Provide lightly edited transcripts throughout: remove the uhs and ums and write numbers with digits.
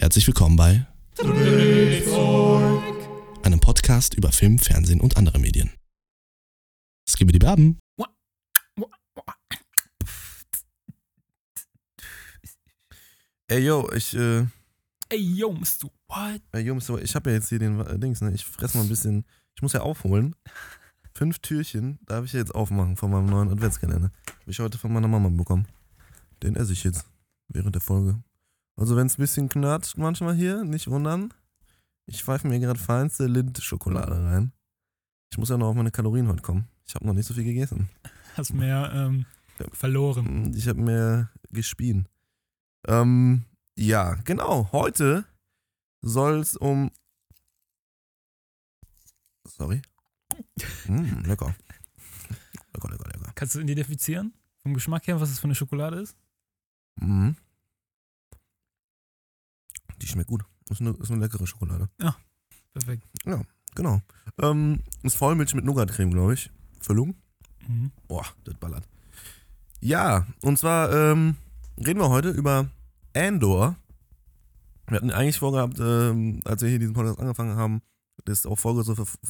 Herzlich willkommen bei einem Podcast über Film, Fernsehen und andere Medien. Skibidi Baben. Ey, yo, ich hab ja jetzt hier den Dings, ne? Ich fress mal ein bisschen, ich muss ja aufholen. 5 Türchen darf ich jetzt aufmachen von meinem neuen Adventskalender. Habe ich heute von meiner Mama bekommen. Den esse ich jetzt während der Folge. Also wenn es ein bisschen knatscht manchmal hier, nicht wundern. Ich pfeife mir gerade feinste Lindt-Schokolade rein. Ich muss ja noch auf meine Kalorien heute kommen. Ich habe noch nicht so viel gegessen. Hast mehr verloren. Ich habe mehr gespien. Ja, genau. Heute soll es um... Sorry. Lecker. Lecker. Kannst du identifizieren, vom Geschmack her, was es für eine Schokolade ist? Mhm. Die schmeckt gut. Ist eine leckere Schokolade. Ja, perfekt. Ja, genau. Ist Vollmilch mit Nougatcreme, glaube ich. Füllung. Mhm. Boah, das ballert. Ja, und zwar reden wir heute über Andor. Wir hatten eigentlich vorgehabt, als wir hier diesen Podcast angefangen haben, das auch Folge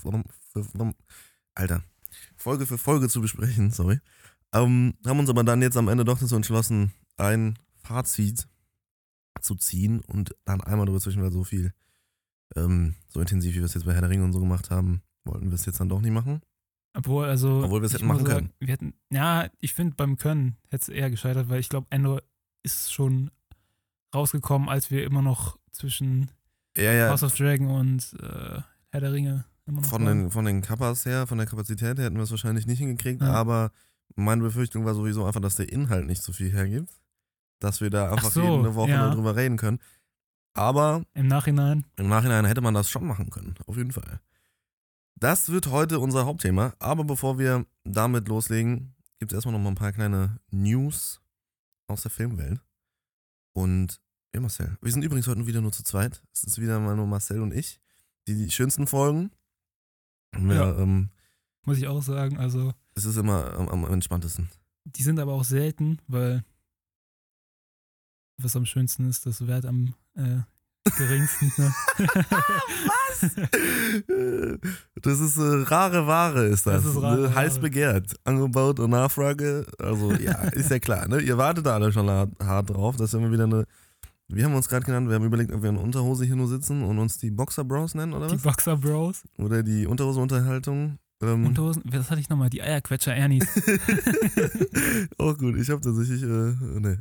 für Folge zu besprechen, sorry. Haben uns aber dann jetzt am Ende doch dazu entschlossen, ein Fazit zu ziehen und dann einmal drüber zwischen, weil so viel, so intensiv, wie wir es jetzt bei Herr der Ringe und so gemacht haben, wollten wir es jetzt dann doch nicht machen. Obwohl wir es hätten machen können. Ich finde, beim Können hätte es eher gescheitert, weil ich glaube, Andor ist schon rausgekommen, als wir immer noch zwischen House of Dragon und Herr der Ringe immer noch von den Kappas her, von der Kapazität her hätten wir es wahrscheinlich nicht hingekriegt, aber meine Befürchtung war sowieso einfach, dass der Inhalt nicht so viel hergibt, dass wir da einfach jede Woche nur drüber reden können. Aber Im Nachhinein hätte man das schon machen können, auf jeden Fall. Das wird heute unser Hauptthema, aber bevor wir damit loslegen, gibt es erstmal noch mal ein paar kleine News aus der Filmwelt. Und ja, Marcel, wir sind übrigens heute wieder nur zu zweit. Es ist wieder mal nur Marcel und ich. Die schönsten Folgen. Muss ich auch sagen, also es ist immer am entspanntesten. Die sind aber auch selten, weil was am schönsten ist, das Wert am geringsten. Ne? Was? Das ist rare Ware, ist das. Das ist rare heiß Ware. begehrt. Angebot und Nachfrage. Also ja, ist ja klar. Ne? Ihr wartet da alle schon hart drauf. Das ist immer wieder wie haben wir uns gerade genannt? Wir haben überlegt, ob wir in Unterhose hier nur sitzen und uns die Boxer Bros nennen, oder was? Die Boxer Bros. Oder die Unterhose-Unterhaltung. Unterhosen, was hatte ich nochmal? Die Eierquetscher Ernies. Auch gut, ich hab tatsächlich, ja.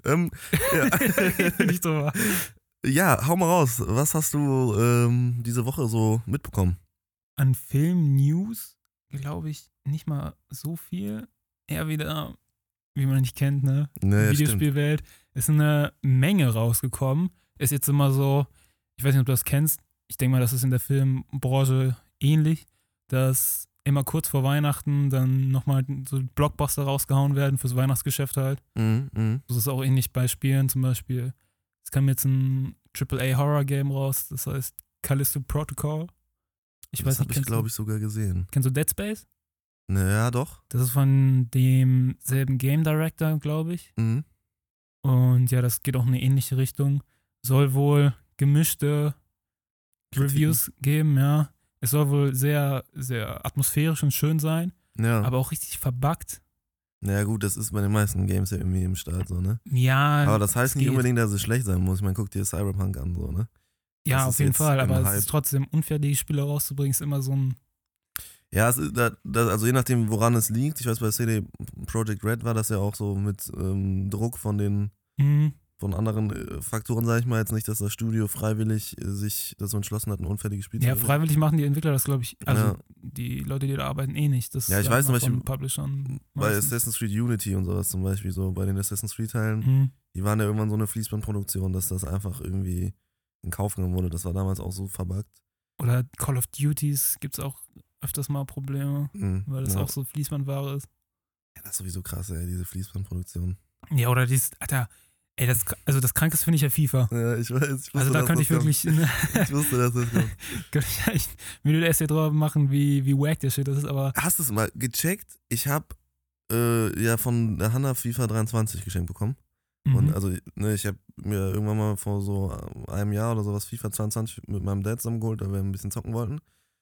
Nicht so wahr. Ja, hau mal raus. Was hast du diese Woche so mitbekommen? An Film-News glaube ich nicht mal so viel. Eher wieder, wie man nicht kennt, ne? Nee, Videospielwelt. Ist eine Menge rausgekommen. Ist jetzt immer so, ich weiß nicht, ob du das kennst. Ich denke mal, das ist in der Filmbranche ähnlich, dass immer kurz vor Weihnachten dann nochmal so Blockbuster rausgehauen werden fürs Weihnachtsgeschäft halt. Das ist auch ähnlich bei Spielen zum Beispiel. Es kam jetzt ein AAA-Horror-Game raus, das heißt Callisto Protocol. Das habe ich, glaube ich, sogar gesehen. Kennst du Dead Space? Naja, doch. Das ist von demselben Game Director, glaube ich. Mhm. Und ja, das geht auch in eine ähnliche Richtung. Soll wohl gemischte Reviews geben, ja. Es soll wohl sehr, sehr atmosphärisch und schön sein, aber auch richtig verbuggt. Naja gut, das ist bei den meisten Games ja irgendwie im Start so, ne? Ja. Aber das heißt nicht unbedingt, dass es schlecht sein muss. Ich meine, guck dir Cyberpunk an, so, ne? Ja, das auf jeden Fall, aber es ist trotzdem unfair, die Spiele rauszubringen, ist immer so ein... Ja, also je nachdem, woran es liegt. Ich weiß, bei CD Projekt Red war das ja auch so mit Druck von anderen Faktoren, sage ich mal. Jetzt nicht, dass das Studio freiwillig sich dazu entschlossen hat, ein unfertiges Spiel zu machen. Ja, freiwillig machen die Entwickler das, glaube ich, also die Leute, die da arbeiten, eh nicht. Das ja, ich weiß zum Beispiel, Publishern bei Assassin's Creed Unity und sowas zum Beispiel, so bei den Assassin's Creed Teilen, die waren ja irgendwann so eine Fließbandproduktion, dass das einfach irgendwie in Kauf genommen wurde. Das war damals auch so verbuggt. Oder Call of Duties gibt es auch öfters mal Probleme, weil das auch so Fließbandware ist. Ja, das ist sowieso krass, ey, diese Fließbandproduktion. Ja, oder Alter, ey, das Krankeste finde ich ja FIFA. Ja, ich weiß. Also da könnte ich wirklich... Ich wusste, dass das kommt. Könnte ich echt Video Essay drüber machen, wie wack der Shit das ist, aber... Hast du es mal gecheckt? Ich habe ja von der Hanna FIFA 23 geschenkt bekommen. Und also, ne, ich habe mir irgendwann mal vor so einem Jahr oder sowas FIFA 22 mit meinem Dad zusammengeholt, da wir ein bisschen zocken wollten.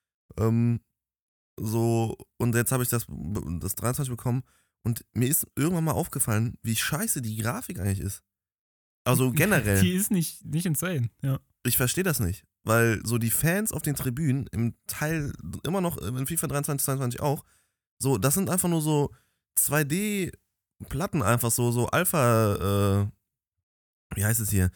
So, und jetzt habe ich das 23 bekommen und mir ist irgendwann mal aufgefallen, wie scheiße die Grafik eigentlich ist. Also generell. Die ist nicht insane, ja. Ich verstehe das nicht, weil so die Fans auf den Tribünen im Teil immer noch in FIFA 23, 22 auch, so, das sind einfach nur so 2D-Platten einfach so Alpha, wie heißt es hier?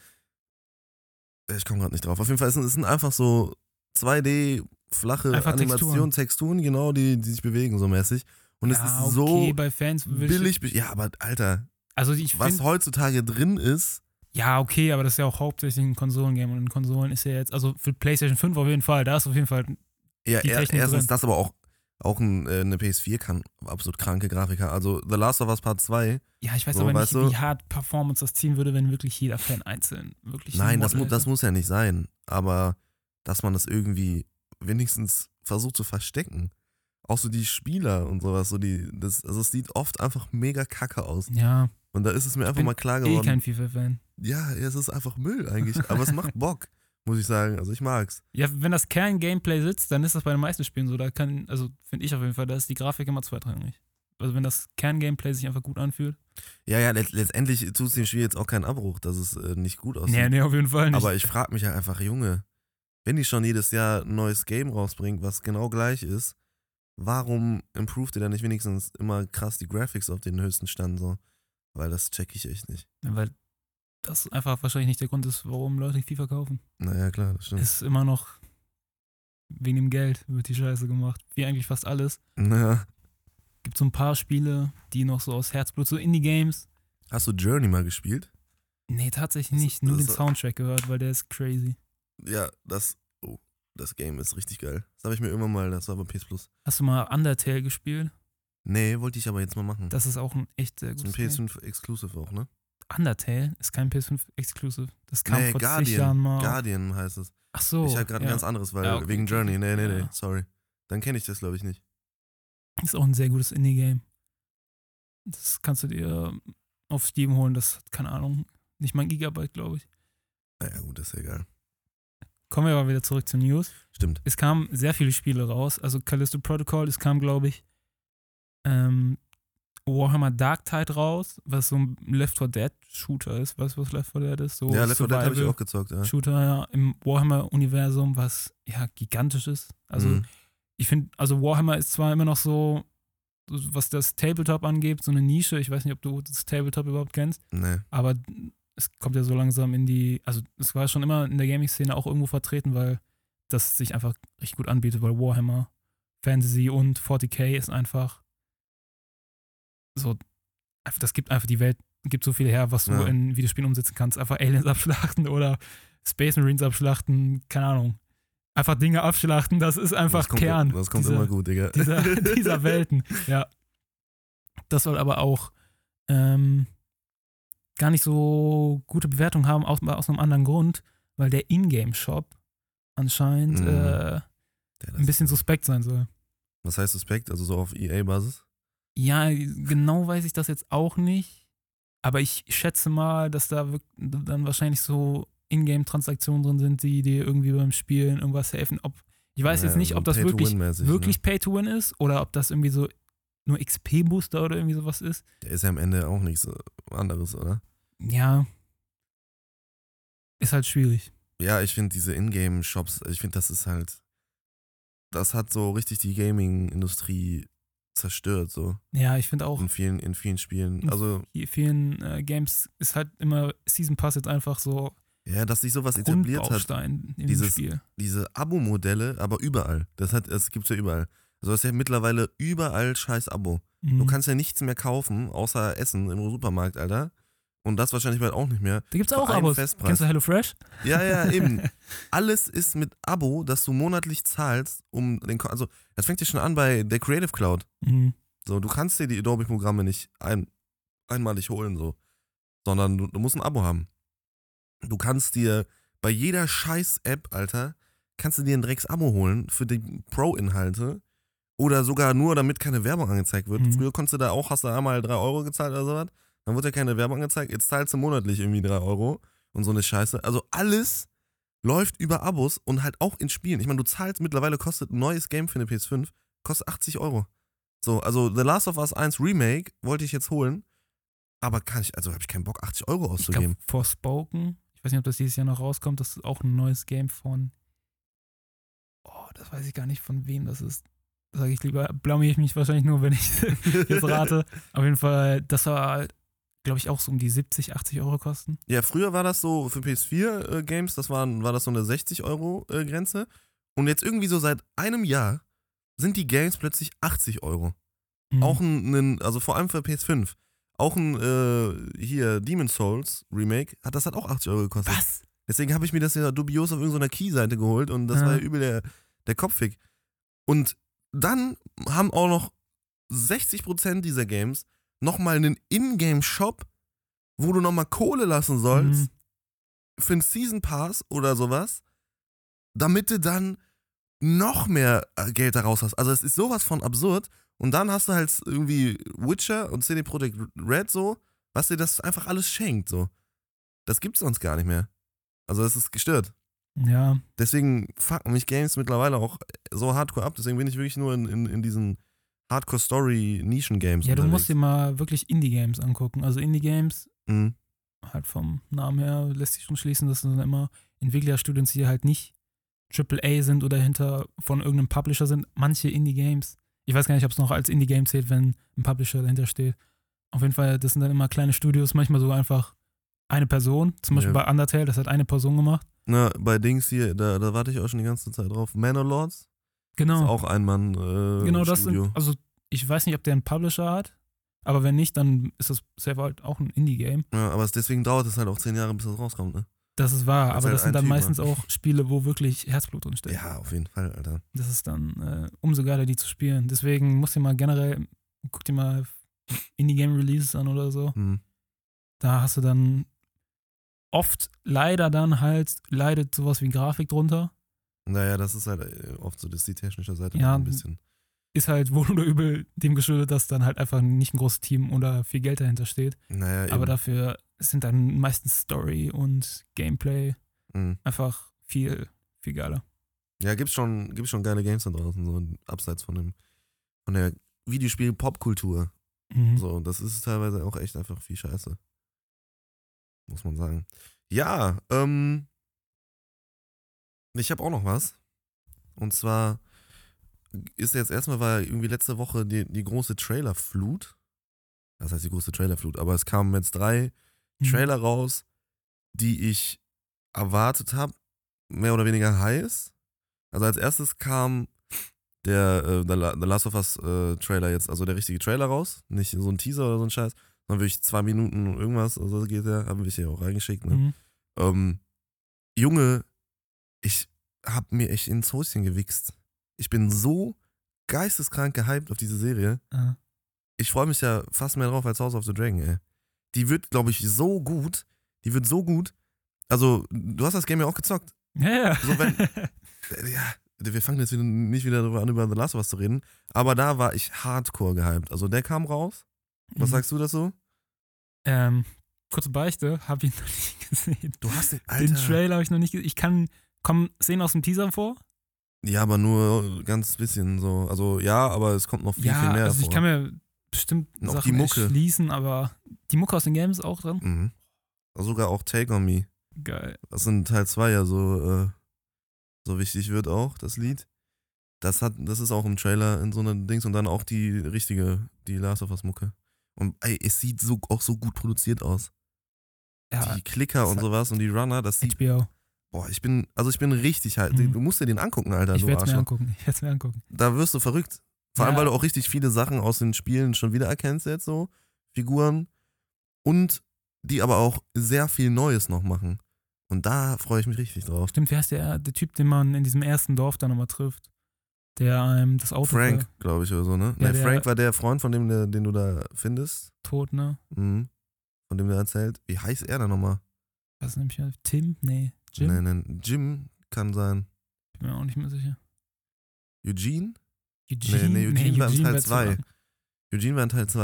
Ich komme gerade nicht drauf. Auf jeden Fall, es sind einfach so 2D flache Einfach Animationen, Texturen, genau, die sich bewegen so mäßig. Und es ist so bei Fans billig. Ja, aber Alter, also ich was finde, heutzutage drin ist, ja, okay, aber das ist ja auch hauptsächlich ein Konsolengame und in Konsolen ist ja jetzt, also für PlayStation 5 auf jeden Fall, da ist auf jeden Fall ja, die Technik erstens drin. das, aber auch eine PS4 kann absolut kranke Grafiker. Also The Last of Us Part 2. Ja, ich weiß So, aber nicht, weißt du? wie hart Performance das ziehen würde, wenn wirklich jeder Fan einzeln wirklich. Nein, ein Model das hätte. muss ja nicht sein. Aber dass man das irgendwie wenigstens versucht zu verstecken. Auch so die Spieler und sowas. Also es sieht oft einfach mega kacke aus. Ja, Und da ist es mir einfach bin mal klar eh geworden. kein FIFA-Fan. Ja, es ist einfach Müll eigentlich. Aber es macht Bock, muss ich sagen. Also ich mag's. Ja, wenn das Kern-Gameplay sitzt, dann ist das bei den meisten Spielen so. Da also finde ich auf jeden Fall, da ist die Grafik immer zweitrangig. Also wenn das Kern-Gameplay sich einfach gut anfühlt. Ja, letztendlich tut es dem Spiel jetzt auch keinen Abbruch, dass es nicht gut aussieht. Nee, auf jeden Fall nicht. Aber ich frage mich ja einfach, Junge, wenn die schon jedes Jahr ein neues Game rausbringt, was genau gleich ist, warum improved ihr dann nicht wenigstens immer krass die Graphics auf den höchsten Stand so? Weil das check ich echt nicht. Ja, weil das einfach wahrscheinlich nicht der Grund ist, warum Leute FIFA kaufen. Naja, klar, das stimmt. Ist immer noch wegen dem Geld wird die Scheiße gemacht. Wie eigentlich fast alles. Naja. Gibt so ein paar Spiele, die noch so aus Herzblut, so Indie-Games. Hast du Journey mal gespielt? Nee, tatsächlich nicht. Nur das den ist- Soundtrack gehört, weil der ist crazy. Ja, das Game ist richtig geil. Das habe ich mir irgendwann mal, das war bei PS Plus. Hast du mal Undertale gespielt? Nee, wollte ich aber jetzt mal machen. Das ist auch ein echt sehr Das ist ein gutes Game. PS5 Exclusive auch, ne? Undertale ist kein PS5 Exclusive. Das kam Nee, vor zig Jahren mal. Guardian heißt es. Ach so. Ich habe gerade ein ganz anderes, weil Ja, okay, wegen okay. Journey. Nee, Ja. sorry. Dann kenne ich das, glaube ich, nicht. Ist auch ein sehr gutes Indie-Game. Das kannst du dir auf Steam holen. Das hat, keine Ahnung, nicht mal ein Gigabyte, glaube ich. Naja, gut, das ist ja egal. Kommen wir aber wieder zurück zu News. Stimmt. Es kamen sehr viele Spiele raus. Also Callisto Protocol, es kam, glaube ich, Warhammer Dark Tide raus, was so ein Left 4 Dead Shooter ist. Weißt du, was Left 4 Dead ist? So Ja, Left 4 Dead habe ich Survival auch gezockt, ja. Shooter ja, im Warhammer-Universum, was ja gigantisch ist. Also Mhm. ich finde, also Warhammer ist zwar immer noch so, was das Tabletop angeht, so eine Nische. Ich weiß nicht, ob du das Tabletop überhaupt kennst, Nee. aber es kommt ja so langsam in die, also es war schon immer in der Gaming-Szene auch irgendwo vertreten, weil das sich einfach richtig gut anbietet, weil Warhammer, Fantasy und 40k ist einfach so, das gibt einfach die Welt, gibt so viel her, was du Ja. in Videospielen umsetzen kannst. Einfach Aliens abschlachten oder Space Marines abschlachten, keine Ahnung. Einfach Dinge abschlachten, das ist einfach Kern. Das kommt dieser- immer gut, Digga. dieser Welten, ja. Das soll aber auch gar nicht so gute Bewertung haben, aus einem anderen Grund, weil der Ingame-Shop anscheinend Mhm. ein bisschen suspekt sein soll. Was heißt suspekt? Also so auf EA-Basis? Ja, genau weiß ich das jetzt auch nicht, aber ich schätze mal, dass da dann wahrscheinlich so Ingame-Transaktionen drin sind, die dir irgendwie beim Spielen irgendwas helfen. Ich weiß jetzt nicht, ob das wirklich Pay-to-Win ist oder ob das irgendwie so nur XP-Booster oder irgendwie sowas ist. Der ist ja am Ende auch nichts anderes, oder? Ja, ist halt schwierig. Ja, ich finde diese Ingame-Shops, ich finde, das hat so richtig die Gaming-Industrie zerstört, so. Ja, ich finde auch, In vielen Spielen. Also, in vielen Games ist halt immer Season Pass jetzt einfach so ja, dass sich sowas etabliert hat. Grundbaustein im Dieses- Spiel. Diese Abo-Modelle, aber überall. Das gibt's ja überall. Also, das ist ja mittlerweile überall scheiß Abo. Du Mhm. kannst ja nichts mehr kaufen, außer Essen im Supermarkt, Alter. Und das wahrscheinlich bald auch nicht mehr. Da gibt's für auch einen Abos. Festpreis. Kennst du HelloFresh? Ja, eben. Alles ist mit Abo, das du monatlich zahlst, also das fängt ja schon an bei der Creative Cloud. Mhm. So, du kannst dir die Adobe-Programme nicht einmalig holen, so. Sondern du musst ein Abo haben. Du kannst dir bei jeder Scheiß-App, Alter, kannst du dir ein Drecks-Abo holen für die Pro-Inhalte. Oder sogar nur, damit keine Werbung angezeigt wird. Mhm. Früher konntest du da auch, hast du einmal 3 € gezahlt oder sowas. dann wurde ja keine Werbung angezeigt, jetzt zahlst du monatlich irgendwie 3 Euro und so eine Scheiße. Also alles läuft über Abos und halt auch in Spielen. Ich meine, du zahlst, mittlerweile kostet ein neues Game für eine PS5, kostet 80 Euro. So, also The Last of Us 1 Remake wollte ich jetzt holen, aber habe ich keinen Bock, 80 Euro Ich auszugeben. glaube, Forspoken, ich weiß nicht, ob das dieses Jahr noch rauskommt, das ist auch ein neues Game von, das weiß ich gar nicht, von wem das ist. Sage ich lieber, blamier ich mich wahrscheinlich nur, wenn ich jetzt rate. Auf jeden Fall, das war halt, glaube ich, auch so um die 70, 80 Euro kosten. Ja, früher war das so für PS4 Games, war das so eine 60 Euro Grenze. Und jetzt irgendwie so seit einem Jahr sind die Games plötzlich 80 Euro. Mhm. Auch also vor allem für PS5. Auch ein Demon's Souls Remake, das hat auch 80 Euro gekostet. Was? Deswegen habe ich mir das ja dubios auf irgendeiner Key-Seite geholt und das war ja übel der Kopfweg. Und dann haben auch noch 60% dieser Games nochmal einen Ingame-Shop, wo du nochmal Kohle lassen sollst für einen Season Pass oder sowas, damit du dann noch mehr Geld daraus hast. Also es ist sowas von absurd. Und dann hast du halt irgendwie Witcher und CD Projekt Red so, was dir das einfach alles schenkt. So. Das gibt's sonst gar nicht mehr. Also es ist gestört. Ja. Deswegen fucken mich Games mittlerweile auch so hardcore ab. Deswegen bin ich wirklich nur in diesen Hardcore-Story-Nischen-Games Ja, du unterwegs. musst dir mal wirklich Indie-Games angucken. Also Indie-Games, Mhm. halt vom Namen her, lässt sich schon schließen, dass das dann immer Entwicklerstudios, die halt nicht AAA sind oder hinter von irgendeinem Publisher sind. Manche Indie-Games, ich weiß gar nicht, ob es noch als Indie-Game zählt, wenn ein Publisher dahinter steht. Auf jeden Fall, das sind dann immer kleine Studios, manchmal sogar einfach eine Person. Zum Beispiel bei Undertale, das hat eine Person gemacht. Na, bei Dings hier, da warte ich auch schon die ganze Zeit drauf. Manor Lords Genau. ist auch ein Mann Genau, das Studio. sind, also ich weiß nicht, ob der einen Publisher hat, aber wenn nicht, dann ist das selber halt auch ein Indie-Game. Ja, aber deswegen dauert es halt auch 10 Jahre, bis das rauskommt, ne? Das ist wahr, Das ist aber halt das sind ein dann Typ, meistens ne? auch Spiele, wo wirklich Herzblut drin steckt. Ja, auf jeden Fall, Alter. Das ist dann umso geiler, die zu spielen. Deswegen musst du mal generell, guck dir mal Indie-Game-Releases an oder so. Mhm. Da hast du dann oft leider dann halt, leidet sowas wie Grafik drunter. Naja, das ist halt oft so, das ist die technische Seite Ja, ein bisschen. Ist halt wohl oder übel dem geschuldet, dass dann halt einfach nicht ein großes Team oder viel Geld dahinter steht. Naja, eben. Aber dafür sind dann meistens Story und Gameplay Mhm. einfach viel, viel geiler. Ja, gibt's schon geile Games da draußen, so abseits von der Videospiel-Popkultur. Mhm. So, das ist teilweise auch echt einfach viel Scheiße. Muss man sagen. Ja, ich habe auch noch was. Und zwar war ja irgendwie letzte Woche die große Trailerflut. Das heißt die große Trailerflut, aber es kamen jetzt 3 Trailer raus, die ich erwartet habe, mehr oder weniger heiß. Also als erstes kam der The Last of Us Trailer jetzt, also der richtige Trailer raus, nicht so ein Teaser oder so ein Scheiß, sondern wirklich 2 Minuten und irgendwas, also geht der, haben wir hier auch reingeschickt, ne? Junge, ich hab mir echt ins Häuschen gewichst. Ich bin so geisteskrank gehypt auf diese Serie. Ja. Ich freue mich ja fast mehr drauf als House of the Dragon, ey. Die wird, glaube ich, so gut. Die wird so gut. Also, du hast das Game ja auch gezockt. Ja. So, ja, wir fangen jetzt nicht wieder darüber an, über The Last of Us zu reden. Aber da war ich hardcore gehypt. Also, der kam raus. Was sagst du dazu? Kurze Beichte, habe ich noch nicht gesehen. Du hast den Trailer habe ich noch nicht gesehen. Ich kann Szenen aus dem Teaser vor. Ja, aber nur ganz bisschen so. Also, ja, aber es kommt noch viel mehr also vor. ich kann mir bestimmt Und auch Sachen die Mucke. erschließen, aber die Mucke aus den Games ist auch drin. Mhm. Sogar auch Take On Me. Geil. Was in Teil 2 ja so wichtig wird auch, das Lied. Das ist auch im Trailer in so einer Dings und dann auch die Last of Us Mucke. Und ey, es sieht auch so gut produziert aus. Ja, Die Klicker und sowas und die Runner, das sieht. HBO. Boah, ich bin richtig halt. Mhm. Du musst dir den angucken, Alter. Ich du werde es Arschloch. mir angucken. Da wirst du verrückt. Vor allem, Ja. weil du auch richtig viele Sachen aus den Spielen schon wieder erkennst jetzt so. Figuren. Und die aber auch sehr viel Neues noch machen. Und da freue ich mich richtig drauf. Stimmt, wer ist der Typ, den man in diesem ersten Dorf da nochmal trifft? Der einem das Auto Frank, glaube ich, oder so, ne? Ja, Ne, Frank war der Freund, von dem, den du da findest. tot, ne? Mhm. Von dem der erzählt. Wie heißt er da nochmal? Was ist nämlich? Tim? Nee. Jim? Nee, Jim kann sein. Bin mir auch nicht mehr sicher. Eugene? Eugene? Nee, Eugene war in Teil wird's 2. sagen. Eugene war in Teil 2.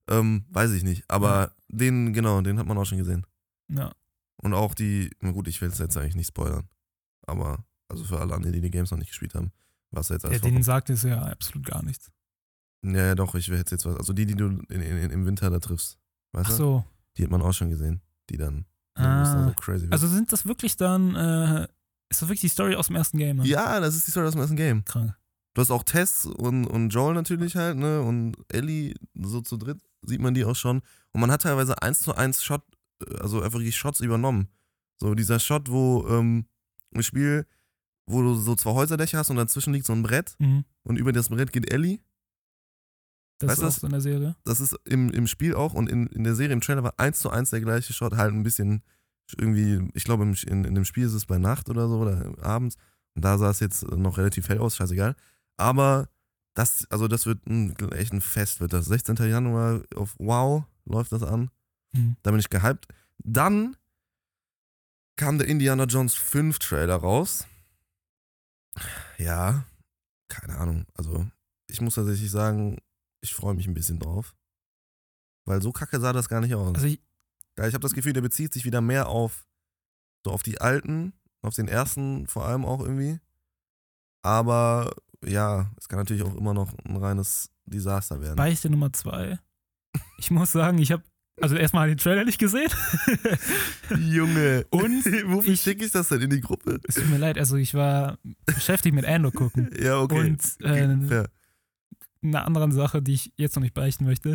Weiß ich nicht. Aber den hat man auch schon gesehen. Ja. Und auch na gut, ich will es jetzt eigentlich nicht spoilern. Aber, also für alle anderen, die Games noch nicht gespielt haben, was jetzt alles Denen sagt es ja absolut gar nichts. Ja, doch, ich will jetzt was. Also die du im Winter da triffst. Weißt Ach du? so. Die hat man auch schon gesehen. Die dann so crazy wird. Also sind das wirklich dann, ist das wirklich die Story aus dem ersten Game? Ne? Ja, das ist die Story aus dem ersten Game. Krank. Du hast auch Tess und Joel natürlich halt, ne? Und Ellie, so zu dritt sieht man die auch schon. Und man hat teilweise 1:1 Shot, also einfach die Shots übernommen. So dieser Shot, wo im Spiel, wo du so 2 Häuserdächer hast und dazwischen liegt so ein Brett und über das Brett geht Ellie. Das weißt ist auch so in der Serie? Das ist im Spiel auch und in der Serie, im Trailer war 1:1 der gleiche Shot, halt ein bisschen irgendwie, ich glaube in dem Spiel ist es bei Nacht oder so oder abends und da sah es jetzt noch relativ hell aus, scheißegal. Aber das wird echt ein Fest, wird das. 16. Januar auf Wow läuft das an. Da bin ich gehypt. Dann kam der Indiana Jones 5 Trailer raus. Ja, keine Ahnung. Also ich muss tatsächlich sagen, ich freue mich ein bisschen drauf. Weil so kacke sah das gar nicht aus. Also ich habe das Gefühl, der bezieht sich wieder mehr auf die alten, auf den ersten vor allem auch irgendwie. Aber ja, es kann natürlich auch immer noch ein reines Desaster werden. Beichte Nummer 2. Ich muss sagen, ich habe also erstmal den Trailer nicht gesehen. Junge. Und wofür schicke ich das denn in die Gruppe? Es tut mir leid, also ich war beschäftigt mit Andor gucken. Ja, okay. Und einer anderen Sache, die ich jetzt noch nicht beichten möchte.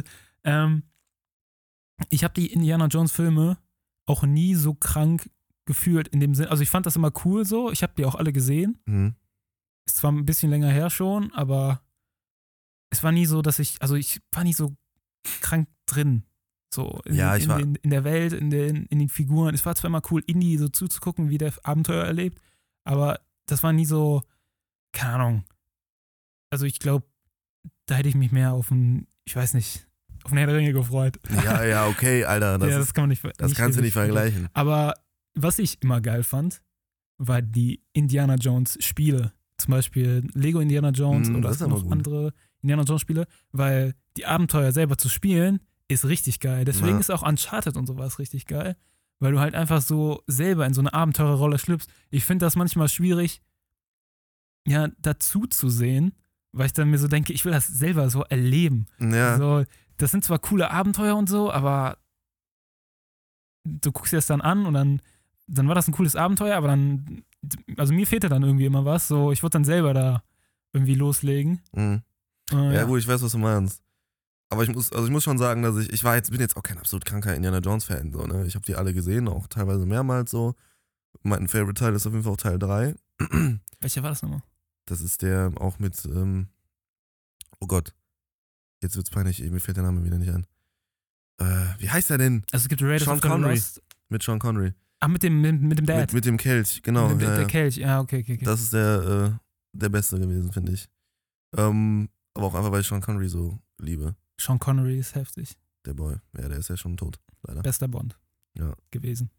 Ich habe die Indiana Jones Filme auch nie so krank gefühlt in dem Sinn. Also ich fand das immer cool so. Ich habe die auch alle gesehen. Ist zwar ein bisschen länger her schon, aber es war nie so, dass ich war nie so krank drin. So in der Welt, in den Figuren. Es war zwar immer cool, Indy so zuzugucken, wie der Abenteuer erlebt, aber das war nie so, keine Ahnung. Also ich glaube, da hätte ich mich mehr auf einen Herr der Ringe gefreut. Ja, okay, Alter. Das kannst du nicht vergleichen. Aber was ich immer geil fand, war die Indiana Jones Spiele. Zum Beispiel Lego Indiana Jones oder noch andere Indiana Jones Spiele, weil die Abenteuer selber zu spielen ist richtig geil. Deswegen ist auch Uncharted und sowas richtig geil, weil du halt einfach so selber in so eine Abenteurerrolle schlüpfst. Ich finde das manchmal schwierig, ja, dazu zu sehen, weil ich dann mir so denke, ich will das selber so erleben. Ja. So, das sind zwar coole Abenteuer und so, aber du guckst dir das dann an und dann war das ein cooles Abenteuer, aber dann, also mir fehlte dann irgendwie immer was. So, ich würde dann selber da irgendwie loslegen. Ja, gut, ich weiß, was du meinst. Aber ich muss schon sagen, dass ich bin jetzt auch kein absolut kranker Indiana Jones Fan. So, ne? Ich habe die alle gesehen, auch teilweise mehrmals so. Mein Favorite Teil ist auf jeden Fall auch Teil 3. Welcher war das nochmal? Das ist der auch mit, oh Gott, jetzt wird's peinlich, mir fällt der Name wieder nicht ein. Wie heißt der denn? Also es gibt Raiders Sean of the Connery. Lost. Mit Sean Connery. Ach, mit dem Dad. Mit dem Kelch, genau. Der Kelch, ja, okay. Das ist der Beste gewesen, finde ich. Aber auch einfach, weil ich Sean Connery so liebe. Sean Connery ist heftig. Der Boy. Ja, der ist ja schon tot, leider. Bester Bond. Ja. Gewesen.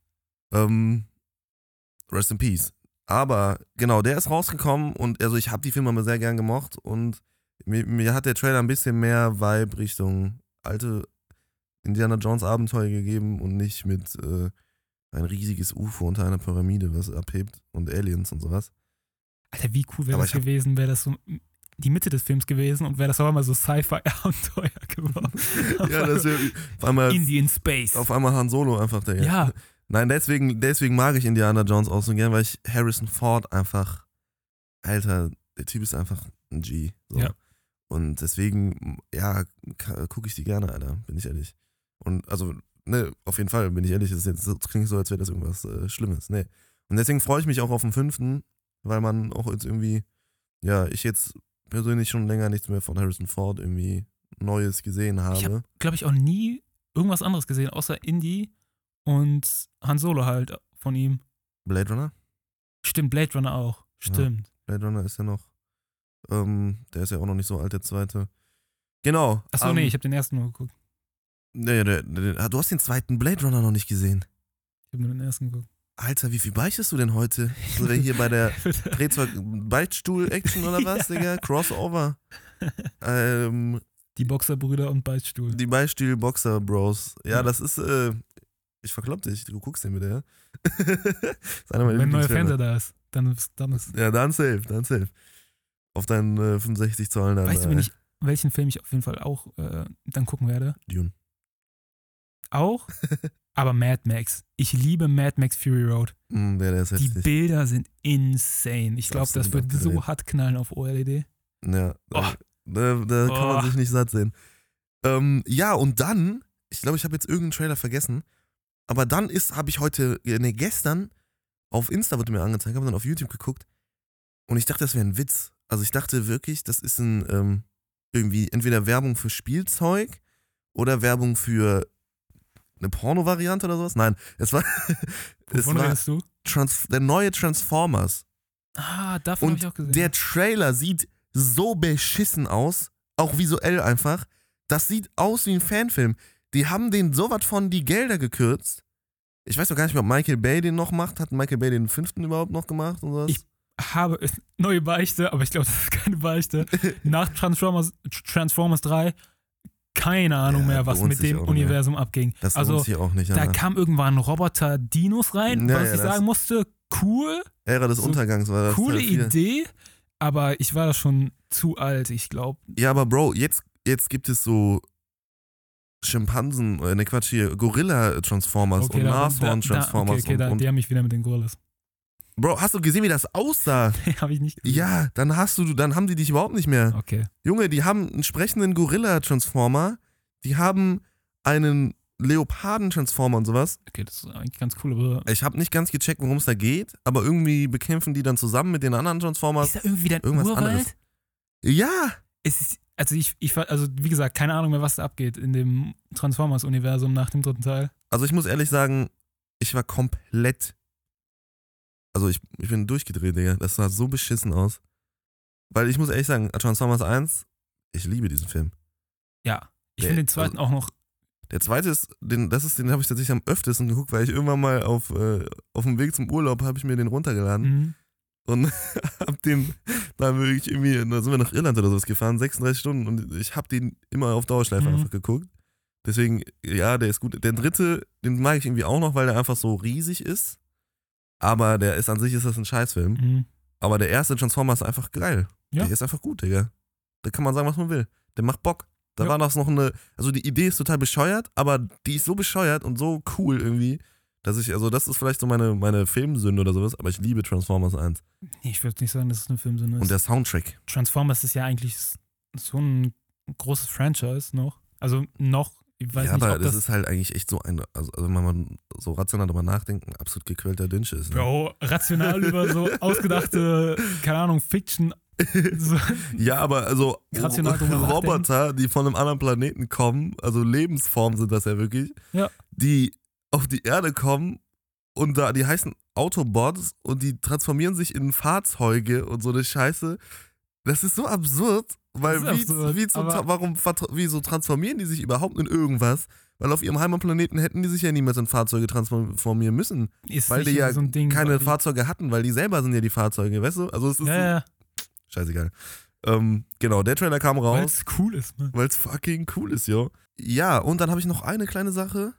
Rest in Peace. Aber genau, der ist rausgekommen und also ich habe die Filme immer sehr gern gemocht und mir hat der Trailer ein bisschen mehr Vibe Richtung alte Indiana Jones Abenteuer gegeben und nicht mit ein riesiges UFO unter einer Pyramide, was abhebt und Aliens und sowas. Alter, wie cool wäre das gewesen, wäre das so die Mitte des Films gewesen und wäre das auch mal so Sci-Fi-Abenteuer geworden. Ja, das wäre auf einmal Indian Space. Auf einmal Han Solo einfach der. Ja. Nein, deswegen mag ich Indiana Jones auch so gern, weil ich Harrison Ford einfach, Alter, der Typ ist einfach ein G. So. Ja. Und deswegen, ja, gucke ich die gerne, Alter, bin ich ehrlich. Und also, ne, auf jeden Fall, bin ich ehrlich, das klingt so, als wäre das irgendwas Schlimmes. Ne. Und deswegen freue ich mich auch auf den 5., weil man auch jetzt irgendwie, ja, ich jetzt persönlich schon länger nichts mehr von Harrison Ford irgendwie Neues gesehen habe. Ich habe, glaube ich, auch nie irgendwas anderes gesehen, außer Indy und Han Solo halt von ihm. Blade Runner? Stimmt, Blade Runner auch. Stimmt. Ja, Blade Runner ist ja noch, der ist ja auch noch nicht so alt, der zweite. Genau. Achso, nee, ich habe den ersten nur geguckt. Nee, du hast den zweiten Blade Runner noch nicht gesehen. Ich habe nur den ersten geguckt. Alter, wie viel beichtest du denn heute? Oder hier bei der Beichtstuhl-Action oder was, Digga? Crossover. Die Boxerbrüder und Beichtstuhl. Die Beispiel-Boxer-Bros. Ja, Ja. das ist, ich verklopp dich, du guckst den wieder, ja? Ist einer meiner Wenn ein neuer Lieblingsfilme. Fernseher da ist, dann ist. Ja, dann safe. Auf deinen 65 Zollen dann. Weißt du, welchen Film ich auf jeden Fall auch dann gucken werde? Dune. Auch? Aber Mad Max. Ich liebe Mad Max Fury Road. Der ist Die heftig. Bilder sind insane. Ich glaube, das Absolut wird so abgedreht. hart knallen auf OLED. Ja, Oh. da kann man Oh. sich nicht satt sehen. Ja, und dann, ich glaube, ich habe jetzt irgendeinen Trailer vergessen, aber dann habe ich gestern auf Insta wurde mir angezeigt, habe dann auf YouTube geguckt und ich dachte, das wäre ein Witz. Also ich dachte wirklich, das ist irgendwie entweder Werbung für Spielzeug oder Werbung für eine Porno-Variante oder sowas. Nein, es war, Wovon redest du? der neue Transformers. Ah, davon habe Und ich auch gesehen. der Trailer sieht so beschissen aus, auch visuell einfach. Das sieht aus wie ein Fanfilm. Die haben den so was von die Gelder gekürzt. Ich weiß noch gar nicht mehr, ob Michael Bay den noch macht. Hat Michael Bay den 5. überhaupt noch gemacht und sowas? Ich habe neue Beichte, aber ich glaube, das ist keine Beichte. Nach Transformers 3 keine Ahnung Ja, mehr, was lohnt mit sich dem auch nicht mehr. Universum abging. Das Also lohnt sich auch nicht. da Alter. kam irgendwann Roboter-Dinos rein, Ja, was ja, ich das- sagen musste, cool, Ära des so Untergangs war das. coole Teil 4. Idee, aber ich war da schon zu alt, ich glaube. Ja, aber Bro, jetzt gibt es so Schimpansen, ne Quatsch hier, Gorilla-Transformers und Nashorn-Transformers. Okay, und, die haben mich wieder mit den Gorillas. Bro, hast du gesehen, wie das aussah? habe ich nicht gesehen. Ja, dann haben die dich überhaupt nicht mehr. Okay. Junge, die haben einen sprechenden Gorilla-Transformer, die haben einen Leoparden-Transformer und sowas. Okay, das ist eigentlich ganz cool, aber Ich habe nicht ganz gecheckt, worum es da geht, aber irgendwie bekämpfen die dann zusammen mit den anderen Transformers. ist da irgendwie wieder ein irgendwas Urwald? anderes. Ja, Es ist, also wie gesagt, keine Ahnung mehr, was da abgeht in dem Transformers-Universum nach dem 3. Teil. also ich muss ehrlich sagen, ich war komplett, also ich bin durchgedreht, Digga. Das sah so beschissen aus. Weil ich muss ehrlich sagen, Transformers 1, ich liebe diesen Film. Ja. Ich Nee, finde den zweiten auch noch. Der zweite ist, den habe ich tatsächlich am öftesten geguckt, weil ich irgendwann mal auf dem Weg zum Urlaub habe ich mir den runtergeladen Mhm. und hab den, da sind wir nach Irland oder sowas gefahren, 36 Stunden und ich habe den immer auf Dauerschleife Mhm. einfach geguckt. Deswegen, ja, der ist gut. Der dritte, den mag ich irgendwie auch noch, weil der einfach so riesig ist. Aber an sich ist das ein Scheißfilm. Mhm. Aber der erste Transformers ist einfach geil. Ja. Der ist einfach gut, Digga. Da kann man sagen, was man will. Der macht Bock. Da Ja. war noch also die Idee ist total bescheuert, aber die ist so bescheuert und so cool irgendwie, das ist vielleicht so meine Filmsünde oder sowas, aber ich liebe Transformers 1. Nee, ich würde nicht sagen, dass es eine Filmsünde ist. Und der Soundtrack. Transformers ist ja eigentlich so ein großes Franchise noch. Also noch, ich weiß Ja, nicht, aber ob das das ist halt eigentlich echt so also wenn man mal so rational drüber nachdenkt, ein absolut gequälter Dünnsche ist. Ne? Bro, rational über so ausgedachte, keine Ahnung, Fiction. So, Ja, aber also Rational drüber nachdenken. Roboter, die von einem anderen Planeten kommen, also Lebensformen sind das ja wirklich, Ja. die auf die Erde kommen und die heißen Autobots und die transformieren sich in Fahrzeuge und so eine Scheiße. Das ist so absurd, weil Das ist absurd, aber- wieso transformieren die sich überhaupt in irgendwas? Weil auf ihrem Heimatplaneten hätten die sich ja niemals in Fahrzeuge transformieren müssen, ist weil die sicher ja so ein Ding, keine weil die- Fahrzeuge hatten, weil die selber sind ja die Fahrzeuge, weißt du? Also es ist Ja, so, ja, scheißegal. Genau, der Trailer kam weil raus, es cool ist, ne? weil es fucking cool ist, jo. Ja, und dann habe ich noch eine kleine Sache.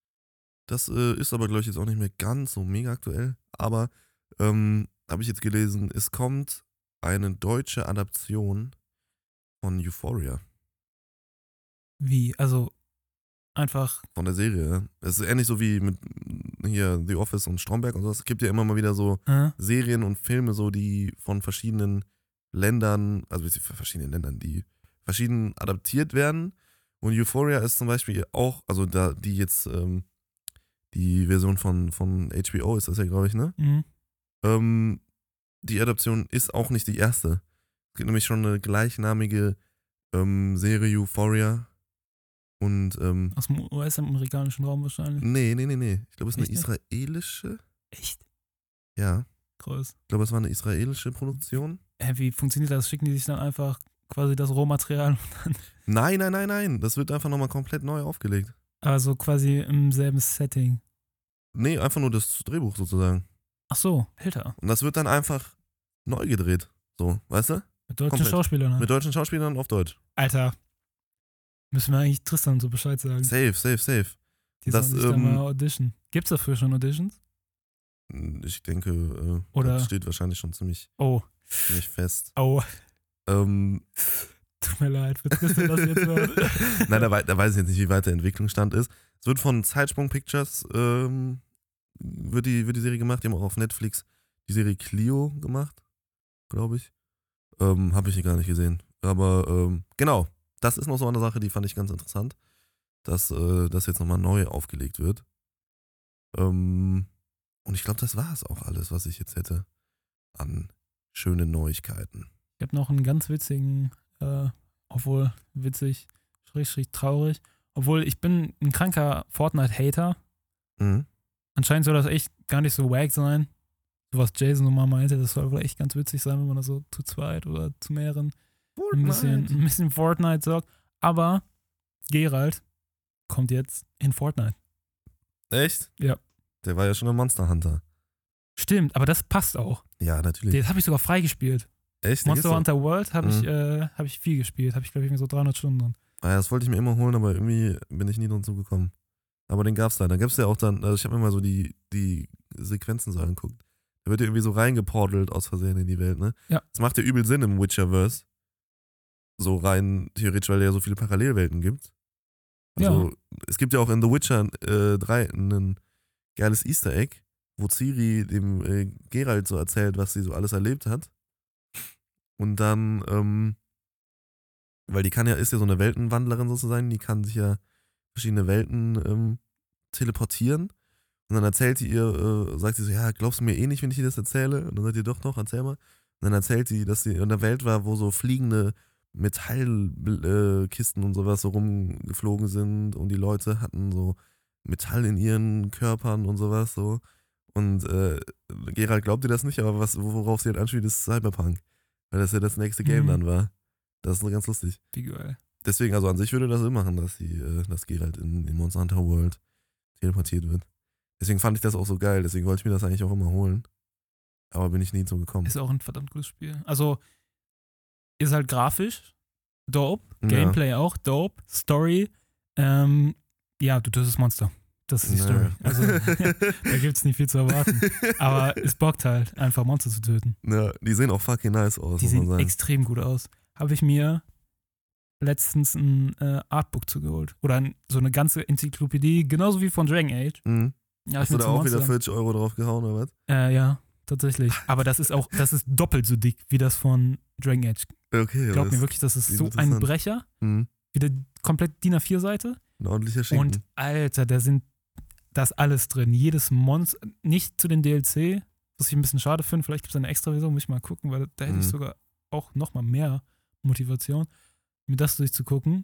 Das ist aber, glaube ich, jetzt auch nicht mehr ganz so mega aktuell. Aber habe ich jetzt gelesen, es kommt eine deutsche Adaption von Euphoria. Wie? Also einfach. Von der Serie. Es ist ähnlich so wie mit hier The Office und Stromberg und so. Es gibt ja immer mal wieder so Serien und Filme, so die von verschiedenen Ländern, also verschiedenen Ländern, die verschieden adaptiert werden. Und Euphoria ist zum Beispiel auch, also da die jetzt die Version von HBO ist das ja, glaube ich, ne? Mhm. Die Adaption ist auch nicht die erste. Es gibt nämlich schon eine gleichnamige Serie Euphoria. Und Aus dem US-amerikanischen Raum wahrscheinlich. nee. Ich glaube, es ist eine Echt nicht? israelische. Echt? Ja. Krass. Ich glaube, es war eine israelische Produktion. Wie funktioniert das? Schicken die sich dann einfach quasi das Rohmaterial? Nein. Das wird einfach nochmal komplett neu aufgelegt. Also quasi im selben Setting. Nee, einfach nur das Drehbuch sozusagen. Ach so, Alter. Und das wird dann einfach neu gedreht. So, weißt du? Mit deutschen Komplett. Schauspielern. Halt. Mit deutschen Schauspielern auf Deutsch. Alter. Müssen wir eigentlich Tristan so Bescheid sagen. Safe. Die Das, sollen sich da mal audition. Gibt's dafür schon Auditions? Ich denke, Oder- das steht wahrscheinlich schon ziemlich Oh, fest. tut Ähm, mir leid, für Tristan das jetzt hört. Nein, da weiß ich jetzt nicht, wie weit der Entwicklungsstand ist. Es wird von Zeitsprung Pictures wird die Serie gemacht. Die haben auch auf Netflix die Serie Clio gemacht, glaube ich. Habe ich hier gar nicht gesehen. Aber genau, das ist noch so eine Sache, die fand ich ganz interessant, dass das jetzt nochmal neu aufgelegt wird. Und ich glaube, das war es auch alles, was ich jetzt hätte an schönen Neuigkeiten. Ich habe noch einen ganz witzigen, obwohl witzig, schräg traurig. Obwohl ich bin ein kranker Fortnite-Hater. Mhm. Anscheinend soll das echt gar nicht so wack sein. So was Jason nochmal meinte, das soll wohl echt ganz witzig sein, wenn man da so zu zweit oder zu mehreren ein bisschen Fortnite sorgt. Aber Geralt kommt jetzt in Fortnite. Echt? Ja. Der war ja schon ein Monster Hunter. Stimmt, aber das passt auch. Ja, natürlich. Das habe ich sogar freigespielt. Echt? Der Monster gibt's Hunter World habe Mhm. hab ich viel gespielt. Habe ich, glaube ich, so 300 Stunden drin. doch? Ja, das wollte ich mir immer holen, aber irgendwie bin ich nie dazu gekommen. Aber den gab's da. Da gab's ja auch dann, also ich habe mir mal so die Sequenzen so angeguckt. Da wird ja irgendwie so reingeportelt aus Versehen in die Welt, ne? Ja. Das macht ja übel Sinn im Witcherverse. So rein theoretisch, weil es ja so viele Parallelwelten gibt. Also, es gibt ja auch in The Witcher 3 ein geiles Easter Egg, wo Ciri dem Geralt so erzählt, was sie so alles erlebt hat. Und dann, weil die ist ja so eine Weltenwandlerin sozusagen, die kann sich ja verschiedene Welten teleportieren. Und dann erzählt die sagt sie so, ja, glaubst du mir eh nicht, wenn ich dir das erzähle? Und dann sagt ihr, doch, erzähl mal. Und dann erzählt die, dass sie in einer Welt war, wo so fliegende Metallkisten und sowas so rumgeflogen sind und die Leute hatten so Metall in ihren Körpern und sowas so. Und Geralt glaubt ihr das nicht, aber worauf sie halt anspielt, ist Cyberpunk. Weil das ja das nächste Game dann war. Das ist nur ganz lustig. Wie geil. Deswegen, also an sich würde das Sinn machen, dass Geralt in Monster Hunter World teleportiert wird. Deswegen fand ich das auch so geil. Deswegen wollte ich mir das eigentlich auch immer holen. Aber bin ich nie so gekommen. Ist auch ein verdammt gutes Spiel. Also, ist halt grafisch dope. Ja. Gameplay auch dope. Story. Ja, du tötest Monster. Das ist die Story. Also, da gibt's nicht viel zu erwarten. Aber es bockt halt, einfach Monster zu töten. Ja, die sehen auch fucking nice aus, Die muss man sehen sagen. extrem gut aus. Habe ich mir letztens ein Artbook zugeholt. Oder so eine ganze Enzyklopädie, genauso wie von Dragon Age. Mhm. Ja, Hast du da auch wieder 40 € drauf gehauen, oder was? Ja, tatsächlich. Aber das ist doppelt so dick wie das von Dragon Age. Okay, Glaub mir wirklich, das ist so ein interessant. Brecher. Mhm. Wieder komplett DIN A4-Seite. Ein ordentlicher Schinken. Und Alter, da ist alles drin. Jedes Monster, nicht zu den DLC, was ich ein bisschen schade finde. Vielleicht gibt es eine extra Version, muss ich mal gucken, weil da hätte ich sogar auch nochmal mehr Motivation, mir das durchzugucken.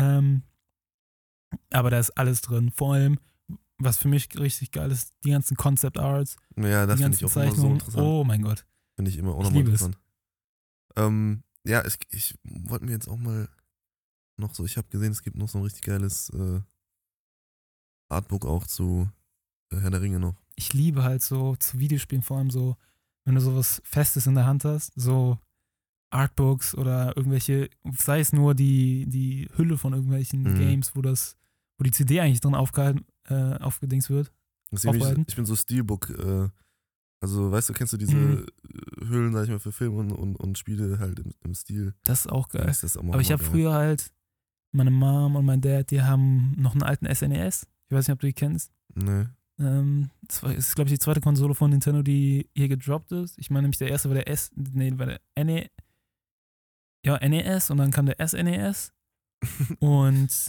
Aber da ist alles drin. Vor allem, was für mich richtig geil ist, die ganzen Concept Arts, Ja, das die finde ich ganzen auch immer so Zeichnungen. interessant. Oh mein Gott. Finde ich immer auch Ich nochmal liebe es. interessant. Ja, ich wollte mir jetzt auch mal noch so, ich habe gesehen, es gibt noch so ein richtig geiles Artbook auch zu Herr der Ringe noch. Ich liebe halt so zu Videospielen, vor allem so, wenn du sowas Festes in der Hand hast, so Artbooks oder irgendwelche, sei es nur die Hülle von irgendwelchen Games, wo die CD eigentlich drin aufgedingst wird. Ich bin so Steelbook, also weißt du, kennst du diese Hüllen, sag ich mal, für Filme und Spiele halt im Stil. Das ist auch geil. Das ist auch Aber ich habe früher halt, meine Mom und mein Dad, die haben noch einen alten SNES. Ich weiß nicht, ob du die kennst. Nee. Das ist, glaube ich, die zweite Konsole von Nintendo, die hier gedroppt ist. Ich meine nämlich, der erste war der NES und dann kam der SNES. Und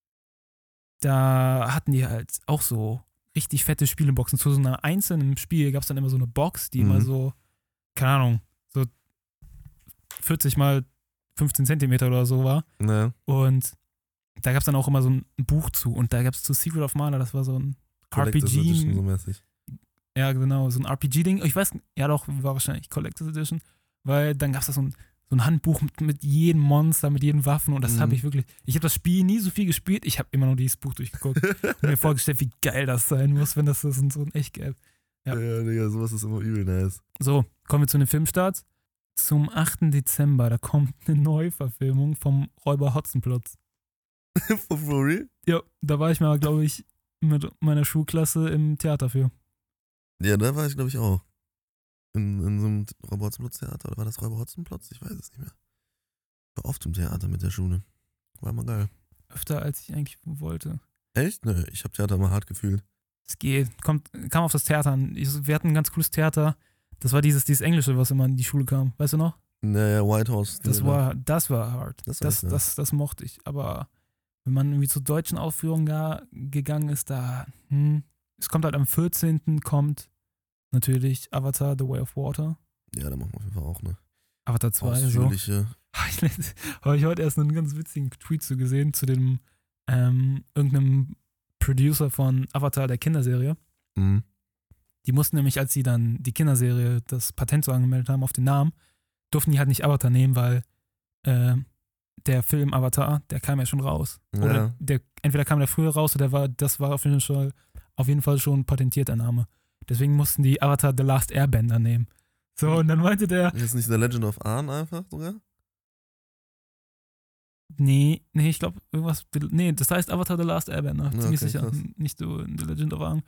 da hatten die halt auch so richtig fette Spieleboxen. Zu so einer einzelnen Spiel gab es dann immer so eine Box, die immer so, keine Ahnung, so 40 mal 15 Zentimeter oder so war. Ja. Und da gab es dann auch immer so ein Buch zu. Und da gab es zu Secret of Mana, das war so ein Collectors RPG. Edition so mäßig. Ja, genau, so ein RPG-Ding. Ich weiß, ja doch, war wahrscheinlich Collectors Edition. Weil dann gab es da so ein Handbuch mit jedem Monster, mit jedem Waffen. Und das habe ich wirklich, ich habe das Spiel nie so viel gespielt. Ich habe immer nur dieses Buch durchgeguckt und mir vorgestellt, wie geil das sein muss, wenn das so ein echt gäbe. Ja. Ja, Digga, sowas ist immer übel nice. So, kommen wir zu den Filmstarts. Zum 8. Dezember, da kommt eine Neuverfilmung vom Räuber Hotzenplotz. For real? Ja, da war ich mal, glaube ich, mit meiner Schulklasse im Theater für. Ja, da war ich, glaube ich, auch. In so einem Räuber-Hotzenplotz-Theater. Oder war das Räuber-Hotzenplotz? Ich weiß es nicht mehr. Ich war oft im Theater mit der Schule. War immer geil. Öfter, als ich eigentlich wollte. Echt? Nö, ich habe Theater mal hart gefühlt. Es geht, kam auf das Theater an. Wir hatten ein ganz cooles Theater. Das war dieses Englische, was immer in die Schule kam. Weißt du noch? Naja, White House. Das war hart. Das war echt nice. Das mochte ich. Aber wenn man irgendwie zur deutschen Aufführung gegangen ist, es kommt halt am 14. kommt natürlich Avatar, The Way of Water. Ja, da machen wir auf jeden Fall auch eine Avatar 2. ausführliche. Habe ich heute erst einen ganz witzigen Tweet zu gesehen, zu dem irgendeinem Producer von Avatar, der Kinderserie. Mhm. Die mussten nämlich, als sie dann die Kinderserie das Patent so angemeldet haben auf den Namen, durften die halt nicht Avatar nehmen, weil der Film Avatar, der kam ja schon raus. Ja. Oder entweder kam der früher raus oder das war auf jeden Fall schon patentiert, der Name. Deswegen mussten die Avatar The Last Airbender nehmen. So, und dann meinte der. Ist nicht The Legend of Aang einfach sogar? Nee, ich glaube, irgendwas. Nee, das heißt Avatar The Last Airbender. Ja, Ziemlich okay, sicher. krass. Nicht so The Legend of Aang.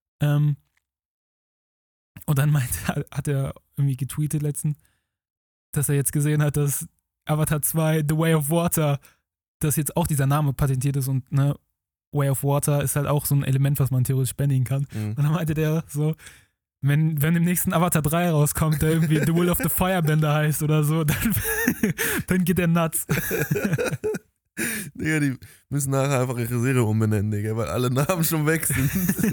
Und dann hat er irgendwie getweetet letztens, dass er jetzt gesehen hat, dass Avatar 2 The Way of Water, dass jetzt auch dieser Name patentiert ist und ne, Way of Water ist halt auch so ein Element, was man theoretisch bändigen kann. Mhm. Und dann meinte der so, wenn im nächsten Avatar 3 rauskommt, der irgendwie The Will of the Firebender heißt oder so, dann geht der nuts. Digga, die müssen nachher einfach ihre Serie umbenennen, Digga, weil alle Namen schon weg sind.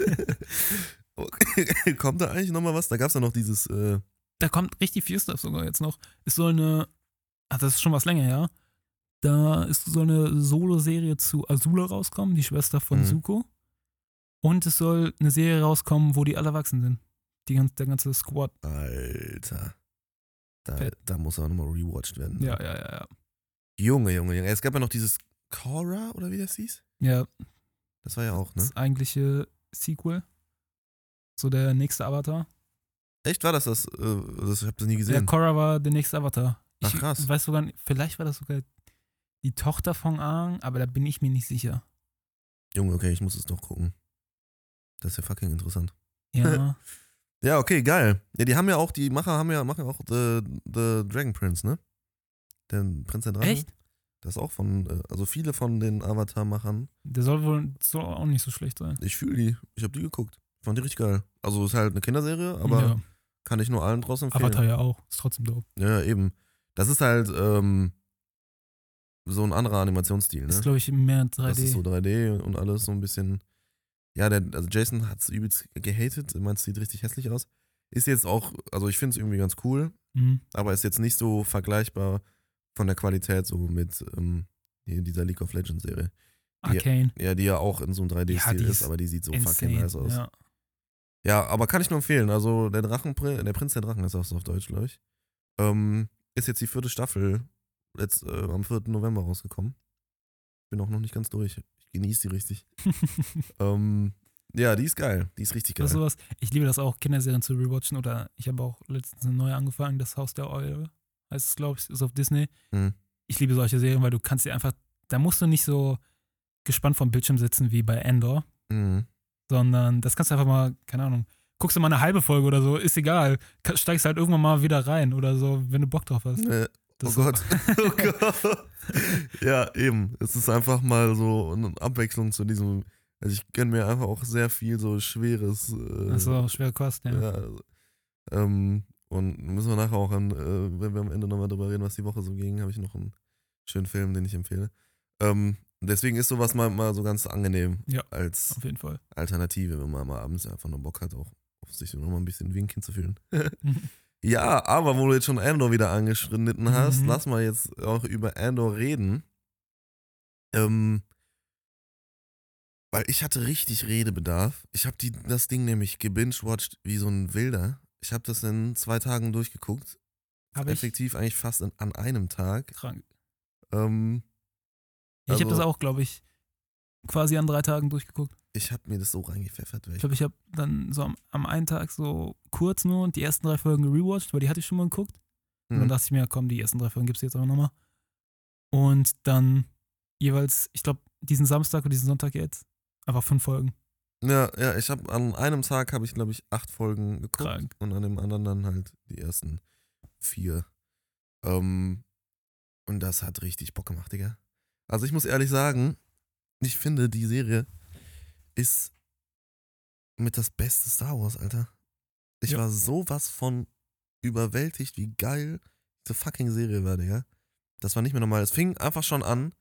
Okay. Kommt da eigentlich nochmal was? Da gab's ja noch dieses. Da kommt richtig viel Stuff sogar jetzt noch. Es soll das ist schon was länger, ja. Da soll eine Solo-Serie zu Azula rauskommen, die Schwester von Zuko. Und es soll eine Serie rauskommen, wo die alle erwachsen sind. Der ganze Squad. Alter. Da muss auch nochmal rewatcht werden. Ne? Ja. Junge. Es gab ja noch dieses Korra, oder wie das hieß? Ja. Das war ja auch, ne? Das eigentliche Sequel. So der nächste Avatar. Echt, war das? Ich hab das nie Ja, gesehen. Korra war der nächste Avatar. Ach, krass. Ich weiß sogar nicht, vielleicht war das sogar die Tochter von Aang, aber da bin ich mir nicht sicher. Junge, okay, ich muss es noch gucken. Das ist ja fucking interessant. Ja. Ja, okay, geil. Ja, die Macher machen auch The Dragon Prince, ne? Der Prinz der Drachen. Echt? Das ist auch also viele von den Avatar-Machern. Der soll auch nicht so schlecht sein. Ich fühle die. Ich habe die geguckt. Fand die richtig geil. Also ist halt eine Kinderserie, aber ja. kann ich nur allen draußen empfehlen. Avatar ja auch. Ist trotzdem dope. Ja, eben. Das ist halt so ein anderer Animationsstil, ne? Ist, glaube ich, mehr 3D. Das ist so 3D und alles so ein bisschen. Ja, also Jason hat es übelst gehatet. Er meint, es sieht richtig hässlich aus. Ist jetzt auch, also ich finde es irgendwie ganz cool, aber ist jetzt nicht so vergleichbar von der Qualität so mit dieser League of Legends Serie. Arcane. Die ja auch in so einem 3D-Stil ist, aber die sieht so fucking nice aus. Ja. Ja, aber kann ich nur empfehlen. Also der Prinz der Drachen ist auch so auf Deutsch, glaube ich. Ist jetzt die 4. Staffel am 4. November rausgekommen. Bin auch noch nicht ganz durch. Ich genieße die richtig. Ja, die ist geil. Die ist richtig geil. Das ist sowas. Ich liebe das auch, Kinderserien zu rewatchen. Oder ich habe auch letztens eine neue angefangen, das Haus der Eule. Heißt es, glaube ich, ist auf Disney. Ich liebe solche Serien, weil du kannst dir einfach, da musst du nicht so gespannt vom Bildschirm sitzen wie bei Endor. Sondern das kannst du einfach mal, keine Ahnung, guckst du mal eine halbe Folge oder so, ist egal. Steigst halt irgendwann mal wieder rein oder so, wenn du Bock drauf hast. Oh Gott. Oh Gott. Ja, eben. Es ist einfach mal so eine Abwechslung zu diesem. Also ich gönne mir einfach auch sehr viel so schweres. Achso, schwere Kost, ja. Und müssen wir nachher auch wenn wir am Ende nochmal drüber reden, was die Woche so ging, habe ich noch einen schönen Film, den ich empfehle. Deswegen ist sowas mal so ganz angenehm als auf jeden Fall. Alternative, wenn man mal abends einfach nur Bock hat, auch auf sich nochmal ein bisschen wie ein Kind zu fühlen. Ja, aber wo du jetzt schon Andor wieder angeschnitten hast, lass mal jetzt auch über Andor reden. Weil ich hatte richtig Redebedarf. Ich habe das Ding nämlich gebingewatcht wie so ein Wilder. Ich habe das in 2 Tagen durchgeguckt. Effektiv eigentlich fast an einem Tag. Krank. Ich habe das auch, glaube ich, quasi an 3 Tagen durchgeguckt. Ich habe mir das so reingepfeffert. Ich glaube, ich habe dann so am einen Tag so kurz nur die ersten 3 Folgen gerewatcht, weil die hatte ich schon mal geguckt. Und dann dachte ich mir, komm, die ersten 3 Folgen gibt's jetzt aber nochmal. Und dann jeweils, ich glaube, diesen Samstag und diesen Sonntag jetzt, einfach 5 Folgen. Ja, ich habe an einem Tag habe ich, glaube ich, 8 Folgen geguckt Krank. und an dem anderen dann halt die ersten 4. Und das hat richtig Bock gemacht, Digga. Also ich muss ehrlich sagen, ich finde, die Serie ist mit das beste Star Wars, Alter. Ich Ja. war sowas von überwältigt, wie geil diese fucking Serie war, Digga. Das war nicht mehr normal. Es fing einfach schon an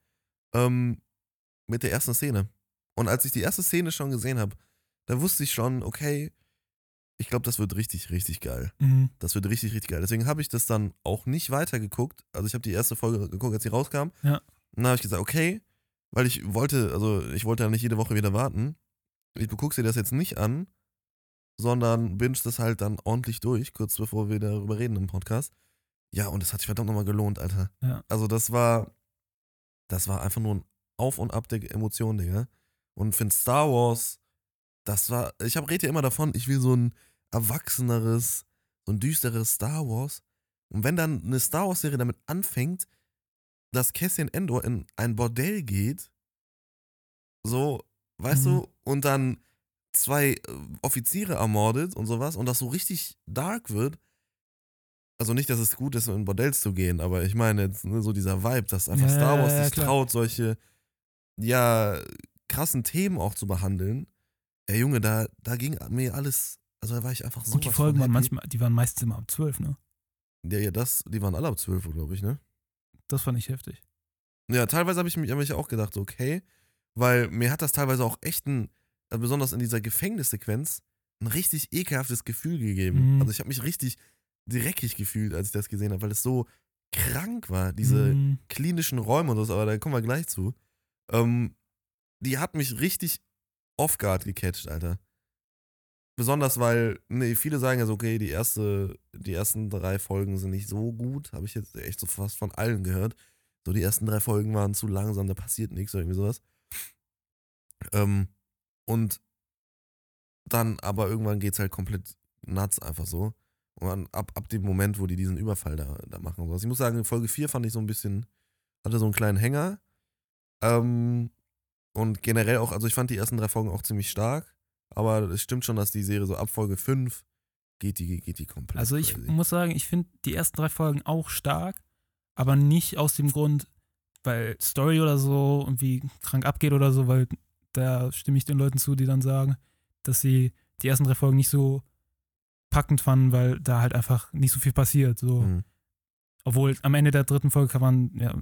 mit der ersten Szene. Und als ich die erste Szene schon gesehen habe, da wusste ich schon, okay, ich glaube, das wird richtig, richtig geil. Mhm. Das wird richtig, richtig geil. Deswegen habe ich das dann auch nicht weitergeguckt. Also ich habe die erste Folge geguckt, als sie rauskam. Ja. Und dann habe ich gesagt, okay, weil ich wollte ja nicht jede Woche wieder warten. Ich gucke dir das jetzt nicht an, sondern binge das halt dann ordentlich durch, kurz bevor wir darüber reden im Podcast. Ja, und das hat sich verdammt nochmal gelohnt, Alter. Ja. Also das war einfach nur ein Auf und Ab der Emotionen, Digga. Und finde Star Wars, ich rede ja immer davon, ich will so ein erwachseneres, so ein düsteres Star Wars. Und wenn dann eine Star Wars Serie damit anfängt, dass Cassian Andor in ein Bordell geht, so, weißt du, und dann 2 Offiziere ermordet und sowas und das so richtig dark wird. Also nicht, dass es gut ist, in Bordells zu gehen, aber ich meine jetzt so dieser Vibe, dass einfach Ja, Star Wars ja, sich klar. traut, solche, ja, krassen Themen auch zu behandeln. Ey Junge, da ging mir alles, also da war ich einfach so. Und die Folgen waren meistens immer ab 12, ne? Ja, die waren alle ab 12 Uhr, glaube ich, ne? Das fand ich heftig. Ja, teilweise habe ich mich auch gedacht, so, okay, weil mir hat das teilweise auch echt besonders in dieser Gefängnissequenz, ein richtig ekelhaftes Gefühl gegeben. Mhm. Also ich habe mich richtig dreckig gefühlt, als ich das gesehen habe, weil es so krank war, diese klinischen Räume und so, aber da kommen wir gleich zu. Die hat mich richtig off-guard gecatcht, Alter. Besonders, weil, viele sagen ja so, okay, die ersten 3 Folgen sind nicht so gut, habe ich jetzt echt so fast von allen gehört. So, die ersten 3 Folgen waren zu langsam, da passiert nichts oder irgendwie sowas. Und dann aber irgendwann geht's halt komplett nuts einfach so. Und dann ab dem Moment, wo die diesen Überfall da machen. Also ich muss sagen, Folge 4 fand ich so ein bisschen, hatte so einen kleinen Hänger. Und generell auch, also ich fand die ersten 3 Folgen auch ziemlich stark. Aber es stimmt schon, dass die Serie so ab Folge 5 geht die komplett. Also ich crazy. muss sagen, ich finde die ersten 3 Folgen auch stark, aber nicht aus dem Grund, weil Story oder so irgendwie krank abgeht oder so, weil da stimme ich den Leuten zu, die dann sagen, dass sie die ersten 3 Folgen nicht so packend fanden, weil da halt einfach nicht so viel passiert. So. Mhm. Obwohl am Ende der 3. Folge kann man ja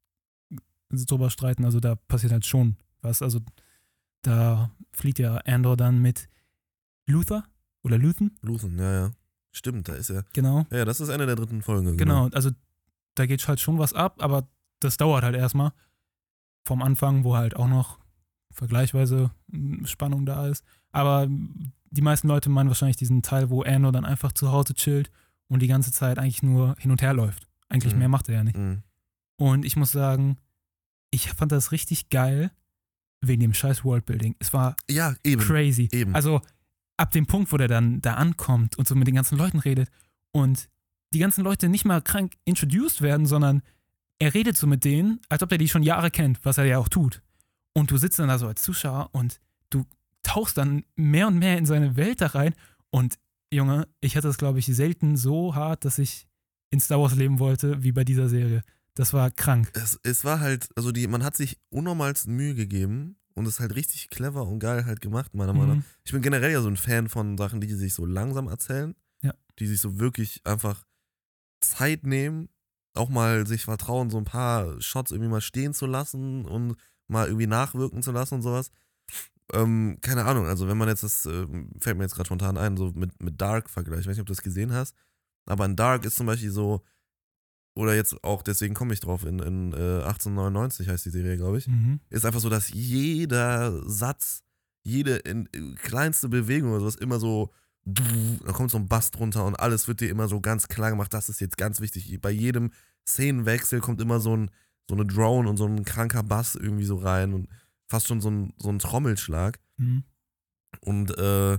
drüber streiten, also da passiert halt schon was. Also da flieht ja Andor dann mit Luthen. Luthen, ja. Stimmt, da ist er. Genau. Ja, das ist eine der 3. Folge. Genau, also da geht halt schon was ab, aber das dauert halt erstmal vom Anfang, wo halt auch noch vergleichsweise Spannung da ist. Aber die meisten Leute meinen wahrscheinlich diesen Teil, wo Andor dann einfach zu Hause chillt und die ganze Zeit eigentlich nur hin und her läuft. Eigentlich mehr macht er ja nicht. Mhm. Und ich muss sagen, ich fand das richtig geil wegen dem scheiß Worldbuilding. Es war Ja, eben. crazy. Eben. Also ab dem Punkt, wo der dann da ankommt und so mit den ganzen Leuten redet und die ganzen Leute nicht mal krank introduced werden, sondern er redet so mit denen, als ob er die schon Jahre kennt, was er ja auch tut. Und du sitzt dann da so als Zuschauer und du tauchst dann mehr und mehr in seine Welt da rein. Und Junge, ich hatte das, glaube ich, selten so hart, dass ich in Star Wars leben wollte, wie bei dieser Serie. Das war krank. Es war halt, also man hat sich unnormalst Mühe gegeben und es halt richtig clever und geil halt gemacht, meiner Meinung nach. Ich bin generell ja so ein Fan von Sachen, die sich so langsam erzählen. Ja. Die sich so wirklich einfach Zeit nehmen, auch mal sich vertrauen, so ein paar Shots irgendwie mal stehen zu lassen und mal irgendwie nachwirken zu lassen und sowas. Keine Ahnung, also wenn man jetzt fällt mir jetzt gerade spontan ein, so mit Dark vergleicht, ich weiß nicht, ob du das gesehen hast, aber in Dark ist zum Beispiel so, oder jetzt auch, deswegen komme ich drauf, in 1899 heißt die Serie, glaube ich, ist einfach so, dass jeder Satz, jede kleinste Bewegung oder sowas immer so, da kommt so ein Bass drunter und alles wird dir immer so ganz klar gemacht, das ist jetzt ganz wichtig. Bei jedem Szenenwechsel kommt immer so eine Drone und so ein kranker Bass irgendwie so rein und fast schon so ein Trommelschlag. Und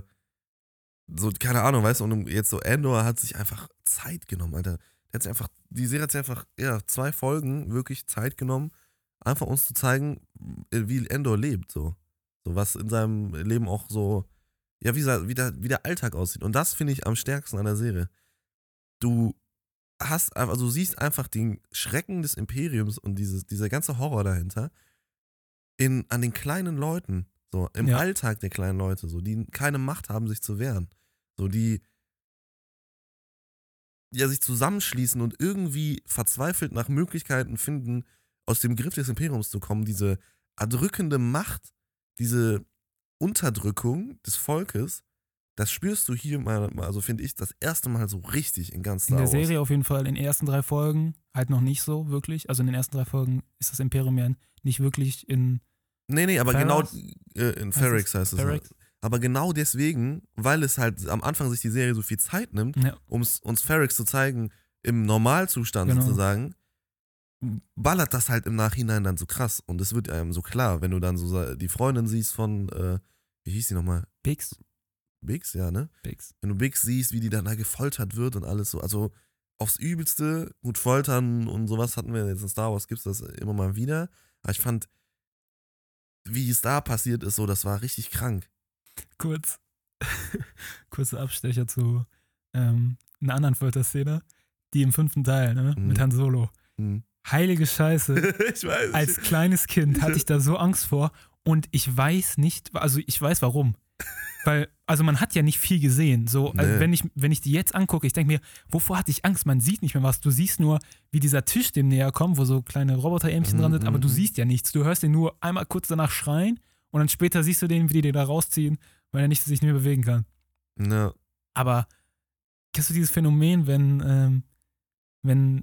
so, keine Ahnung, weißt du, und jetzt so Andor hat sich einfach Zeit genommen, Alter. Die Serie hat sich einfach, 2 Folgen wirklich Zeit genommen, einfach uns zu zeigen, wie Endor lebt, so was in seinem Leben auch so, ja, wie der Alltag aussieht. Und das finde ich am stärksten an der Serie. Du siehst einfach den Schrecken des Imperiums und dieser ganze Horror dahinter an den kleinen Leuten, so im Alltag der kleinen Leute, so, die keine Macht haben, sich zu wehren. So, die ja sich zusammenschließen und irgendwie verzweifelt nach Möglichkeiten finden, aus dem Griff des Imperiums zu kommen. Diese erdrückende Macht, diese Unterdrückung des Volkes, das spürst du hier mal, also finde ich, das erste Mal so richtig in ganz Star Wars. In der Serie auf jeden Fall in den ersten 3 Folgen halt noch nicht so wirklich. Also in den ersten 3 Folgen ist das Imperium ja nicht wirklich in. Nee, aber Ferrix? genau in Ferrix heißt es. Ferrix? Aber genau deswegen, weil es halt am Anfang sich die Serie so viel Zeit nimmt, um uns Ferrix zu zeigen, im Normalzustand sozusagen, ballert das halt im Nachhinein dann so krass. Und es wird einem so klar, wenn du dann so die Freundin siehst von, wie hieß die nochmal? Biggs, ja, ne? Biggs. Wenn du Biggs siehst, wie die dann da gefoltert wird und alles so. Also aufs Übelste, gut foltern und sowas hatten wir jetzt in Star Wars, gibt's das immer mal wieder. Aber ich fand, wie es da passiert ist, so, das war richtig krank. Kurzer Abstecher zu einer anderen Folterszene, die im 5. Teil, ne? Mit Han Solo. Heilige Scheiße. Ich weiß. Als kleines Kind hatte ich da so Angst vor und ich weiß nicht, also ich weiß warum. Weil, also man hat ja nicht viel gesehen. So, also wenn ich die jetzt angucke, ich denke mir, wovor hatte ich Angst? Man sieht nicht mehr was. Du siehst nur, wie dieser Tisch dem näher kommt, wo so kleine Roboterämchen dran sind, aber du siehst ja nichts. Du hörst den nur einmal kurz danach schreien und dann später siehst du den, wie die den da rausziehen, weil er sich nicht mehr bewegen kann. Ja. Aber kennst du dieses Phänomen, wenn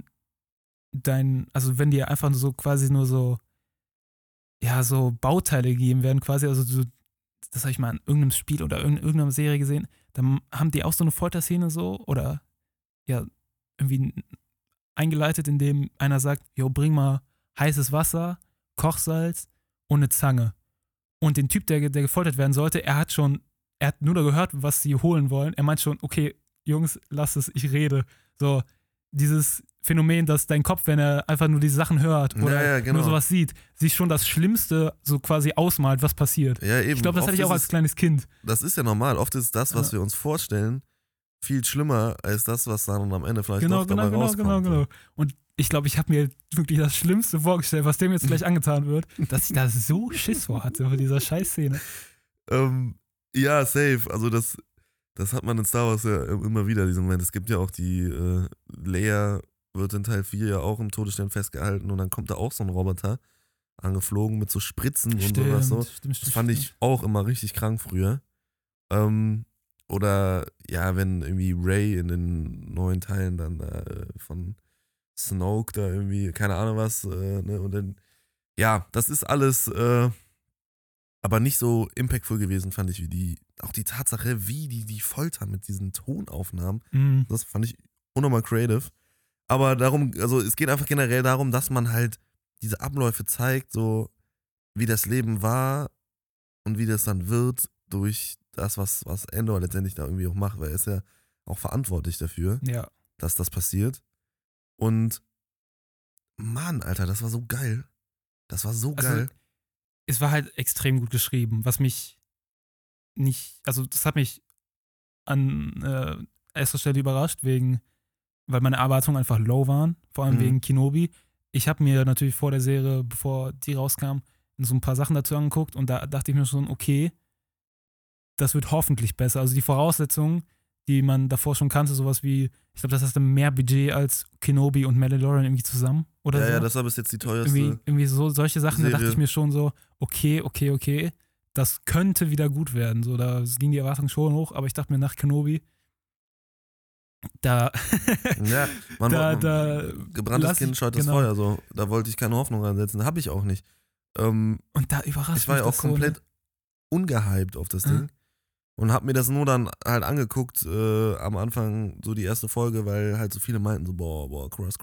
dir einfach so quasi nur so, ja, so Bauteile gegeben werden, quasi, also so, das habe ich mal in irgendeinem Spiel oder in irgendeiner Serie gesehen, dann haben die auch so eine Folterszene so oder ja, irgendwie eingeleitet, indem einer sagt, jo, bring mal heißes Wasser, Kochsalz und eine Zange. Und den Typ, der gefoltert werden sollte, er hat nur da gehört, was sie holen wollen. Er meint schon, okay, Jungs, lasst es, ich rede. So, dieses Phänomen, dass dein Kopf, wenn er einfach nur diese Sachen hört oder nur sowas sieht, sich schon das Schlimmste so quasi ausmalt, was passiert. Ja, eben. Ich glaube, das hatte ich auch als kleines Kind. Das ist ja normal. Oft ist das, was wir uns vorstellen, viel schlimmer als das, was dann am Ende vielleicht noch dabei rauskommt. Genau. Und ich glaube, ich habe mir wirklich das Schlimmste vorgestellt, was dem jetzt gleich angetan wird, dass ich da so Schiss vor hatte, vor dieser Scheißszene. Ja, safe. Also das hat man in Star Wars ja immer wieder, diesen Moment. Es gibt ja auch die Leia wird in Teil 4 ja auch im Todesstern festgehalten und dann kommt da auch so ein Roboter angeflogen mit so Spritzen und sowas so. Stimmt. Das fand ich auch immer richtig krank früher. Oder ja, wenn irgendwie Rey in den neuen Teilen dann von Snoke da irgendwie, keine Ahnung was, ne, und dann, ja, das ist alles aber nicht so impactful gewesen, fand ich, auch die Tatsache, wie die foltern mit diesen Tonaufnahmen, das fand ich unnormal creative. Aber es geht einfach generell darum, dass man halt diese Abläufe zeigt, so wie das Leben war und wie das dann wird durch das, was Endor letztendlich da irgendwie auch macht, weil er ist ja auch verantwortlich dafür, dass das passiert. Und Mann, Alter, das war so geil. Das war so geil. Es war halt extrem gut geschrieben, was mich nicht, also das hat mich an erster Stelle überrascht, weil meine Erwartungen einfach low waren, vor allem wegen Kenobi. Ich habe mir natürlich vor der Serie, bevor die rauskam, so ein paar Sachen dazu angeguckt und da dachte ich mir schon, okay, das wird hoffentlich besser. Also die Voraussetzungen, die man davor schon kannte, sowas wie, ich glaube, das hast du mehr Budget als Kenobi und Mandalorian irgendwie zusammen oder so. Ja, das war bis jetzt die teuerste. Irgendwie so solche Sachen, Serie. Da dachte ich mir schon so, okay, das könnte wieder gut werden. So, da ging die Erwartung schon hoch, aber ich dachte mir nach Kenobi, da gebranntes Kind scheut das Feuer, so. Da wollte ich keine Hoffnung reinsetzen, habe ich auch nicht. Und da überrascht mich. Ich war ja auch komplett ungehypt auf das Ding und habe mir das nur dann halt angeguckt am Anfang, so die erste Folge, weil halt so viele meinten so, boah, krass.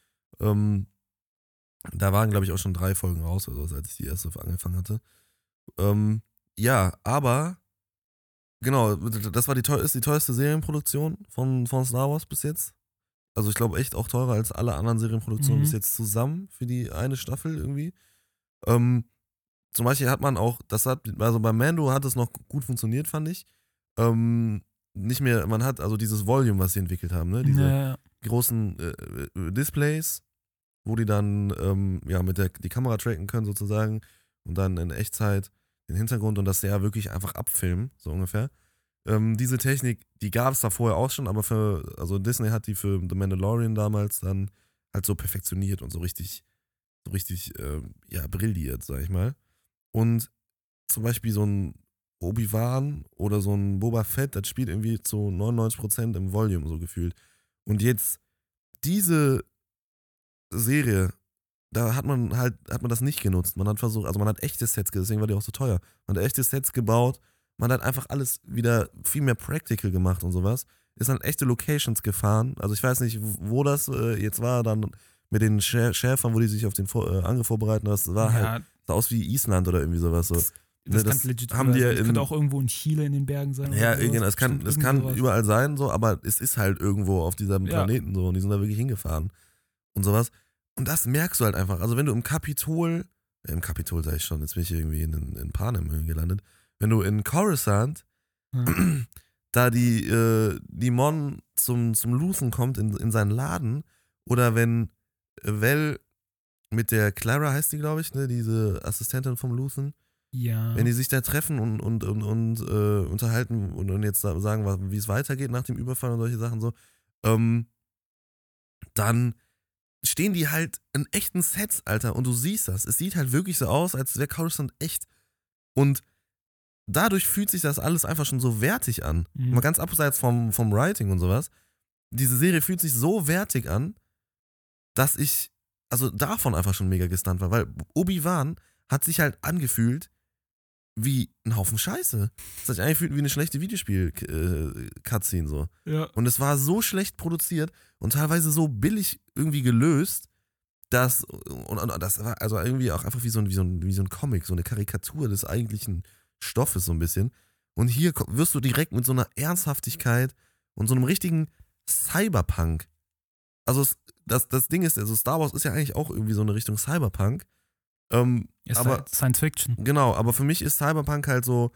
Da waren, glaube ich, auch schon 3 Folgen raus, also als ich die erste angefangen hatte. Ja, aber genau, das war die teuerste Serienproduktion von Star Wars bis jetzt. Also ich glaube echt auch teurer als alle anderen Serienproduktionen bis jetzt zusammen für die eine Staffel irgendwie. Zum Beispiel hat man auch, also bei Mando hat es noch gut funktioniert, fand ich. Nicht mehr, man hat also dieses Volume, was sie entwickelt haben, ne? Diese großen Displays, wo die dann die Kamera tracken können sozusagen und dann in Echtzeit den Hintergrund und das ja wirklich einfach abfilmen, so ungefähr. Diese Technik, die gab es da vorher auch schon, aber Disney hat die für The Mandalorian damals dann halt so perfektioniert und so richtig brilliert, sag ich mal. Und zum Beispiel so ein Obi-Wan oder so ein Boba Fett, das spielt irgendwie zu 99% im Volume so gefühlt. Und jetzt diese Serie, da hat man das nicht genutzt. Man hat versucht, also man hat echte Sets, deswegen war die auch so teuer. Man hat echte Sets gebaut, man hat einfach alles wieder viel mehr practical gemacht und sowas. Ist an echte Locations gefahren. Also ich weiß nicht, wo das jetzt war, dann mit den Schäfern, wo die sich auf den Angriff vorbereiten. Das war halt, sah aus wie Island oder irgendwie sowas. So. Das kann legit haben die könnte auch irgendwo in Chile in den Bergen sein. Ja, es kann überall sein, so, aber es ist halt irgendwo auf diesem Planeten so und die sind da wirklich hingefahren und sowas. Und das merkst du halt einfach. Also wenn du im Kapitol sag ich schon, jetzt bin ich irgendwie in Panem gelandet, wenn du in Coruscant da die Mon zum Luthen kommt in seinen Laden oder wenn Vel mit der Clara heißt die, glaube ich, ne, diese Assistentin vom Luthen, wenn die sich da treffen und unterhalten und jetzt sagen, wie es weitergeht nach dem Überfall und solche Sachen so, dann stehen die halt in echten Sets, Alter, und du siehst das. Es sieht halt wirklich so aus, als wäre Coruscant echt. Und dadurch fühlt sich das alles einfach schon so wertig an. Mal ganz abseits vom Writing und sowas. Diese Serie fühlt sich so wertig an, dass ich also davon einfach schon mega gestunt war, weil Obi-Wan hat sich halt angefühlt wie ein Haufen Scheiße. Es hat sich angefühlt wie eine schlechte Videospiel-Cutscene so. Ja. Und es war so schlecht produziert und teilweise so billig irgendwie gelöst, dass und das war also irgendwie auch einfach wie so ein Comic, so eine Karikatur des eigentlichen Stoffes so ein bisschen. Und hier wirst du direkt mit so einer Ernsthaftigkeit und so einem richtigen Cyberpunk. Also das Ding ist, also Star Wars ist ja eigentlich auch irgendwie so eine Richtung Cyberpunk. Ist aber halt Science Fiction. Genau, aber für mich ist Cyberpunk halt so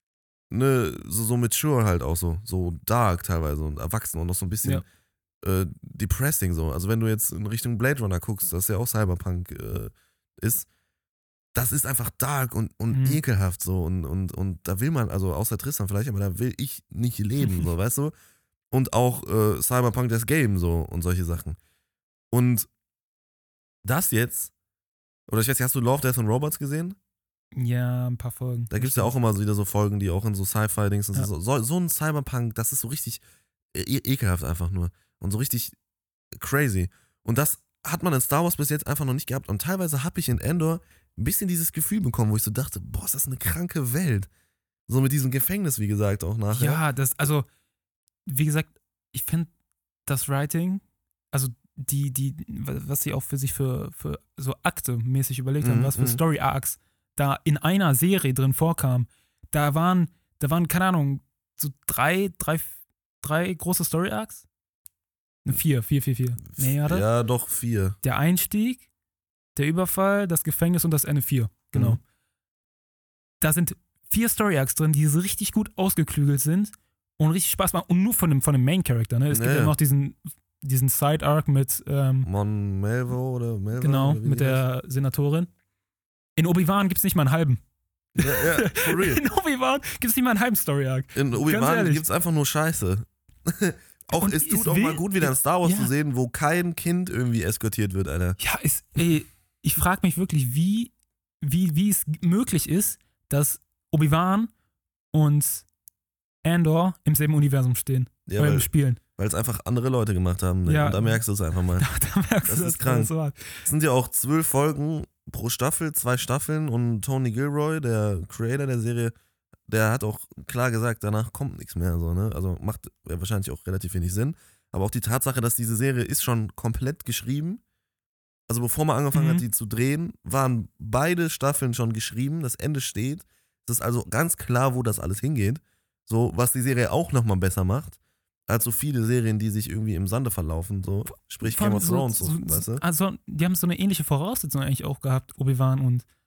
so mature halt auch so dark teilweise und erwachsen und noch so ein bisschen depressing so. Also wenn du jetzt in Richtung Blade Runner guckst, das ja auch Cyberpunk ist, das ist einfach dark und ekelhaft so und da will man, also außer Tristan vielleicht, aber da will ich nicht leben, so, weißt du? Und auch Cyberpunk das Game so und solche Sachen. Und das jetzt, oder ich weiß nicht, hast du Love, Death and Robots gesehen? Ja, ein paar Folgen. Da gibt es ja auch immer wieder so Folgen, die auch in so Sci-Fi-Dings sind. So ein Cyberpunk, das ist so richtig ekelhaft einfach nur. Und so richtig crazy. Und das hat man in Star Wars bis jetzt einfach noch nicht gehabt. Und teilweise habe ich in Endor ein bisschen dieses Gefühl bekommen, wo ich so dachte, boah, ist das eine kranke Welt. So mit diesem Gefängnis, wie gesagt, auch nachher. Ja, also, wie gesagt, ich finde das Writing, also was sie auch für sich für so Akte mäßig überlegt haben, was für Story-Arcs da in einer Serie drin vorkam, da waren, keine Ahnung, so drei große Story-Arcs? 4. Nee, oder? Ja, doch 4. Der Einstieg, der Überfall, das Gefängnis und das Ende 4. Genau. Da sind 4 Story-Arcs drin, die so richtig gut ausgeklügelt sind und richtig Spaß machen. Und nur von dem Main-Character, ne? Es gibt ja noch diesen Side-Arc mit Mon Melvo oder Melvo. Genau, oder mit der Senatorin. In Obi-Wan gibt es nicht mal einen halben. Ja, for real. In Obi-Wan gibt es nicht mal einen halben Story-Arc. In Obi-Wan gibt es einfach nur Scheiße. Es tut auch mal gut, wieder in Star Wars zu sehen, wo kein Kind irgendwie eskortiert wird, Alter. Ja, ich frage mich wirklich, wie es möglich ist, dass Obi-Wan und Andor im selben Universum stehen. Ja, oder spielen. Weil es einfach andere Leute gemacht haben. Ne? Ja. Und da merkst du es einfach mal. Da merkst du, das ist krank. Es sind ja auch 12 Folgen pro Staffel, 2 Staffeln und Tony Gilroy, der Creator der Serie, der hat auch klar gesagt, danach kommt nichts mehr. So, ne? Also macht wahrscheinlich auch relativ wenig Sinn. Aber auch die Tatsache, dass diese Serie ist schon komplett geschrieben. Also bevor man angefangen hat, die zu drehen, waren beide Staffeln schon geschrieben. Das Ende steht. Es ist also ganz klar, wo das alles hingeht. So, was die Serie auch nochmal besser macht, als so viele Serien, die sich irgendwie im Sande verlaufen. So, sprich Game of Thrones. Weißt du? Also die haben so eine ähnliche Voraussetzung eigentlich auch gehabt, Obi-Wan und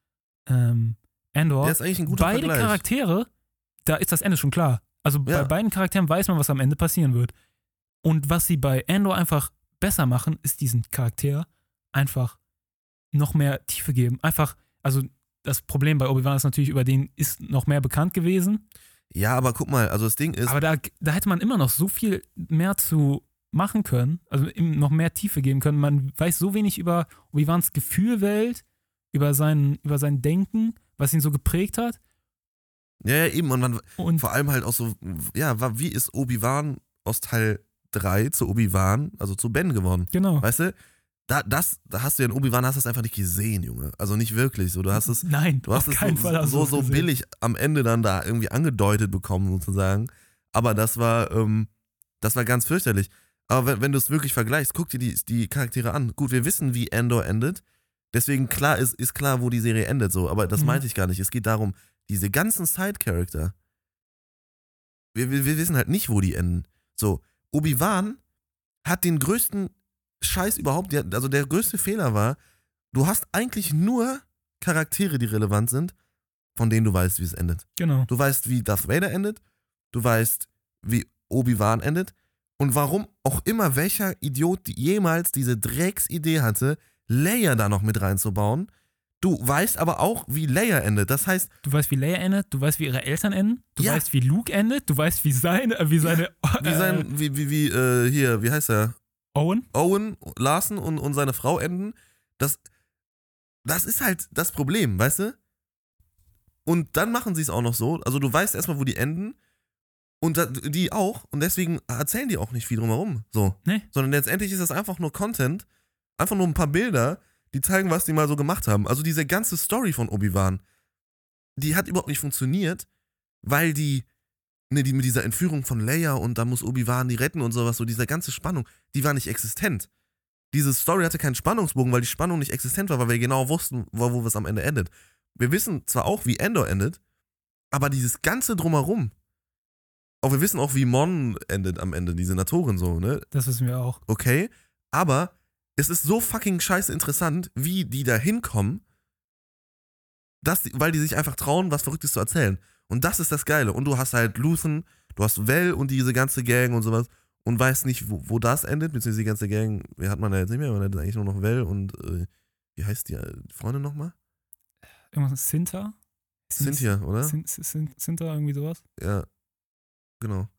Andor, Der ist eigentlich ein guter beide Vergleich. Charaktere, da ist das Ende schon klar. Also bei Ja. beiden Charakteren weiß man, was am Ende passieren wird. Und was sie bei Andor einfach besser machen, ist diesen Charakter einfach noch mehr Tiefe geben. Einfach, also das Problem bei Obi-Wan ist natürlich, über den ist noch mehr bekannt gewesen. Ja, aber guck mal, also das Ding ist, Aber da hätte man immer noch so viel mehr zu machen können, also ihm noch mehr Tiefe geben können. Man weiß so wenig über Obi-Wans Gefühlwelt, über sein Denken, was ihn so geprägt hat. ja, eben, und man Und vor allem halt auch so, ja, wie ist Obi-Wan aus Teil 3 zu Obi-Wan, also zu Ben geworden? genau. Weißt du, da hast du ja in Obi-Wan hast das einfach nicht gesehen, Junge. Also nicht wirklich so. Du hast es Nein, Du hast auf es keinen Fall hast du so es gesehen. billig am Ende dann da irgendwie angedeutet bekommen, sozusagen. Aber das war ganz fürchterlich. Aber wenn du es wirklich vergleichst, guck dir die Charaktere an. Gut, wir wissen, wie Andor endet. Deswegen ist klar, wo die Serie endet. So. Aber das Mhm. meinte ich gar nicht. Es geht darum, diese ganzen Side-Charakter, wir wissen halt nicht, wo die enden. So, Obi-Wan hat den größten Scheiß überhaupt, also der größte Fehler war, du hast eigentlich nur Charaktere, die relevant sind, von denen du weißt, wie es endet. Genau. Du weißt, wie Darth Vader endet, du weißt, wie Obi-Wan endet und warum auch immer welcher Idiot jemals diese Drecksidee hatte, Leia da noch mit reinzubauen. Du weißt aber auch, wie Leia endet. Das heißt, Du weißt, wie Leia endet, du weißt, wie ihre Eltern enden, du Ja. weißt, wie Luke endet, du weißt, wie seine wie heißt er? Owen. Owen, Larson und seine Frau enden. Das ist halt das Problem, weißt du? Und dann machen sie es auch noch so. Also du weißt erstmal, wo die enden. Und die auch. Und deswegen erzählen die auch nicht viel drumherum. So. Nee. Sondern letztendlich ist das einfach nur Content. Einfach nur ein paar Bilder, die zeigen, was die mal so gemacht haben. Also diese ganze Story von Obi-Wan, die hat überhaupt nicht funktioniert, weil die mit dieser Entführung von Leia und da muss Obi-Wan die retten und sowas, so diese ganze Spannung, die war nicht existent. Diese Story hatte keinen Spannungsbogen, weil die Spannung nicht existent war, weil wir genau wussten, wo es am Ende endet. Wir wissen zwar auch, wie Andor endet, aber dieses ganze Drumherum, auch wir wissen auch, wie Mon endet am Ende, die Senatorin so, ne? Das wissen wir auch. Okay, aber es ist so fucking scheiße interessant, wie die da hinkommen, weil die sich einfach trauen, was Verrücktes zu erzählen. Und das ist das Geile. Und du hast halt Luthen, du hast Vel und diese ganze Gang und sowas und weißt nicht, wo das endet, beziehungsweise die ganze Gang, wer hat man da jetzt nicht mehr, man hat eigentlich nur noch Vel und wie heißt die Freundin nochmal? Irgendwas Cinta? Cynthia, oder? Cinta, irgendwie sowas? Ja, genau.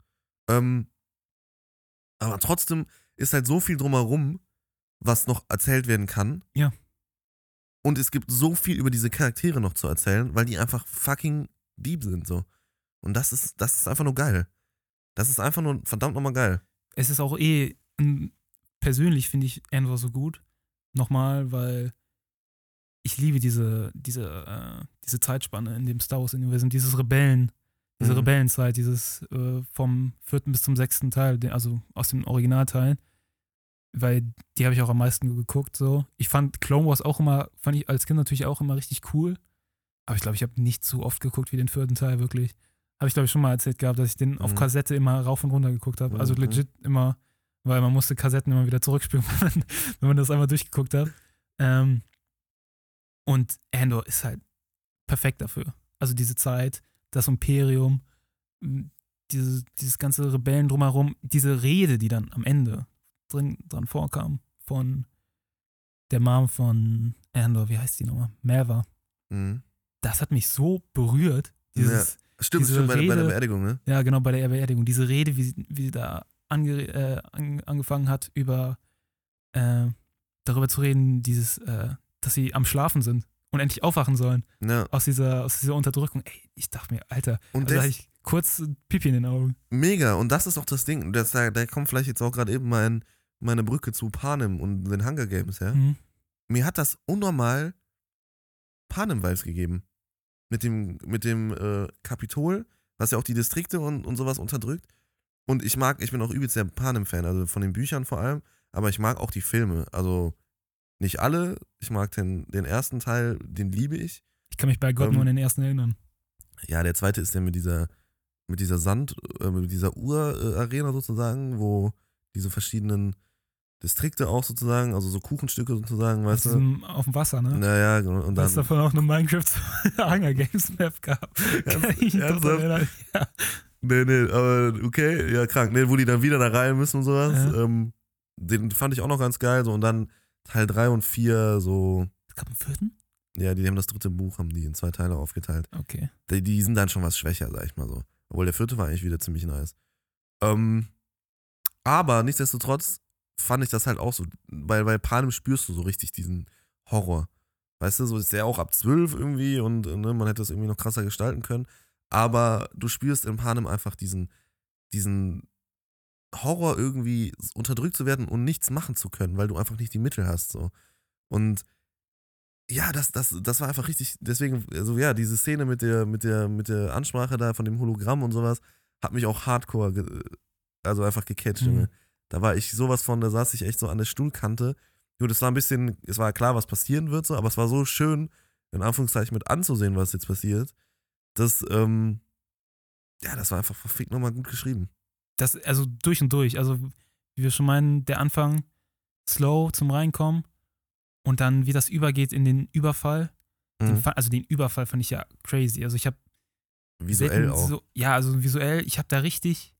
Aber trotzdem ist halt so viel drumherum, was noch erzählt werden kann. Ja. Und es gibt so viel über diese Charaktere noch zu erzählen, weil die einfach fucking deep sind, so. Und das ist einfach nur geil. Das ist einfach nur verdammt nochmal geil. Es ist auch persönlich finde ich Andor so gut. Nochmal, weil ich liebe diese Zeitspanne in dem Star Wars-Universum, diese Rebellenzeit, dieses vom 4. bis zum 6. Teil, also aus den Originalteilen, weil die habe ich auch am meisten geguckt, so. Ich fand Clone Wars fand ich als Kind natürlich auch immer richtig cool, aber ich glaube, ich habe nicht so oft geguckt wie den 4. Teil, wirklich. Habe ich, glaube ich, schon mal erzählt gehabt, dass ich den auf Kassette immer rauf und runter geguckt habe, also legit immer, weil man musste Kassetten immer wieder zurückspielen, wenn man das einmal durchgeguckt hat. Und Andor ist halt perfekt dafür. Also diese Zeit, das Imperium, dieses ganze Rebellen drumherum, diese Rede, die dann am Ende dran vorkam von der Mom von Andor, wie heißt die nochmal? Maeva. Mhm. Das hat mich so berührt. Stimmt, bei der Beerdigung, ne? Ja, genau, bei der Beerdigung. Diese Rede, wie sie da angefangen hat, darüber zu reden, dass sie am Schlafen sind und endlich aufwachen sollen. Ja. Aus dieser Unterdrückung. Ey, ich dachte mir, Alter, Und da hatte ich kurz Pipi in den Augen. Mega, und das ist auch das Ding. Da kommt vielleicht jetzt auch gerade eben meine Brücke zu Panem und den Hunger Games, ja? Mhm. Mir hat das unnormal Panem-Vibes gegeben. Mit dem Kapitol, was ja auch die Distrikte und sowas unterdrückt. Und ich bin auch übelst der Panem-Fan, also von den Büchern vor allem, aber ich mag auch die Filme. Also nicht alle, ich mag den ersten Teil, den liebe ich. Ich kann mich bei Gott nur an den ersten erinnern. Ja, der zweite ist der mit dieser Ur-Arena sozusagen, wo diese verschiedenen Distrikte auch sozusagen, also so Kuchenstücke sozusagen, weißt du? Auf dem Wasser, ne? Naja, genau. Und Dass es dann, davon auch eine Minecraft Hunger Games Map gab. Kann ich mich doch ernsthaft? erinnern. Ja. nee, aber okay, ja krank. Nee, wo die dann wieder da rein müssen und sowas. Ja. Den fand ich auch noch ganz geil. So, und dann Teil 3 und 4, so, Es gab einen vierten? ja, die haben das dritte Buch, haben die in 2 Teile aufgeteilt. Okay. Die sind dann schon was schwächer, sag ich mal so. Obwohl der 4. war eigentlich wieder ziemlich nice. Aber nichtsdestotrotz fand ich das halt auch so, weil bei Panem spürst du so richtig diesen Horror. Weißt du, so ist der auch ab 12 irgendwie und ne, man hätte das irgendwie noch krasser gestalten können. Aber du spürst in Panem einfach diesen Horror irgendwie unterdrückt zu werden und nichts machen zu können, weil du einfach nicht die Mittel hast. So. Und ja, das war einfach richtig, deswegen, also ja, diese Szene mit der Ansprache da von dem Hologramm und sowas, hat mich auch hardcore, also einfach gecatcht, Junge. Da war ich sowas von, da saß ich echt so an der Stuhlkante. Gut, es war ein bisschen, es war ja klar, was passieren wird, so, aber es war so schön, in Anführungszeichen mit anzusehen, was jetzt passiert. Das, ja, das war einfach verfickt nochmal gut geschrieben. Das, also durch und durch. Also, wie wir schon meinen, der Anfang slow zum Reinkommen und dann, wie das übergeht in den Überfall. Den Überfall fand ich ja crazy. Also, ich habe Visuell auch. so, ja, also visuell, ich habe da richtig,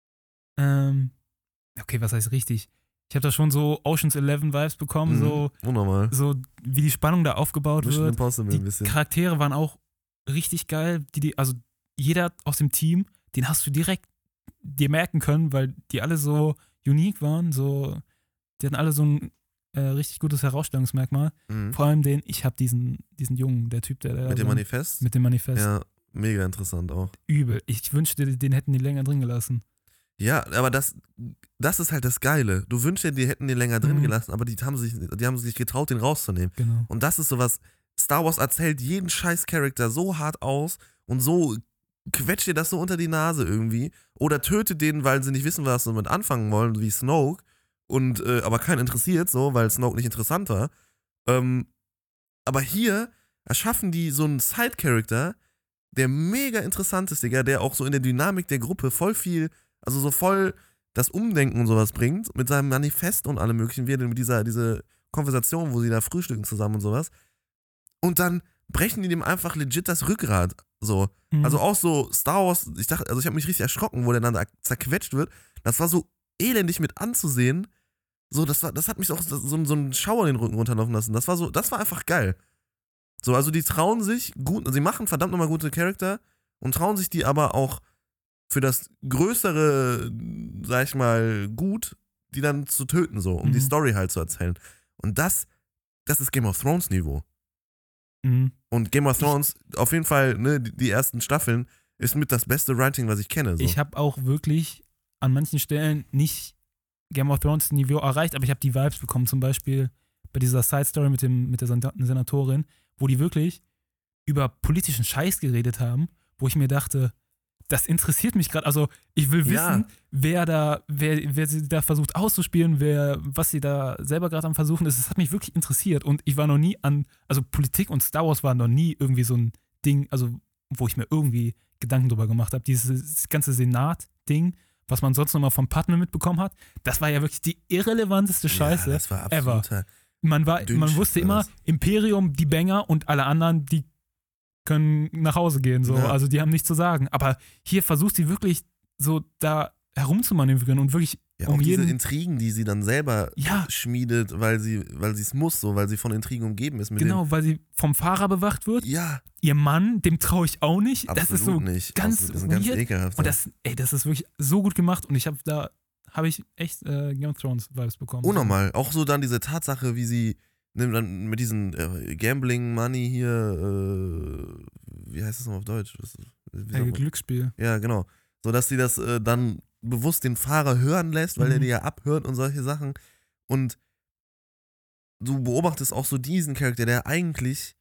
okay, was heißt richtig? Ich habe da schon so Ocean's 11 Vibes bekommen, Wunderbar. so wie die Spannung da aufgebaut Mission wird. Impossible Die ein bisschen. Charaktere waren auch richtig geil. Also jeder aus dem Team, den hast du direkt dir merken können, weil die alle so unique waren. So, die hatten alle so ein richtig gutes Herausstellungsmerkmal. Mhm. Vor allem ich habe diesen Jungen, der Typ, der Mit dem Manifest? Mit dem Manifest. Ja, mega interessant auch. Übel. Ich wünschte, den hätten die länger drin gelassen. Ja, aber das ist halt das Geile. Du wünschst dir, die hätten den länger drin gelassen, aber die haben sich getraut, den rauszunehmen. Genau. Und das ist sowas, Star Wars erzählt jeden scheiß Charakter so hart aus und so quetscht dir das so unter die Nase irgendwie. Oder tötet den, weil sie nicht wissen, was sie damit anfangen wollen, wie Snoke. Und aber keinen interessiert, so, weil Snoke nicht interessant war. Aber hier erschaffen die so einen Side-Character, der mega interessant ist, Digga, der auch so in der Dynamik der Gruppe voll viel, also so voll das Umdenken und sowas bringt, mit seinem Manifest und allem möglichen, wie mit diese Konversation, wo sie da frühstücken zusammen und sowas. Und dann brechen die dem einfach legit das Rückgrat. So. Also auch so Star Wars, ich habe mich richtig erschrocken, wo der dann da zerquetscht wird. Das war so elendig mit anzusehen. So, das hat mich auch so einen Schauer in den Rücken runterlaufen lassen. Das war einfach geil. So, also die trauen sich gut, also sie machen verdammt nochmal gute Charakter und trauen sich die aber auch für das größere, sag ich mal, Gut, die dann zu töten, so, um die Story halt zu erzählen. Und das ist Game of Thrones Niveau. Und Game of Thrones, auf jeden Fall, ne, die ersten Staffeln, ist mit das beste Writing, was ich kenne. So. Ich habe auch wirklich an manchen Stellen nicht Game of Thrones Niveau erreicht, aber ich habe die Vibes bekommen, zum Beispiel bei dieser Side-Story mit der Senatorin, wo die wirklich über politischen Scheiß geredet haben, wo ich mir dachte, das interessiert mich gerade. Also ich will wissen, wer sie da versucht auszuspielen, was sie da selber gerade am Versuchen ist. Das hat mich wirklich interessiert und ich war noch nie also Politik und Star Wars waren noch nie irgendwie so ein Ding, also wo ich mir irgendwie Gedanken drüber gemacht habe. Dieses ganze Senat-Ding, was man sonst noch mal von Padme mitbekommen hat, das war ja wirklich die irrelevanteste Scheiße das war absoluter Man wusste immer, das. Imperium, die Banger und alle anderen, die können nach Hause gehen, so. Ja. Also die haben nichts zu sagen. Aber hier versucht sie wirklich so da herumzumanövrieren und wirklich auch diese Intrigen, die sie dann selber schmiedet, weil sie es muss, so, weil sie von Intrigen umgeben ist. Weil sie vom Fahrer bewacht wird. Ja. Ihr Mann, dem traue ich auch nicht. Absolut das ist so nicht. ganz ekelhaft. Und das ist wirklich so gut gemacht und habe ich echt Game of Thrones Vibes bekommen. Unnormal. Auch so dann diese Tatsache, wie sie dann mit diesen Gambling Money hier, wie heißt das nochmal auf Deutsch? Glücksspiel. Ja, genau. So, dass sie das dann bewusst den Fahrer hören lässt, weil er die ja abhört und solche Sachen. Und du beobachtest auch so diesen Charakter, der eigentlich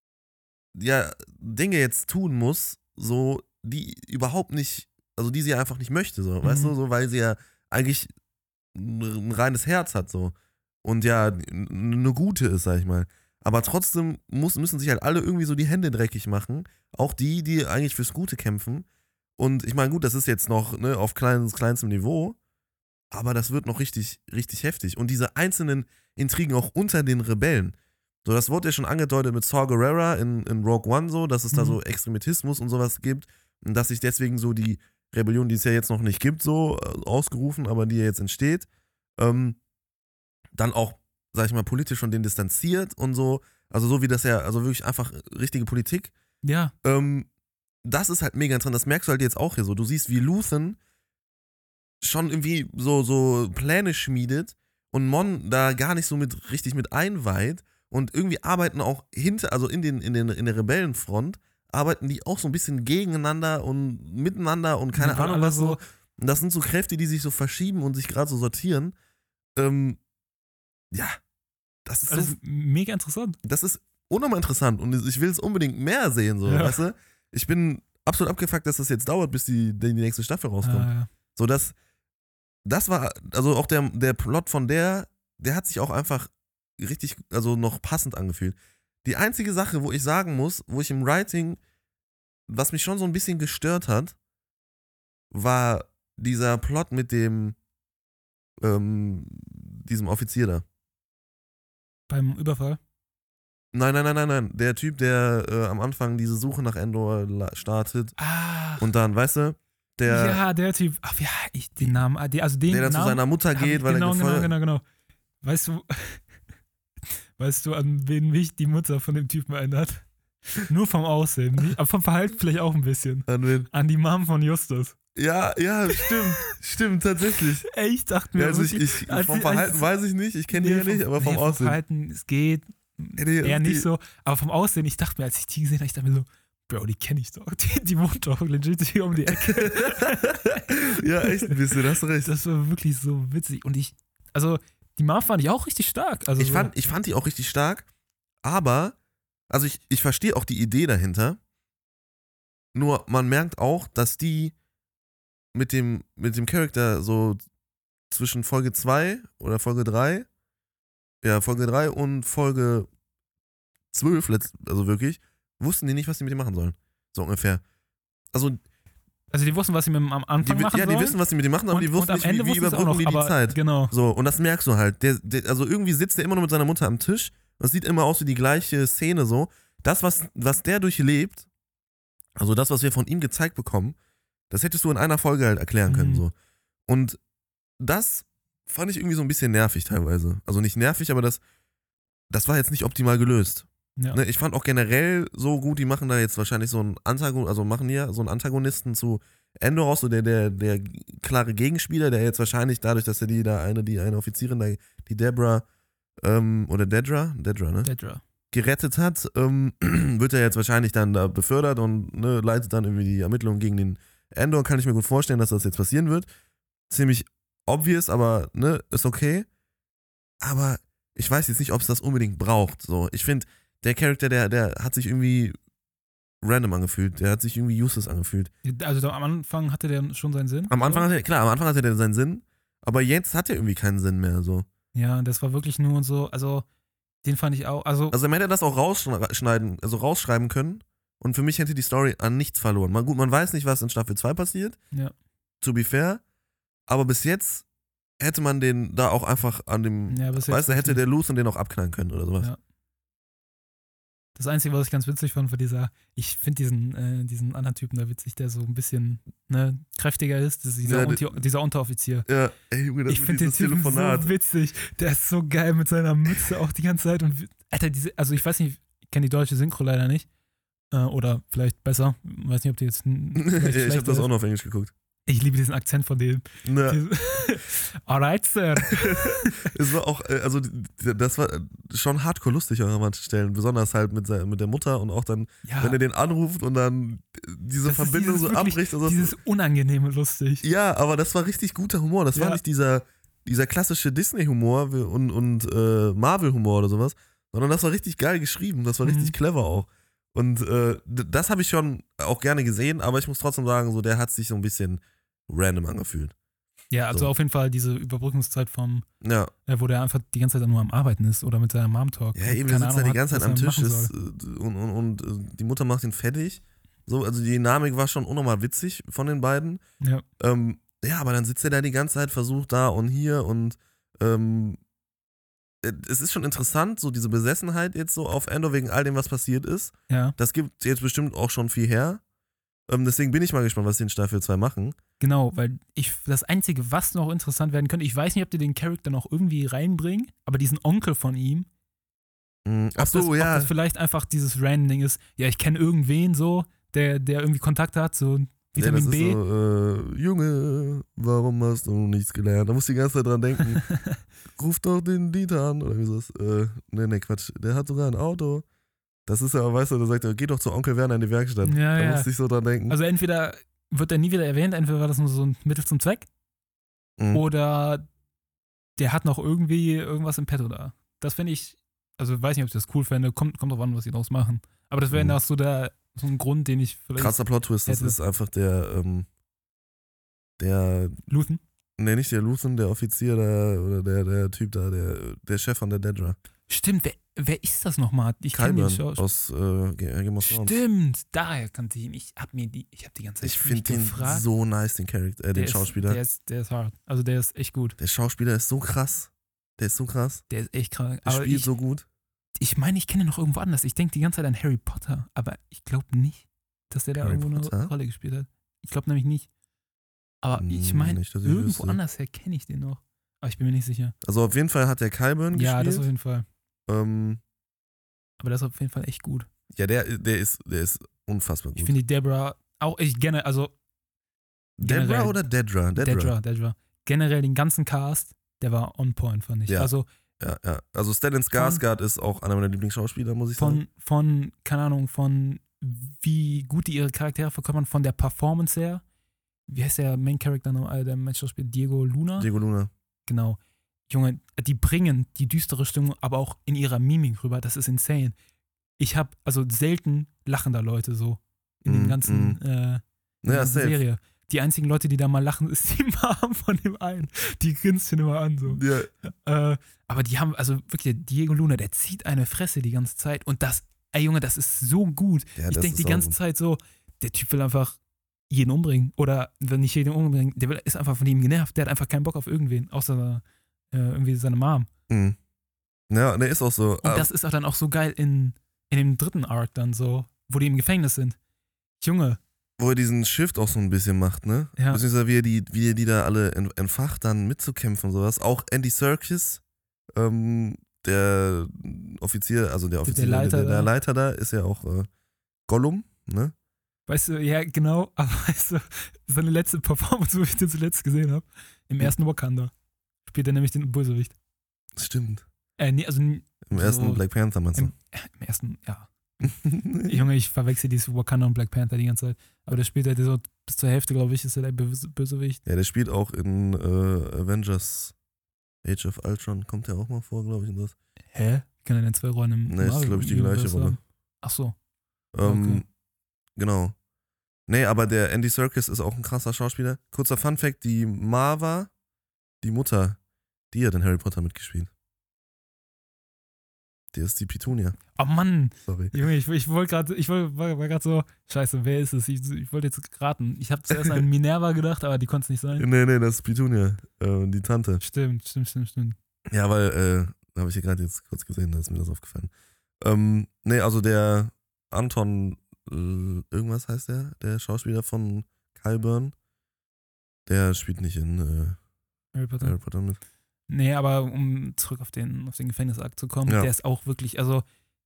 Dinge jetzt tun muss, so, die überhaupt nicht, also die sie einfach nicht möchte, so, weißt du, so, weil sie ja eigentlich ein reines Herz hat, so. Und ja, eine gute ist, sag ich mal. Aber trotzdem müssen sich halt alle irgendwie so die Hände dreckig machen. Auch die eigentlich fürs Gute kämpfen. Und ich meine, gut, das ist jetzt noch auf kleinstem Niveau. aber das wird noch richtig, richtig heftig. Und diese einzelnen Intrigen auch unter den Rebellen. So, das wurde ja schon angedeutet mit Saw Gerrera in Rogue One so, dass es da so Extremismus und sowas gibt und dass sich deswegen so die Rebellion, die es ja jetzt noch nicht gibt, so ausgerufen, aber die ja jetzt entsteht, dann auch, sag ich mal, politisch von denen distanziert und so. Also so wie das ja, also wirklich einfach richtige Politik. Ja. Das ist halt mega interessant. Das merkst du halt jetzt auch hier so. Du siehst, wie Luthen schon irgendwie so Pläne schmiedet und Mon da gar nicht so richtig mit einweiht und irgendwie arbeiten auch in der Rebellenfront arbeiten die auch so ein bisschen gegeneinander und miteinander und keine Ahnung was so. Und das sind so Kräfte, die sich so verschieben und sich gerade so sortieren. Ja, das ist so mega interessant. Das ist unnormal interessant und ich will es unbedingt mehr sehen, so, weißt du? Ich bin absolut abgefuckt, dass das jetzt dauert, bis die nächste Staffel rauskommt. Ja. So, das war, also auch der Plot von der hat sich auch einfach richtig, also noch passend angefühlt. Die einzige Sache, wo ich sagen muss, wo ich im Writing, was mich schon so ein bisschen gestört hat, war dieser Plot mit diesem Offizier da. Beim Überfall? Nein. Der Typ, der am Anfang diese Suche nach Endor startet. Ah. Und dann, weißt du, der Typ. Ach, ja, den Namen. Der dann zu seiner Mutter geht, weil er gefeuert. Genau. Weißt du, an wen mich die Mutter von dem Typen erinnert? Nur vom Aussehen. Aber vom Verhalten vielleicht auch ein bisschen. An wen? An die Mom von Justus. Ja, stimmt, tatsächlich. Ey, ich dachte mir, ja, also vom Verhalten weiß ich nicht, ich kenne die ja nicht, aber vom Aussehen. Vom Verhalten, es geht eher nicht so, aber vom Aussehen, ich dachte mir, als ich die gesehen habe, ich dachte mir so, Bro, die kenne ich doch, die wohnt doch legit hier um die Ecke. Ja, echt ein bisschen, hast du recht. Das war wirklich so witzig und die Mom fand ich auch richtig stark. Also ich fand die auch richtig stark, aber, also ich verstehe auch die Idee dahinter, nur man merkt auch, dass die mit dem Charakter so zwischen Folge 2 oder Folge 3, Folge 3 und Folge 12, also wirklich, wussten die nicht, was die mit dem machen sollen. So ungefähr. Also die wussten, was sie mit dem am Anfang machen sollen. Ja, die wissen, was sie mit dem machen, aber die wussten nicht, wie überbrücken die Zeit. Genau. So, und das merkst du halt. Also irgendwie sitzt der immer nur mit seiner Mutter am Tisch. Das sieht immer aus wie die gleiche Szene so. Das, was der durchlebt, also das, was wir von ihm gezeigt bekommen, das hättest du in einer Folge halt erklären können. So. Und das fand ich irgendwie so ein bisschen nervig teilweise. Also nicht nervig, aber das war jetzt nicht optimal gelöst. Ja. Ne, ich fand auch generell so gut, die machen da jetzt wahrscheinlich so einen Antagonisten zu Endor raus, so der klare Gegenspieler, der jetzt wahrscheinlich dadurch, dass er die eine Offizierin da, die Dedra, ne? Dedra. Gerettet hat, wird er jetzt wahrscheinlich dann da befördert und ne, leitet dann irgendwie die Ermittlungen gegen den Endor. Kann ich mir gut vorstellen, dass das jetzt passieren wird. Ziemlich obvious, aber ne, ist okay. Aber ich weiß jetzt nicht, ob es das unbedingt braucht. So, ich finde, der Charakter, der hat sich irgendwie random angefühlt. Der hat sich irgendwie useless angefühlt. Also am Anfang hatte der schon seinen Sinn? Am Anfang hatte der seinen Sinn, aber jetzt hat er irgendwie keinen Sinn mehr. So. Ja, das war wirklich nur so, also den fand ich auch, also man hätte das auch rausschreiben können und für mich hätte die Story an nichts verloren. Man weiß nicht, was in Staffel 2 passiert, to be fair, aber bis jetzt hätte man den da auch einfach an dem, hätte der Luthen den auch abknallen können oder sowas. Ja. Das Einzige, was ich ganz witzig fand, war ich finde diesen anderen Typen da witzig, der so ein bisschen kräftiger ist, das ist dieser Unteroffizier. Ja, ey Junge, das ich finde den Typen so witzig, der ist so geil mit seiner Mütze auch die ganze Zeit und Alter, also ich weiß nicht, ich kenne die deutsche Synchro leider nicht, oder vielleicht besser, weiß nicht, ob die jetzt ich habe das auch noch auf Englisch geguckt. Ich liebe diesen Akzent von dem. Ja. Alright, Sir. Es war auch, also das war schon hardcore lustig an manchen Stellen, besonders halt mit der Mutter und auch dann, wenn er den anruft und dann diese Verbindung so abbricht. Also dieses unangenehme lustig. Ja, aber das war richtig guter Humor. Das war nicht dieser klassische Disney-Humor und Marvel-Humor oder sowas, sondern das war richtig geil geschrieben. Das war richtig clever auch. Und das habe ich schon auch gerne gesehen, aber ich muss trotzdem sagen, so der hat sich so ein bisschen random angefühlt. Ja, also auf jeden Fall diese Überbrückungszeit wo der einfach die ganze Zeit nur am Arbeiten ist oder mit seiner Mom talk. Ja, eben, der sitzt da die ganze Zeit am Tisch und die Mutter macht ihn fertig. So, also die Dynamik war schon unnormal witzig von den beiden. Ja. Ja, aber dann sitzt er da die ganze Zeit, versucht da und hier und es ist schon interessant, so diese Besessenheit jetzt so auf Endor wegen all dem, was passiert ist. Ja. Das gibt jetzt bestimmt auch schon viel her. Deswegen bin ich mal gespannt, was die in Staffel 2 machen. Genau, weil das Einzige, was noch interessant werden könnte, ich weiß nicht, ob die den Charakter noch irgendwie reinbringen, aber diesen Onkel von ihm, Ach so, ob ja. das vielleicht einfach dieses Random-Ding ist, ja, ich kenne irgendwen so, der irgendwie Kontakt hat, so Vitamin das B. Ist so, Junge, warum hast du nichts gelernt? Da musst du die ganze Zeit dran denken. Ruf doch den Dieter an oder wie so. Nee, Quatsch. Der hat sogar ein Auto. Das ist ja, weißt du, da sagt er, geh doch zu Onkel Werner in die Werkstatt. Ja, da ja. musst du dich so dran denken. Also entweder wird er nie wieder erwähnt, entweder war das nur so ein Mittel zum Zweck oder der hat noch irgendwie irgendwas im Petto da. Das finde ich, also weiß nicht, ob ich das cool fände, kommt drauf an, was sie daraus machen. Aber das wäre so ein Grund, den ich vielleicht... Krasser Plot-Twist, das ist einfach der Luthen? Nee, nicht der Luthen, der Offizier da oder der Typ da, der Chef von der Dedra. Stimmt, wer ist das nochmal? Ich kenne den Qyburn aus Game of Thrones. Stimmt, daher kannte ich ihn. Ich habe die ganze Zeit Ich finde den so nice, den Charakter, den Schauspieler. Der ist hart. Also der ist echt gut. Der Schauspieler ist so krass. Der ist echt krass. Der spielt so gut. Ich meine, ich kenne ihn noch irgendwo anders. Ich denke die ganze Zeit an Harry Potter, aber ich glaube nicht, dass der da irgendwo eine Rolle gespielt hat. Ich glaube nämlich nicht. Aber ich meine, irgendwo anders her kenne ich den noch. Aber ich bin mir nicht sicher. Also auf jeden Fall hat der Qyburn gespielt. Ja, das auf jeden Fall. Aber das ist auf jeden Fall echt gut. Ja, der ist unfassbar gut. Ich finde die Deborah auch generell. Deborah oder Dedra? Dedra. Generell den ganzen Cast, der war on point, fand ich. Ja. Also, ja. Also Stellan Skarsgård ist auch einer meiner Lieblingsschauspieler, muss ich sagen. Keine Ahnung, von wie gut die ihre Charaktere verkörpern, von der Performance her. Wie heißt der Main Character noch, der Mensch-Schauspieler? Diego Luna. Genau. Junge, die bringen die düstere Stimmung, aber auch in ihrer Mimik rüber. Das ist insane. Ich habe also selten lachen da Leute so in dem ganzen Serie. Die einzigen Leute, die da mal lachen, ist die Mom von dem einen. Die grinst ihn immer an so. Ja. Aber die haben, also wirklich, Diego Luna, der zieht eine Fresse die ganze Zeit und das, Junge, das ist so gut. Ja, ich denke die ganze Zeit so, der Typ will einfach jeden umbringen. Oder wenn nicht jeden umbringen, ist einfach von ihm genervt. Der hat einfach keinen Bock auf irgendwen, außer irgendwie seine Mom. Mhm. Ja, der ist auch so. Und das ist auch dann auch so geil in dem dritten Arc dann so, wo die im Gefängnis sind. Junge. Wo er diesen Shift auch so ein bisschen macht, ne? Ja. Beziehungsweise wie er die da alle entfacht, dann mitzukämpfen und sowas. Auch Andy Serkis, der Offizier, also der Leiter da, ist ja auch Gollum, ne? Weißt du, ja, genau, aber weißt du, seine letzte Performance, wo ich den zuletzt gesehen habe, im ersten Wakanda, spielt er nämlich den Bösewicht. Stimmt. Nee, also im ersten Black Panther meinst du? Im ersten, ja. Junge, ich verwechsel dieses Wakanda und Black Panther die ganze Zeit. Aber der spielt halt so bis zur Hälfte, glaube ich, ist er der Bösewicht. Ja, der spielt auch in Avengers Age of Ultron, kommt der auch mal vor, glaube ich, in das. Hä? Kann er denn 2 Rollen im Nee, ist, glaube ich, die gleiche Rolle. Ach so. Okay. Genau. Nee, aber der Andy Serkis ist auch ein krasser Schauspieler. Kurzer Funfact, die Marva, die Mutter, die hat in Harry Potter mitgespielt. Die ist die Petunia. Oh Mann. Sorry. Junge, ich war gerade so, scheiße, wer ist es? Ich wollte jetzt raten. Ich habe zuerst an Minerva gedacht, aber die konnte es nicht sein. Nee, das ist Petunia, die Tante. Stimmt. Ja, weil, habe ich hier gerade jetzt kurz gesehen, da ist mir das aufgefallen. Nee, also der Anton, irgendwas heißt der Schauspieler von Qyburn, der spielt nicht in Harry Potter mit. Nee, aber um zurück auf den Gefängnisakt zu kommen, der ist auch wirklich, also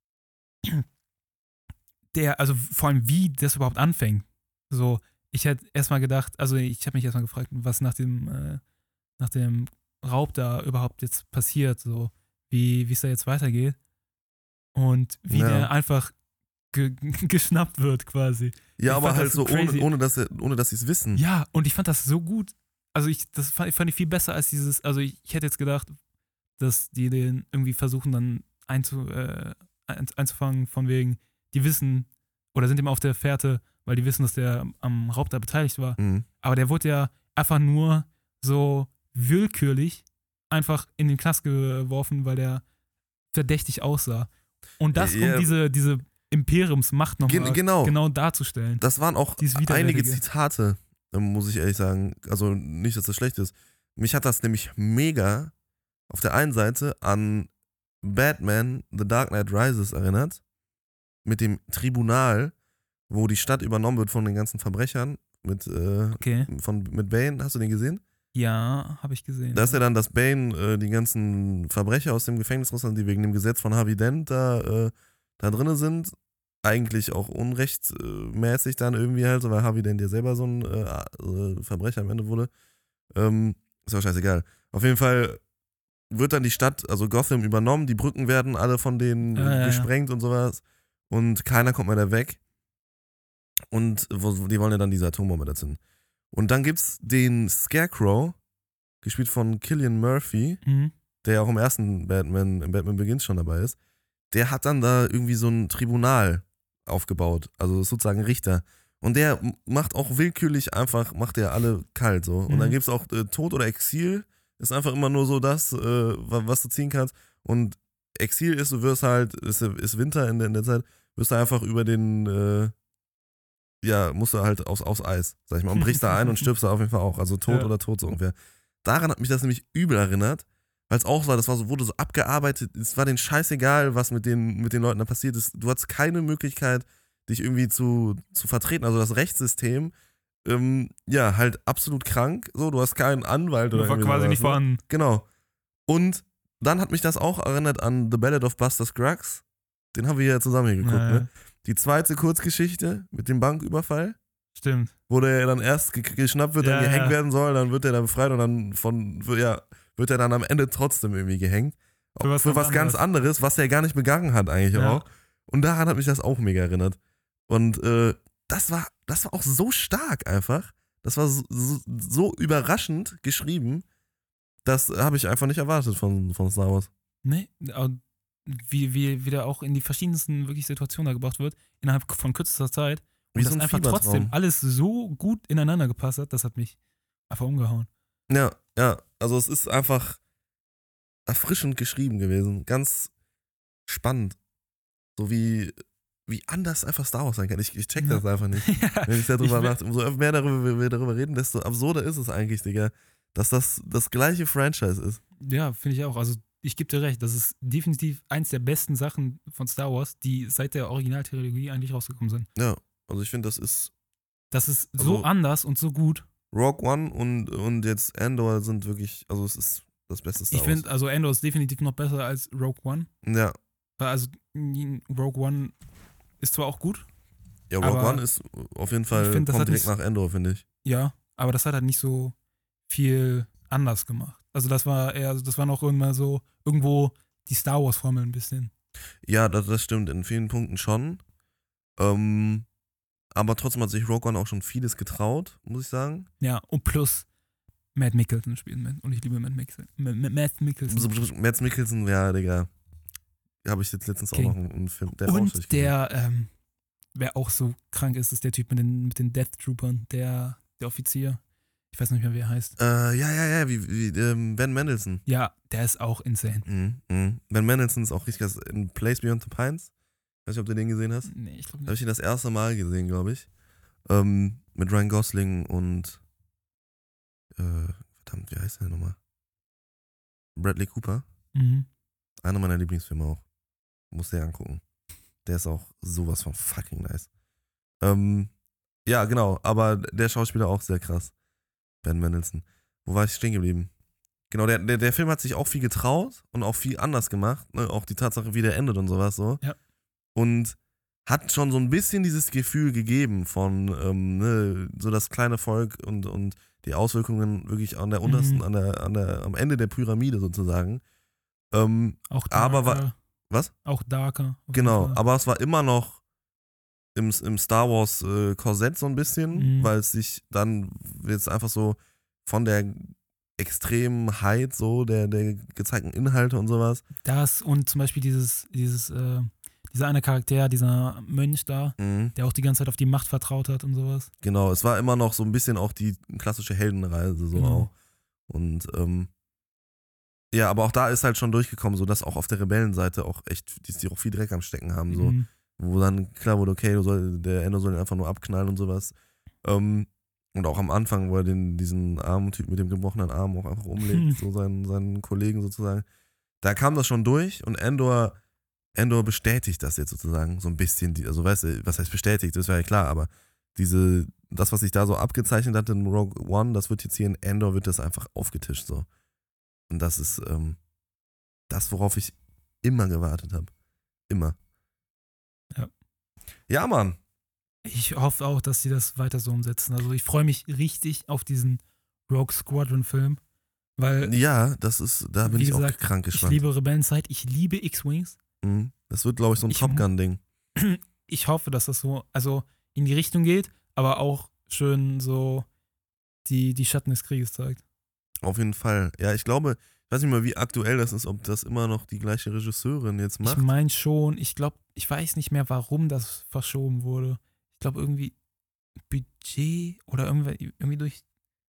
vor allem wie das überhaupt anfängt. So, ich hätte erstmal gedacht, also ich habe mich erstmal gefragt, was nach dem Raub da überhaupt jetzt passiert, so, wie es da jetzt weitergeht und wie der einfach geschnappt wird quasi. Ja, aber halt so ohne dass sie es wissen. Ja, und ich fand das so gut. Also das fand ich viel besser als dieses, also ich hätte jetzt gedacht, dass die den irgendwie versuchen dann einzufangen von wegen, die wissen oder sind ihm auf der Fährte, weil die wissen, dass der am Raub da beteiligt war. Mhm. Aber der wurde ja einfach nur so willkürlich einfach in den Knast geworfen, weil der verdächtig aussah. Und das, um diese Imperiumsmacht nochmal genau darzustellen. Das waren auch einige Zitate muss ich ehrlich sagen, also nicht, dass das schlecht ist. Mich hat das nämlich mega auf der einen Seite an Batman The Dark Knight Rises erinnert, mit dem Tribunal, wo die Stadt übernommen wird von den ganzen Verbrechern, mit Bane. Hast du den gesehen? Ja, habe ich gesehen. Da ist ja dann, dass Bane die ganzen Verbrecher aus dem Gefängnis rauslässt, die wegen dem Gesetz von Harvey Dent da drin sind. Eigentlich auch unrechtmäßig dann irgendwie halt, weil Harvey Dent ja selber so ein Verbrecher am Ende wurde. Ist auch scheißegal. Auf jeden Fall wird dann die Stadt, also Gotham, übernommen. Die Brücken werden alle von denen gesprengt und sowas. Und keiner kommt mehr da weg. Und die wollen ja dann diese Atombombe erzünden. Und dann gibt's den Scarecrow, gespielt von Cillian Murphy, der ja auch im ersten Batman Begins schon dabei ist. Der hat dann da irgendwie so ein Tribunal aufgebaut, also sozusagen Richter. Und der macht auch willkürlich einfach, macht der alle kalt so. Und dann gibt's auch Tod oder Exil, ist einfach immer nur so das, was du ziehen kannst. Und Exil ist, du wirst halt, ist Winter in der Zeit, wirst du einfach über den musst du halt aufs Eis, sag ich mal, und brichst da ein und stirbst da auf jeden Fall auch. Also tot oder tot so ungefähr. Daran hat mich das nämlich übel erinnert, weil es auch war, das war so, wurde so abgearbeitet, es war denen scheißegal, was mit den Leuten da passiert ist. Du hattest keine Möglichkeit, dich irgendwie zu vertreten. Also das Rechtssystem, halt absolut krank. So, du hast keinen Anwalt oder war quasi nicht vorhanden. Genau. Und dann hat mich das auch erinnert an The Ballad of Buster Scruggs. Den haben wir ja zusammen hier geguckt, ne? Die zweite Kurzgeschichte mit dem Banküberfall. Stimmt. Wo der dann erst geschnappt wird, dann gehängt werden soll, dann wird er dann befreit und dann wird er dann am Ende trotzdem irgendwie gehängt. Für was ganz anderes, was er gar nicht begangen hat eigentlich auch. Und daran hat mich das auch mega erinnert. Und das war auch so stark einfach. Das war so überraschend geschrieben. Das habe ich einfach nicht erwartet von Star Wars. Nee, wie der auch in die verschiedensten wirklich Situationen da gebracht wird, innerhalb von kürzester Zeit. Und das einfach trotzdem alles so gut ineinander gepasst hat, das hat mich einfach umgehauen. Ja, also es ist einfach erfrischend geschrieben gewesen. Ganz spannend. So wie anders einfach Star Wars sein kann. Ich check das einfach nicht. Wenn ich darüber nachdenke, umso mehr wir darüber reden, desto absurder ist es eigentlich, Digga, dass das gleiche Franchise ist. Ja, finde ich auch. Also ich gebe dir recht, das ist definitiv eins der besten Sachen von Star Wars, die seit der Originaltrilogie eigentlich rausgekommen sind. Ja, also ich finde, das ist so anders und so gut. Rogue One und jetzt Andor sind wirklich, also es ist das beste Star Wars. Ich finde, also Andor ist definitiv noch besser als Rogue One. Ja. Also Rogue One ist zwar auch gut. Ja, Rogue One ist auf jeden Fall, kommt direkt nach Andor, finde ich. Ja, aber das hat halt nicht so viel anders gemacht. Also das war noch immer so irgendwo die Star Wars Formel ein bisschen. Ja, das stimmt, in vielen Punkten schon. Aber trotzdem hat sich Rogue One auch schon vieles getraut, muss ich sagen. Ja, und plus Matt Mikkelsen spielt mit. Und ich liebe Matt Mikkelsen. Matt Mikkelsen, ja, Digga. Habe ich jetzt letztens auch noch einen Film. Und wer auch so krank ist der Typ mit den Death Troopern, der Offizier. Ich weiß nicht mehr, wie er heißt. Wie Ben Mendelsohn. Ja, der ist auch insane. Ben Mendelsohn ist auch richtig in Place Beyond the Pines. Weiß nicht, ob du den gesehen hast. Nee, ich glaube nicht. Habe ich ihn das erste Mal gesehen, glaube ich. Mit Ryan Gosling und verdammt, wie heißt der nochmal? Bradley Cooper. Einer meiner Lieblingsfilme auch. Muss der angucken. Der ist auch sowas von fucking nice. Ja, genau, aber der Schauspieler auch sehr krass. Ben Mendelsohn. Wo war ich stehen geblieben? Genau, der Film hat sich auch viel getraut und auch viel anders gemacht. Ne? Auch die Tatsache, wie der endet und sowas so. Ja. Und hat schon so ein bisschen dieses Gefühl gegeben von so das kleine Volk und die Auswirkungen wirklich an der untersten, am Ende der Pyramide sozusagen. Auch darker. Aber was? Auch darker. Genau, aber es war immer noch im Star Wars Korsett so ein bisschen, weil es sich dann jetzt einfach so von der Extremheit so der gezeigten Inhalte und sowas. Das und zum Beispiel dieser eine Charakter, dieser Mönch da, der auch die ganze Zeit auf die Macht vertraut hat und sowas. Genau, es war immer noch so ein bisschen auch die klassische Heldenreise so auch. Und ja, aber auch da ist halt schon durchgekommen, so dass auch auf der Rebellenseite auch echt, die auch viel Dreck am Stecken haben, so. Wo dann klar wurde, okay, der Endo soll ihn einfach nur abknallen und sowas. Und auch am Anfang, wo er diesen armen Typ mit dem gebrochenen Arm auch einfach umlegt, so seinen Kollegen sozusagen. Da kam das schon durch und Andor bestätigt das jetzt sozusagen so ein bisschen. Also weißt du, was heißt bestätigt, das wäre ja klar, aber das, was sich da so abgezeichnet hat in Rogue One, das wird jetzt hier in Andor, wird das einfach aufgetischt so. Und das ist das, worauf ich immer gewartet habe. Immer. Ja. Ja, Mann. Ich hoffe auch, dass sie das weiter so umsetzen. Also ich freue mich richtig auf diesen Rogue Squadron-Film, weil, Ja, da bin wie ich gesagt, auch krank ich gespannt. liebe Rebellenzeit, ich liebe X-Wings. Das wird, glaube ich, so ein Ich- Top Gun-Ding. Ich hoffe, dass das so, also in die Richtung geht, aber auch schön so die Schatten des Krieges zeigt. Auf jeden Fall. Ja, ich glaube, ich weiß nicht mal, wie aktuell das ist, ob das immer noch die gleiche Regisseurin jetzt macht. Ich meine schon, ich glaube, ich weiß nicht mehr, warum das verschoben wurde. Ich glaube irgendwie Budget oder irgendwie durch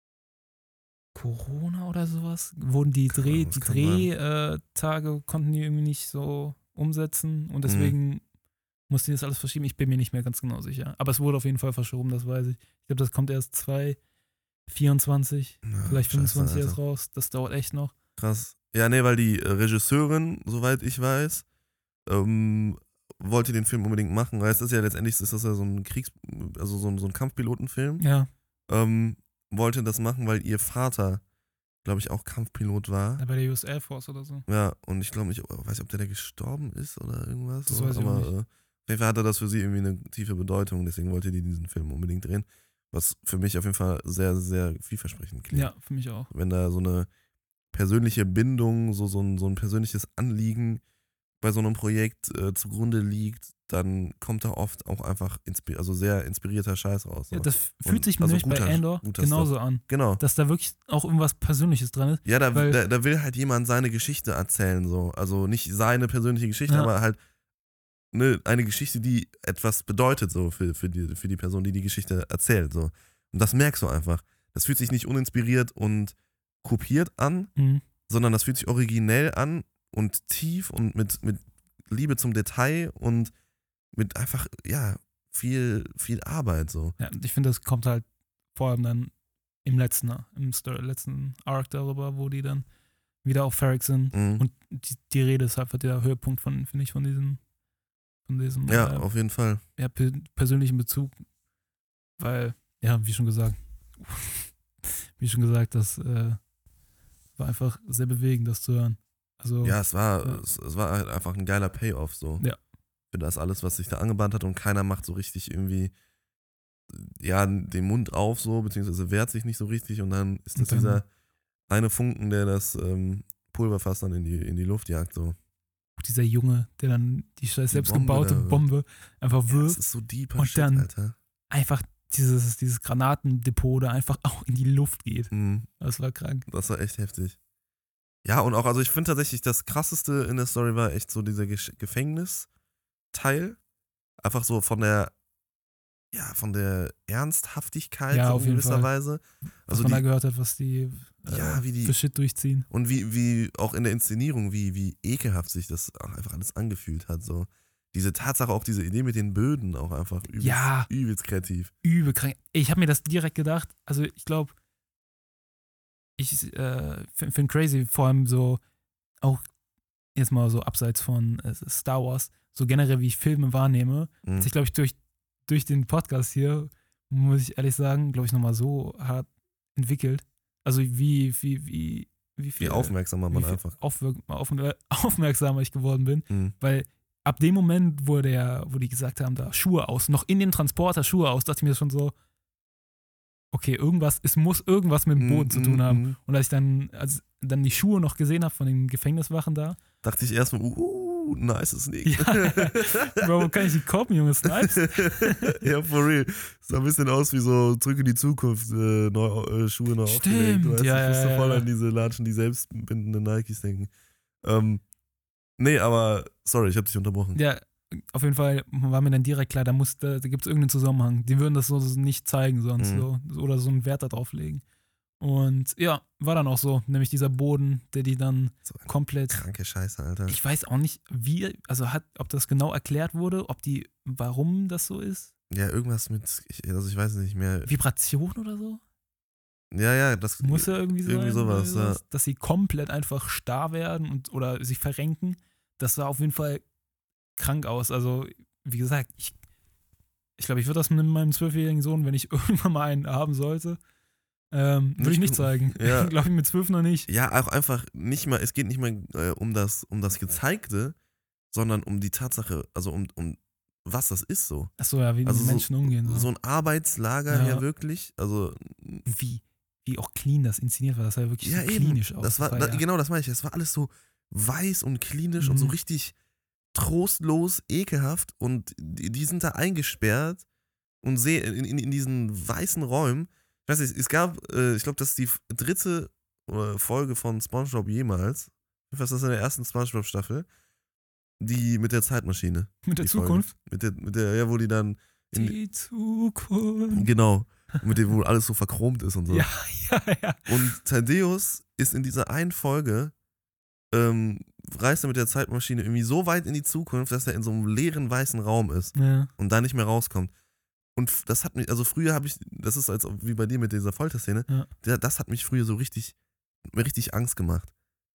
Corona oder sowas wurden die Keine Ahnung, das kann sein. Drehtage konnten die irgendwie nicht so umsetzen und deswegen musste das alles verschieben. Ich bin mir nicht mehr ganz genau sicher. Aber es wurde auf jeden Fall verschoben, das weiß ich. Ich glaube, das kommt erst 2024, Ja, vielleicht scheiße, 25 erst Alter. raus. Das dauert echt noch. Krass. Ja, nee, weil die Regisseurin, soweit ich weiß, wollte den Film unbedingt machen, weil es ist ja letztendlich ist das ja so ein also so ein Kampfpilotenfilm. Ja, Wollte das machen, weil ihr Vater, glaube ich, auch Kampfpilot war. bei der US Air Force oder so. Ja, und ich glaube, ich weiß nicht, ob der gestorben ist oder irgendwas. Das weiß ich aber auch nicht. auf jeden Fall hatte das für sie irgendwie eine tiefe Bedeutung, deswegen wollte die diesen Film unbedingt drehen. Was für mich auf jeden Fall sehr, sehr vielversprechend klingt. Ja, für mich auch. Wenn da so eine persönliche Bindung, so ein persönliches Anliegen bei so einem Projekt zugrunde liegt, dann kommt da oft auch einfach sehr inspirierter Scheiß raus. So. Ja, das fühlt Und sich also nämlich bei Andor guter genauso an. Genau. Dass da wirklich auch irgendwas Persönliches dran ist. Ja, weil- da will halt jemand seine Geschichte erzählen, so. Also nicht seine persönliche Geschichte, Ja. aber halt eine Geschichte, die etwas bedeutet, so für die Person, die Geschichte erzählt, so. Und das merkst du einfach. Das fühlt sich nicht uninspiriert und kopiert an, Mhm. sondern das fühlt sich originell an und tief und mit Liebe zum Detail und mit einfach, ja, viel Arbeit, so. Ja, ich finde, das kommt halt vor allem dann im letzten Arc darüber, wo die dann wieder auf Ferrix sind. Mhm. Und die Rede ist halt der Höhepunkt von diesem Ja, auf jeden Fall. persönlichen Bezug. Weil, ja, wie schon gesagt, das war einfach sehr bewegend, das zu hören. Also, Ja, es war halt einfach ein geiler Payoff, so. Ja. Für das alles, was sich da angebahnt hat und keiner macht so richtig irgendwie, ja, den Mund auf, so, beziehungsweise wehrt sich nicht so richtig und dann ist das Und dann- dieser eine Funken, der das Pulverfass dann in die Luft jagt, so. dieser Junge, der dann die scheiß Die selbstgebaute Bombe da. Bombe einfach Ja, das wirft, ist so deeper Und Shit, dann- Alter. einfach dieses Granatendepot da einfach auch in die Luft geht. Mhm. Das war krank. Das war echt heftig. Ja, und auch, also ich finde tatsächlich, das Krasseste in der Story war echt so dieser Gefängnisteil. Einfach so von der Ernsthaftigkeit Ja, so auf in jeden gewisser Fall. Weise. Was Also man da gehört hat, was die Ja, wie die- für Shit durchziehen. und wie auch in der Inszenierung, wie ekelhaft sich das auch einfach alles angefühlt hat. So. Diese Tatsache, auch diese Idee mit den Böden auch einfach übelst kreativ. Übel krank. Ich habe mir das direkt gedacht. Also ich glaube, ich finde crazy, vor allem so auch jetzt mal so abseits von Star Wars, so generell wie ich Filme wahrnehme, Mhm. sich glaube ich durch den Podcast hier, muss ich ehrlich sagen, glaube ich nochmal so hart entwickelt. Also wie viel Wie aufmerksamer man wie viel einfach. aufmerksamer ich geworden bin, Mhm. weil ab dem Moment, wo die gesagt haben, da Schuhe aus, noch in dem Transporter Schuhe aus, dachte ich mir schon so, okay, es muss irgendwas mit dem Boden zu tun haben. Mhm. Und als dann die Schuhe noch gesehen habe von den Gefängniswachen da, Dachte ich erstmal, nice Sneak. ja, Bro, wo kann ich die kaufen, Junge Snipes? Ja, for real. Sah ein bisschen aus wie so Zurück in die Zukunft, Schuhe neu Stimmt, aufgelegt. Du weißt, ja, ich musste ja, voll ja. an diese Latschen, die selbstbindenden Nikes denken. Nee, aber sorry, ich hab dich unterbrochen. Ja, auf jeden Fall war mir dann direkt klar, da gibt es irgendeinen Zusammenhang. Die würden das so nicht zeigen sonst so, oder so einen Wert darauf legen. Und ja, war dann auch so, nämlich dieser Boden, der die dann So eine komplett, kranke Scheiße, Alter. ich weiß auch nicht, ob das genau erklärt wurde, warum das so ist. Ja, irgendwas mit, also ich weiß nicht mehr. Vibration oder so? Ja, das Muss ja irgendwie sein. irgendwie sowas, ja. Dass sie komplett einfach starr werden oder sich verrenken. Das sah auf jeden Fall krank aus. Also, wie gesagt, ich glaube, ich würde das mit meinem 12-jährigen Sohn, wenn ich irgendwann mal einen haben sollte, würde ich nicht zeigen. Ja. Glaube ich mit 12 noch nicht. Ja, auch einfach nicht mal, es geht nicht mal um das Gezeigte, sondern um die Tatsache, also um was das ist so. Achso, ja, wie Also die Menschen umgehen. So ein Arbeitslager Ja. ja wirklich, also Wie auch clean das inszeniert war, das sah ja wirklich ja so eben, klinisch aus. das war, ja. genau, das meine ich, das war alles so weiß und klinisch und so richtig trostlos, ekelhaft und die sind da eingesperrt und in diesen weißen Räumen. Ich weiß nicht, es gab, ich glaube, das ist die 3. Folge von SpongeBob jemals. Ich weiß, das ist in der ersten SpongeBob-Staffel. Die mit der Zeitmaschine. Mit der die Folge. Zukunft? Mit der, ja, wo die dann. Die Zukunft. Genau. Mit dem, wo alles so verchromt ist und so. Ja. Und Thaddeus ist in dieser einen Folge, reist er mit der Zeitmaschine irgendwie so weit in die Zukunft, dass er in so einem leeren weißen Raum ist Ja. und da nicht mehr rauskommt. Und das hat mich, also früher habe ich, das ist als wie bei dir mit dieser Folterszene, das hat mich früher so richtig Angst gemacht.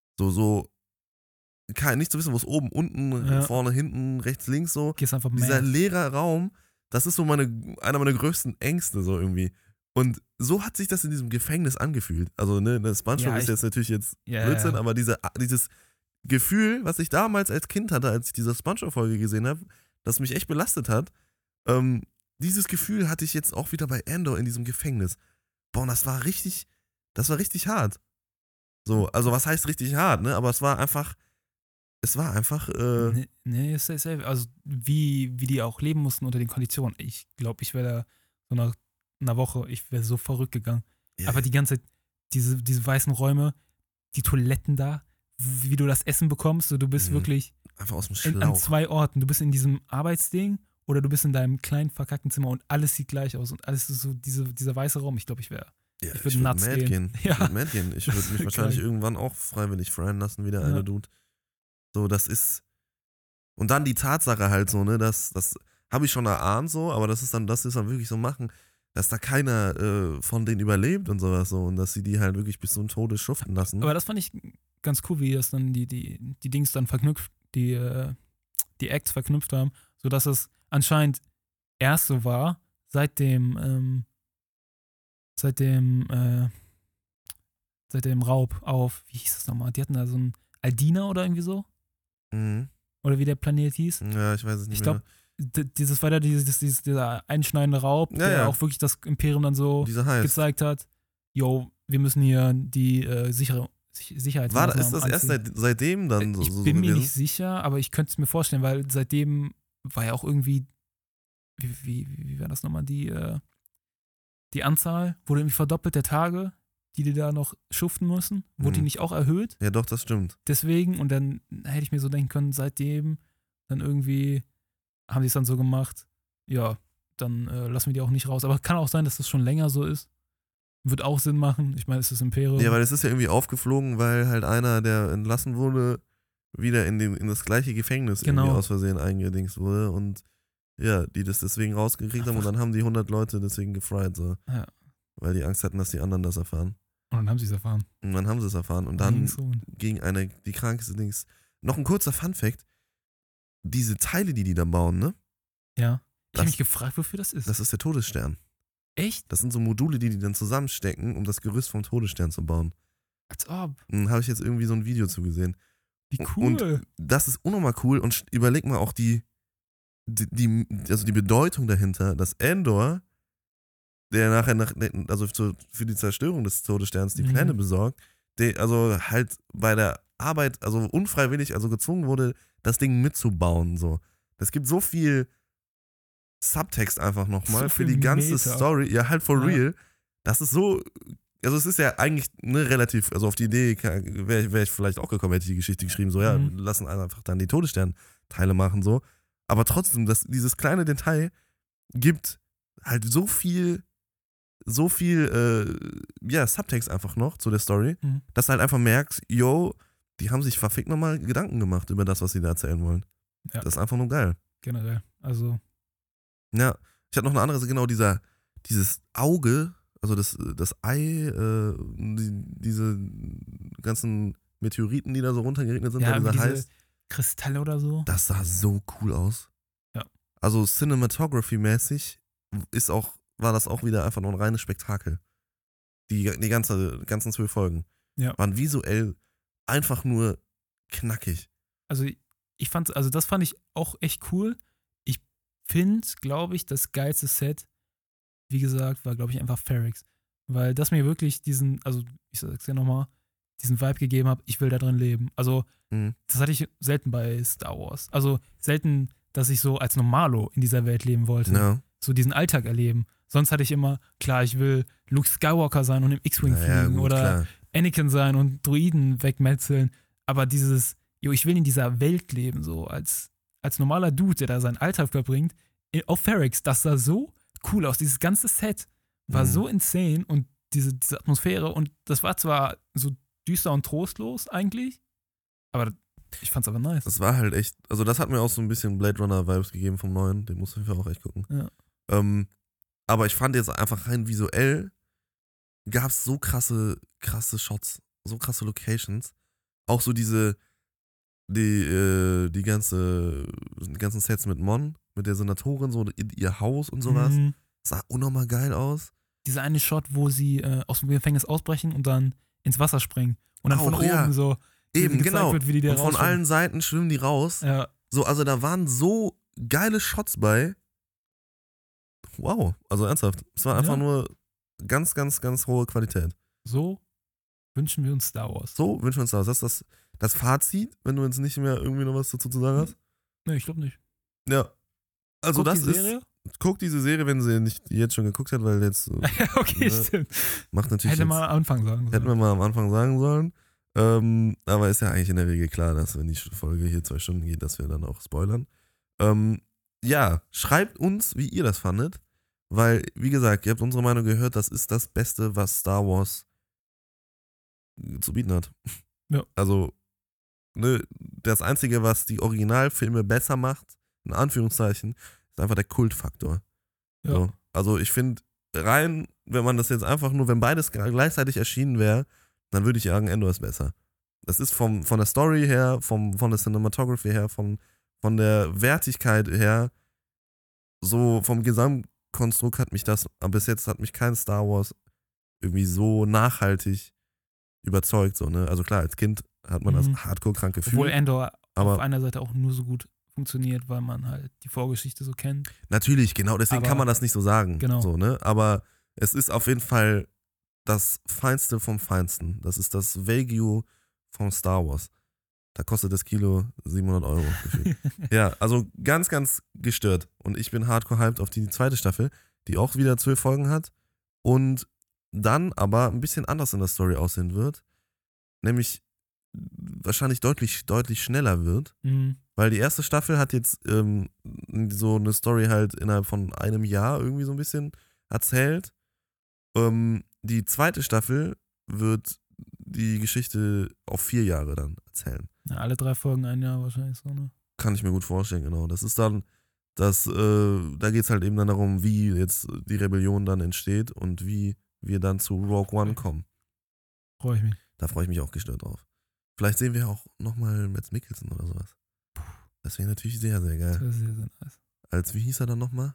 Nicht zu wissen, wo es oben, unten, vorne, hinten, rechts, links so. Gehst einfach Dieser mad. leere Raum, das ist so einer meiner größten Ängste so irgendwie. Und so hat sich das in diesem Gefängnis angefühlt. Also, ne, das SpongeBob ist jetzt natürlich jetzt Blödsinn, aber dieses Gefühl, was ich damals als Kind hatte, als ich diese SpongeBob-Folge gesehen habe, das mich echt belastet hat, dieses Gefühl hatte ich jetzt auch wieder bei Andor in diesem Gefängnis. Boah, und das war richtig hart. So, also was heißt richtig hart, ne? Aber es war einfach. Nee, safe. Also wie die auch leben mussten unter den Konditionen. Ich glaube, ich wäre da so nach einer Woche, ich wäre so verrückt gegangen. Ja, Aber die ganze Zeit, diese weißen Räume, die Toiletten da, wie du das Essen bekommst, so, du bist wirklich einfach aus dem Schlauch. an 2 Orten. Du bist in diesem Arbeitsding oder du bist in deinem kleinen verkackten Zimmer und alles sieht gleich aus und alles ist so dieser weiße Raum. Ich glaube, ich würde nuts gehen. Ich würde mad gehen. Ich würde mich wahrscheinlich irgendwann auch freiwillig fryen lassen, wie der eine Dude. So, das ist. Und dann die Tatsache halt so, ne, das habe ich schon erahnt so, aber das ist dann wirklich so machen, dass da keiner von denen überlebt und sowas so und dass sie die halt wirklich bis zum Tode schuften lassen. Aber das fand ich ganz cool, wie das dann die Dings dann verknüpft, die Acts verknüpft haben, sodass es anscheinend erst so war, seit dem Raub auf, wie hieß das nochmal? Die hatten da so ein Aldina oder irgendwie so? Mhm. Oder wie der Planet hieß. Ja, ich weiß es nicht mehr. Ich glaube, dieses weiter, dieser einschneidende Raub, der auch wirklich das Imperium dann so gezeigt hat, yo, wir müssen hier die Sicherheitsmaßnahmen Ist das erst seitdem dann so? Ich bin mir nicht sicher, aber ich könnte es mir vorstellen, weil seitdem war ja auch irgendwie, wie war das nochmal, die Anzahl wurde irgendwie verdoppelt der Tage, die da noch schuften müssen. Wurde die nicht auch erhöht? Ja, doch, das stimmt. Deswegen, und dann hätte ich mir so denken können, seitdem dann irgendwie haben die es dann so gemacht, ja, dann lassen wir die auch nicht raus. Aber kann auch sein, dass das schon länger so ist. Wird auch Sinn machen. Ich meine, es ist Imperium. Ja, weil es ist ja irgendwie aufgeflogen, weil halt einer, der entlassen wurde, wieder in das gleiche Gefängnis irgendwie aus Versehen eingedingst wurde und ja, die das deswegen rausgekriegt haben und dann haben die 100 Leute deswegen gefried, so. Ja. Weil die Angst hatten, dass die anderen das erfahren. Und dann haben sie es erfahren. Und dann ging die krankeste Dings. Noch ein kurzer Funfact. Diese Teile, die da bauen, ne? Ja. Ich habe mich gefragt, wofür das ist. Das ist der Todesstern. Echt? Das sind so Module, die dann zusammenstecken, um das Gerüst vom Todesstern zu bauen. Als ob. Habe ich jetzt irgendwie so ein Video zugesehen. Wie cool. Und das ist unnormal cool. Und überleg mal auch die Bedeutung dahinter, dass Andor, der nachher also für die Zerstörung des Todessterns die Pläne besorgt, der also halt bei der Arbeit, also unfreiwillig, also gezwungen wurde, das Ding mitzubauen. So. Das gibt so viel Subtext einfach nochmal für die ganze Story. Ja, halt for real. Das ist so, also es ist ja eigentlich relativ, also auf die Idee wäre ich vielleicht auch gekommen, hätte ich die Geschichte geschrieben, so ja, lassen einfach dann die Todessternteile machen, so. Aber trotzdem, dieses kleine Detail gibt halt so viel Subtext einfach noch zu der Story, dass du halt einfach merkst, yo, die haben sich verfickt nochmal Gedanken gemacht über das, was sie da erzählen wollen. Ja. Das ist einfach nur geil. Generell, also. Ja, Ich hatte noch eine andere, genau dieses Auge, also das Ei, diese ganzen Meteoriten, die da so runtergeregnet sind, Ja, weil dieser diese heißt, Kristalle oder so. das sah so cool aus. Ja. Also Cinematography-mäßig war das auch wieder einfach nur ein reines Spektakel. Die ganzen 12 Folgen waren visuell einfach nur knackig. Also das fand ich auch echt cool. Ich finde, glaube ich, das geilste Set, wie gesagt, war, glaube ich, einfach Ferrix. Weil das mir wirklich ich sag's ja nochmal, diesen Vibe gegeben hat, ich will da drin leben. Also, das hatte ich selten bei Star Wars. Also selten, dass ich so als Normalo in dieser Welt leben wollte. Ja. So diesen Alltag erleben. Sonst hatte ich immer, klar, ich will Luke Skywalker sein und im X-Wing fliegen gut, oder klar. Anakin sein und Droiden wegmetzeln. Aber ich will in dieser Welt leben, so als normaler Dude, der da seinen Alltag verbringt, auf Ferrix, das sah so cool aus. Dieses ganze Set war so insane und diese Atmosphäre und das war zwar so düster und trostlos eigentlich, aber ich fand's aber nice. Das war halt echt, also das hat mir auch so ein bisschen Blade Runner-Vibes gegeben vom neuen, den musst du auf jeden Fall auch echt gucken. Ja. Aber ich fand jetzt einfach rein visuell, gab es so krasse Shots, so krasse Locations. Auch so die ganzen Sets mit Mon, mit der Senatorin, so in ihr Haus und sowas. Mhm. Sah unnormal geil aus. Dieser eine Shot, wo sie aus dem Gefängnis ausbrechen und dann ins Wasser springen. Und dann von oben so Eben, gezeigt genau. wird, wie die da Und von rausschwimmen. allen Seiten schwimmen die raus. Ja. So, also da waren so geile Shots bei. Wow, also ernsthaft. Es war einfach nur ganz, ganz, ganz hohe Qualität. So wünschen wir uns Star Wars. So wünschen wir uns das. Das ist das Fazit, wenn du jetzt nicht mehr irgendwie noch was dazu zu sagen hast. Nee, ich glaube nicht. Ja. Also Guck das die Serie? guck diese Serie, wenn sie nicht jetzt schon geguckt hat, weil jetzt Okay, stimmt. macht natürlich Hätte jetzt, mal am Anfang sagen sollen. hätten wir mal am Anfang sagen sollen. Aber ist ja eigentlich in der Regel klar, dass wenn die Folge hier 2 Stunden geht, dass wir dann auch spoilern. Ja, schreibt uns, wie ihr das fandet, weil, wie gesagt, ihr habt unsere Meinung gehört, das ist das Beste, was Star Wars zu bieten hat. Ja. Also, ne, das Einzige, was die Originalfilme besser macht, in Anführungszeichen, ist einfach der Kultfaktor. Ja. So. Also ich finde, rein, wenn man das jetzt einfach nur, wenn beides gleichzeitig erschienen wäre, dann würde ich sagen, Endor ist besser. Das ist von der Story her, von der Cinematography her, von der Wertigkeit her, so vom Gesamtkonstrukt hat mich das, aber bis jetzt hat mich kein Star Wars irgendwie so nachhaltig überzeugt. So, ne? Also klar, als Kind hat man das hardcore krank gefühlt. Obwohl Endor aber auf einer Seite auch nur so gut funktioniert, weil man halt die Vorgeschichte so kennt. Natürlich, genau, deswegen Aber kann man das nicht so sagen. genau. So, ne? Aber es ist auf jeden Fall das Feinste vom Feinsten. Das ist das Wagyu von Star Wars. Da kostet das Kilo 700 Euro. gefühlt. Ja, also ganz, ganz gestört. Und ich bin hardcore hyped auf die zweite Staffel, die auch wieder 12 Folgen hat und dann aber ein bisschen anders in der Story aussehen wird. Nämlich wahrscheinlich deutlich, deutlich schneller wird. Mhm. Weil die erste Staffel hat jetzt so eine Story halt innerhalb von einem Jahr irgendwie so ein bisschen erzählt. Die zweite Staffel wird die Geschichte auf 4 Jahre dann erzählen. Ja, alle 3 Folgen ein Jahr wahrscheinlich so, ne? Kann ich mir gut vorstellen, genau. Das ist dann, da geht es halt eben dann darum, wie jetzt die Rebellion dann entsteht und wie wir dann zu Rogue One kommen. Freue ich mich. Da freue ich mich auch gestört drauf. Vielleicht sehen wir auch nochmal Mads Mikkelsen oder sowas. Das wäre natürlich sehr, sehr geil. Das wäre sehr, sehr nice. Als, wie hieß er dann nochmal?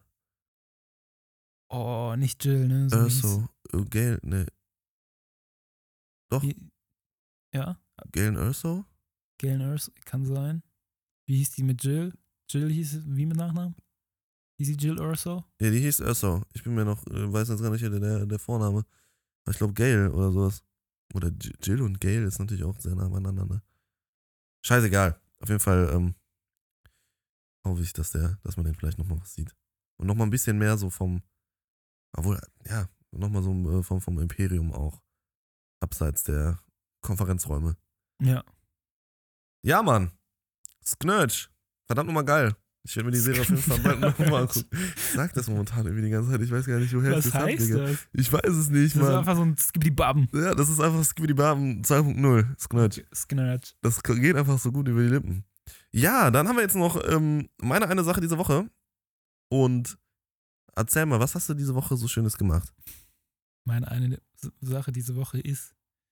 Oh, nicht Jill, ne? Urso. Galen, ne. Doch, Ja, Galen Urso? Galen Erso, kann sein. Wie hieß die mit Jill? Jill hieß wie mit Nachnamen? Hieß sie Jill Erso? Ja, die hieß Urso. Ich bin mir noch, weiß jetzt gar nicht der Vorname. Aber ich glaube Gale oder sowas. Oder Jill und Gale ist natürlich auch sehr nah beieinander, ne? Scheißegal. Auf jeden Fall hoffe ich, dass man den vielleicht nochmal was sieht. Und nochmal ein bisschen mehr so nochmal so vom Imperium auch. Abseits der Konferenzräume. Ja. Ja, Mann. Sknurch. Verdammt nochmal geil. Ich werde mir die Serie auf jeden Fall bald nochmal angucken. Ich sag das momentan irgendwie die ganze Zeit. Ich weiß gar nicht, woher Was es das heißt das? Ich weiß es nicht, Das Mann. ist einfach so ein Skibidi-Babben. Ja, das ist einfach Skibidi-Baben 2.0. Sknurch. Sknurch. Das geht einfach so gut über die Lippen. Ja, dann haben wir jetzt noch meine eine Sache diese Woche. Und Erzähl mal, was hast du diese Woche so Schönes gemacht? Meine eine Sache diese Woche ist,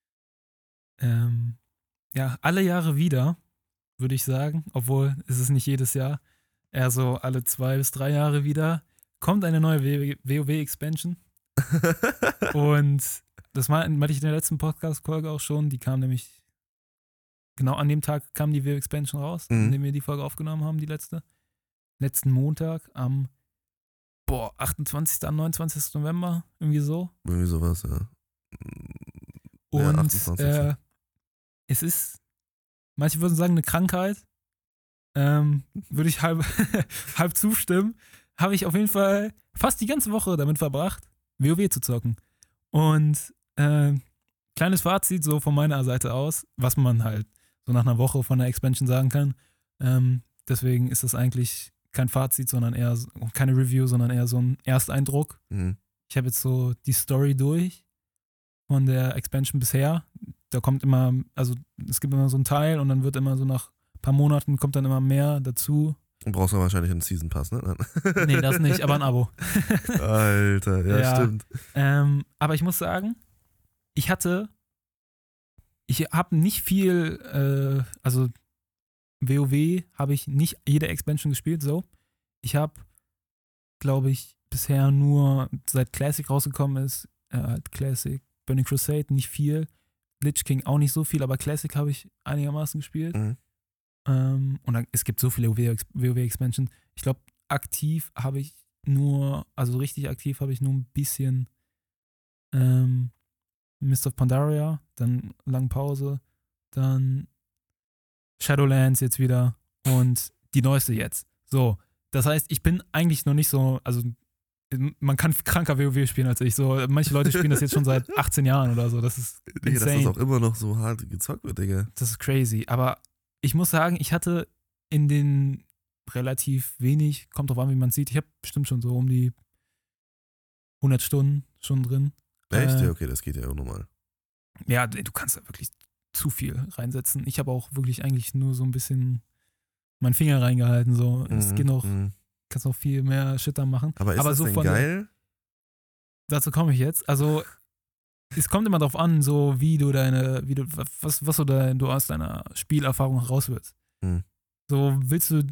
ja, alle Jahre wieder, würde ich sagen, obwohl es ist nicht jedes Jahr, eher so alle 2 bis 3 Jahre wieder, kommt eine neue WoW-Expansion. Und das meinte ich in der letzten Podcast-Folge auch schon, die kam nämlich, genau an dem Tag kam die WoW-Expansion raus, an dem wir die Folge aufgenommen haben, die letzten Montag am 28. an 29. November, irgendwie so. Irgendwie sowas, ja. Und Ja, 28. Es ist, manche würden sagen, eine Krankheit. Würde ich halb zustimmen. Habe ich auf jeden Fall fast die ganze Woche damit verbracht, WoW zu zocken. Und kleines Fazit so von meiner Seite aus, was man halt so nach einer Woche von der Expansion sagen kann. Deswegen ist das eigentlich kein Fazit, sondern eher keine Review, sondern eher so ein Ersteindruck. Mhm. Ich habe jetzt so die Story durch von der Expansion bisher. Da kommt immer, also es gibt immer so einen Teil und dann wird immer so nach ein paar Monaten kommt dann immer mehr dazu. Du brauchst ja wahrscheinlich einen Season Pass, ne? Nee, das nicht, aber ein Abo. Alter, ja, stimmt. Aber ich muss sagen, ich habe nicht viel, also WoW habe ich nicht jede Expansion gespielt, so. Ich habe, glaube ich, bisher nur, seit Classic rausgekommen ist, Classic, Burning Crusade, nicht viel. Lich King auch nicht so viel, aber Classic habe ich einigermaßen gespielt. Mhm. Und dann, es gibt so viele WoW-Expansion. Ich glaube, aktiv habe ich nur, also richtig aktiv habe ich nur ein bisschen Mist of Pandaria, dann lange Pause, dann Shadowlands jetzt wieder und die neueste jetzt. So, das heißt, ich bin eigentlich noch nicht so, also man kann kranker WoW spielen als ich. So, manche Leute spielen das jetzt schon seit 18 Jahren oder so. Das ist Digga, dass insane. das auch immer noch so hart gezockt wird, Digga. Das ist crazy. Aber ich muss sagen, ich hatte in den relativ wenig, kommt drauf an, wie man sieht, ich habe bestimmt schon so um die 100 Stunden schon drin. Echt? Ja, okay, das geht ja auch normal. Ja, du kannst da wirklich zu viel reinsetzen. Ich habe auch wirklich eigentlich nur so ein bisschen meinen Finger reingehalten. So. Es geht noch, kannst noch viel mehr Shit da machen. Aber ist das so denn geil? Dazu komme ich jetzt. Also, es kommt immer darauf an, so was du aus deiner Spielerfahrung heraus willst. So, willst du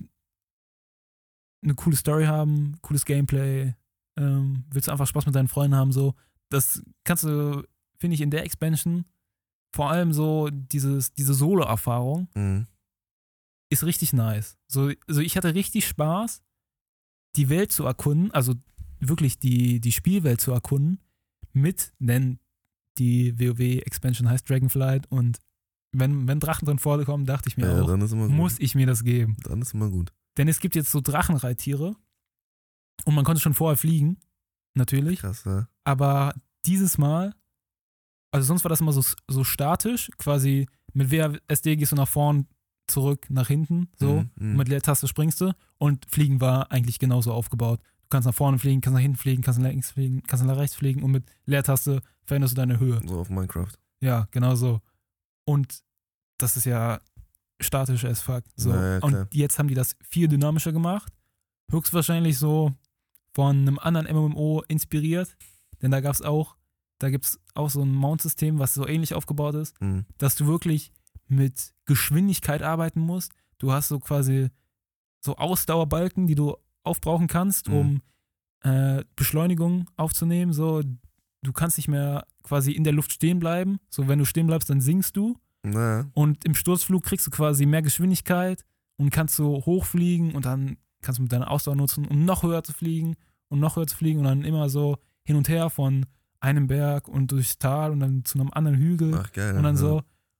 eine coole Story haben, cooles Gameplay, willst du einfach Spaß mit deinen Freunden haben, so, das kannst du, finde ich, in der Expansion, vor allem so diese Solo-Erfahrung ist richtig nice. So, ich hatte richtig Spaß, die Welt zu erkunden, also wirklich die Spielwelt zu erkunden, denn die WoW-Expansion heißt Dragonflight und wenn Drachen drin vorkommen, dachte ich mir auch, muss ich mir das geben. Dann ist immer gut. Denn es gibt jetzt so Drachenreittiere und man konnte schon vorher fliegen, natürlich. Krass, ja. Aber dieses Mal, also sonst war das immer so statisch, quasi mit WASD gehst du nach vorn, zurück, nach hinten, so, und mit Leertaste springst du und Fliegen war eigentlich genauso aufgebaut. Du kannst nach vorne fliegen, kannst nach hinten fliegen, kannst nach links fliegen, kannst nach rechts fliegen und mit Leertaste veränderst du deine Höhe. So auf Minecraft. Ja, genau so. Und das ist ja statisch as fuck. So. Ja, und jetzt haben die das viel dynamischer gemacht. Höchstwahrscheinlich so von einem anderen MMO inspiriert. Denn da gibt es auch so ein Mount-System, was so ähnlich aufgebaut ist, dass du wirklich mit Geschwindigkeit arbeiten musst. Du hast so quasi so Ausdauerbalken, die du aufbrauchen kannst, um Beschleunigung aufzunehmen. So, du kannst nicht mehr quasi in der Luft stehen bleiben. So, wenn du stehen bleibst, dann sinkst du. Naja. Und im Sturzflug kriegst du quasi mehr Geschwindigkeit und kannst so hochfliegen und dann kannst du mit deiner Ausdauer nutzen, um noch höher zu fliegen und noch höher zu fliegen und dann immer so hin und her von einem Berg und durchs Tal und dann zu einem anderen Hügel. Ach, geil. Und dann so.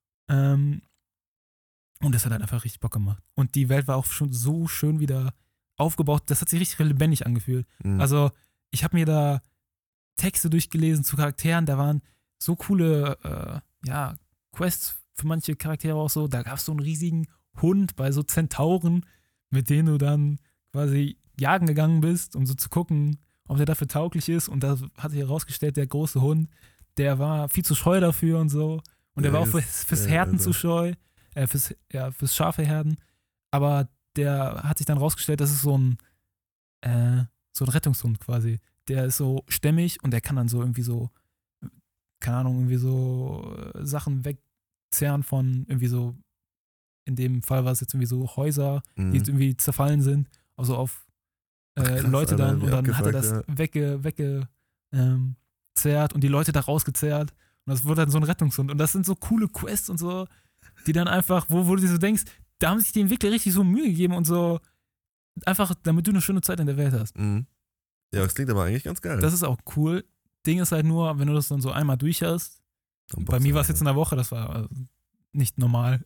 Und das hat halt einfach richtig Bock gemacht. Und die Welt war auch schon so schön wieder aufgebaut. Das hat sich richtig lebendig angefühlt. Also, ich habe mir da Texte durchgelesen zu Charakteren. Da waren so coole Quests für manche Charaktere auch so. Da gab es so einen riesigen Hund bei so Zentauren, mit denen du dann quasi jagen gegangen bist, um so zu gucken, ob der dafür tauglich ist. Und da hat sich herausgestellt, der große Hund, der war viel zu scheu dafür und so. Und der war auch fürs Härten zu scheu, fürs scharfe Herden. Aber der hat sich dann rausgestellt, das ist so so ein Rettungshund quasi. Der ist so stämmig und der kann dann so irgendwie so, keine Ahnung, irgendwie so Sachen wegzerren von irgendwie so, in dem Fall war es jetzt irgendwie so Häuser, die jetzt irgendwie zerfallen sind, also auf Krass, Leute Alter, dann wie und dann hat er das abgefuckt, weggezerrt und die Leute da rausgezerrt und das wurde dann so ein Rettungshund und das sind so coole Quests und so, die dann einfach, wo du dir so denkst, da haben sich die Entwickler richtig so Mühe gegeben und so, einfach, damit du eine schöne Zeit in der Welt hast. Mhm. Ja, das klingt aber eigentlich ganz geil. Das ist auch cool. Ding ist halt nur, wenn du das dann so einmal durch hast, Dann bei boxt mir du war es jetzt in der Woche, das war nicht normal.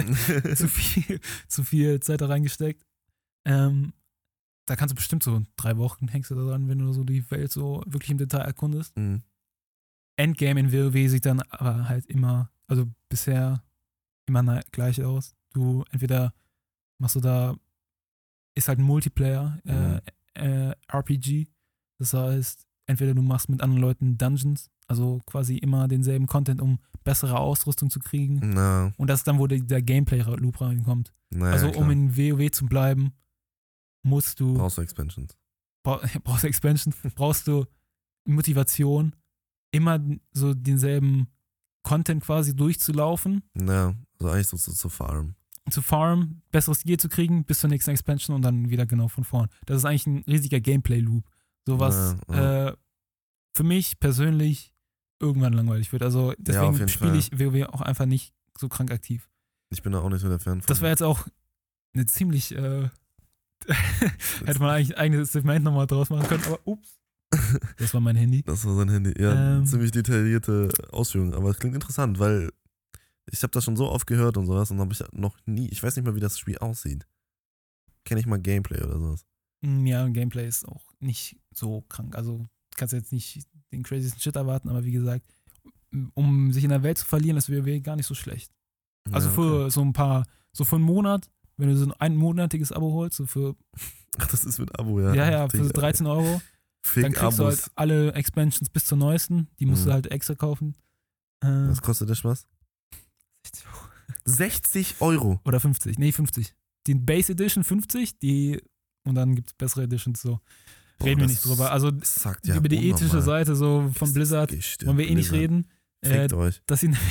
zu viel Zeit da reingesteckt. Da kannst du bestimmt so 3 Wochen hängst du da dran, wenn du so die Welt so wirklich im Detail erkundest. Mhm. Endgame in WoW sieht dann aber halt immer, also bisher immer gleich aus. Du entweder machst du da, ist halt ein Multiplayer, RPG. Das heißt, entweder du machst mit anderen Leuten Dungeons, also quasi immer denselben Content, um bessere Ausrüstung zu kriegen. Na, Und das ist dann, wo der Gameplay-Loop reinkommt. naja, Also klar. um in WoW zu bleiben, musst du, Brauchst du Expansions. brauchst du Expansion, brauchst du Motivation, immer so denselben Content quasi durchzulaufen, Na, also eigentlich so zu farmen. zu farmen, besseres Gear zu kriegen, bis zur nächsten Expansion und dann wieder genau von vorn. Das ist eigentlich ein riesiger Gameplay-Loop. So was Ja. für mich persönlich irgendwann langweilig wird. Also auf deswegen jeden spiele Fall. ich WoW auch einfach nicht so krank aktiv. Ich bin da auch nicht so der Fan von. Das wäre jetzt auch eine ziemlich hätte man eigentlich ein eigenes Segment nochmal draus machen können, aber ups. Das war mein Handy. Das war sein Handy. Ja, ziemlich detaillierte Ausführungen. Aber es klingt interessant, weil ich habe das schon so oft gehört und sowas und habe ich noch nie, ich weiß nicht mal, wie das Spiel aussieht. Kenne ich mal Gameplay oder sowas. Ja, Gameplay ist auch nicht so krank. Also du kannst jetzt nicht den crazysten Shit erwarten, aber wie gesagt, um sich in der Welt zu verlieren, ist WoW gar nicht so schlecht. Also Ja, für so ein paar, so für einen Monat, wenn du so ein einmonatiges Abo holst, so für, Ach, das ist mit Abo, ja. ja, für so 13 Euro, dann kriegst du halt alle Expansions bis zur neuesten, die musst du halt extra kaufen. Was kostet der Spaß? 60 Euro. 60 Euro. Oder 50, nee 50. Die Base Edition 50, und dann gibt es bessere Editions so. Reden wir nicht drüber. Also Sagt ja über die ethische unnormal. Seite so von Ist Blizzard gestört, wollen wir eh nicht Blizzard. reden. Fickt euch. Dass sie,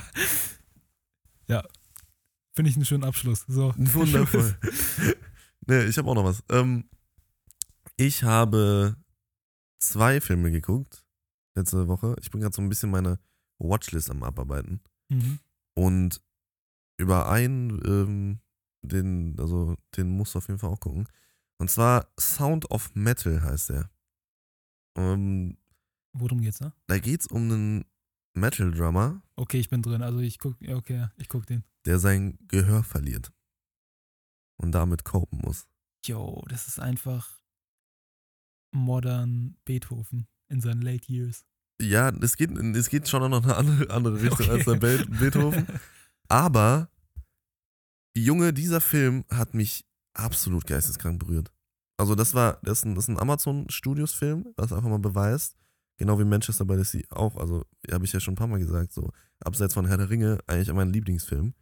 ja, finde ich einen schönen Abschluss. So. Wundervoll. Nee, ich habe auch noch was. Ich habe 2 Filme geguckt letzte Woche. Ich bin gerade so ein bisschen meine Watchlist am Abarbeiten. Mhm. Und über einen, den musst du auf jeden Fall auch gucken. Und zwar Sound of Metal heißt der. Worum geht's da? Da geht's um einen Metal-Drummer, Okay, ich bin drin. Also ich guck den. der sein Gehör verliert. Und damit copen muss. Yo, das ist einfach modern Beethoven in seinen late years. Ja, es geht schon noch eine andere Richtung Okay. als der Beethoven. Aber, Junge, dieser Film hat mich absolut geisteskrank berührt. Also das ist ein Amazon-Studios-Film, was einfach mal beweist, genau wie Manchester by the Sea auch, also habe ich ja schon ein paar Mal gesagt, so abseits von Herr der Ringe eigentlich mein Lieblingsfilm.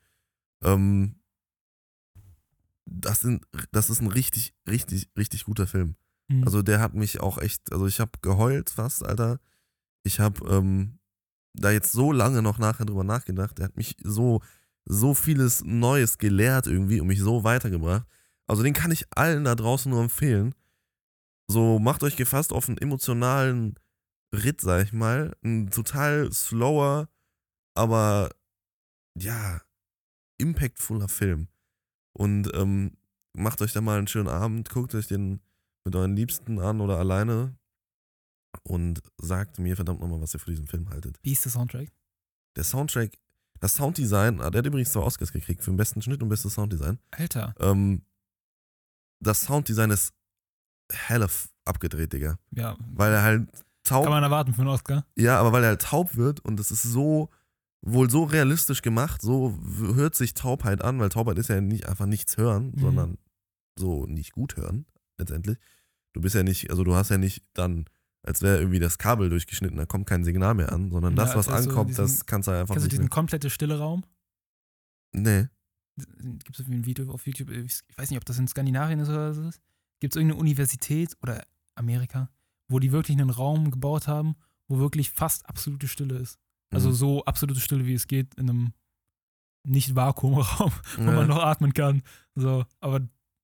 Das ist ein richtig, richtig, richtig guter Film. Mhm. Also der hat mich auch echt, also ich habe geheult fast, Alter. Ich habe da jetzt so lange noch nachher drüber nachgedacht. Der hat mich so vieles Neues gelehrt irgendwie und mich so weitergebracht. Also den kann ich allen da draußen nur empfehlen. So macht euch gefasst auf einen emotionalen Ritt, sag ich mal. Ein total slower, aber ja, impactvoller Film. Und macht euch da mal einen schönen Abend, guckt euch den mit euren Liebsten an oder alleine und sagt mir verdammt nochmal, was ihr von diesem Film haltet. Wie ist der Soundtrack? Der Soundtrack, das Sounddesign, der hat übrigens 2 Oscars gekriegt für den besten Schnitt und bestes Sounddesign. Alter. Das Sounddesign ist hella abgedreht, Digga. Ja. Weil er halt taub, Kann man erwarten für einen Oscar? ja, aber weil er halt taub wird und das ist wohl so realistisch gemacht, so hört sich Taubheit an, weil Taubheit ist ja nicht einfach nichts hören, sondern so nicht gut hören, letztendlich. Du bist ja nicht, also du hast ja nicht dann, als wäre irgendwie das Kabel durchgeschnitten, da kommt kein Signal mehr an, sondern Ja, das, was als wär so ankommt, diesen- das kannst du einfach Kennst du nicht diesen mehr. komplette stille Raum? Nee. Gibt es ein Video auf YouTube? Ich weiß nicht, ob das in Skandinavien ist oder so. Gibt es irgendeine Universität oder Amerika, wo die wirklich einen Raum gebaut haben, wo wirklich fast absolute Stille ist. Also Mhm. so absolute Stille, wie es geht, in einem Nicht-Vakuum-Raum, wo Ja. man noch atmen kann. So, aber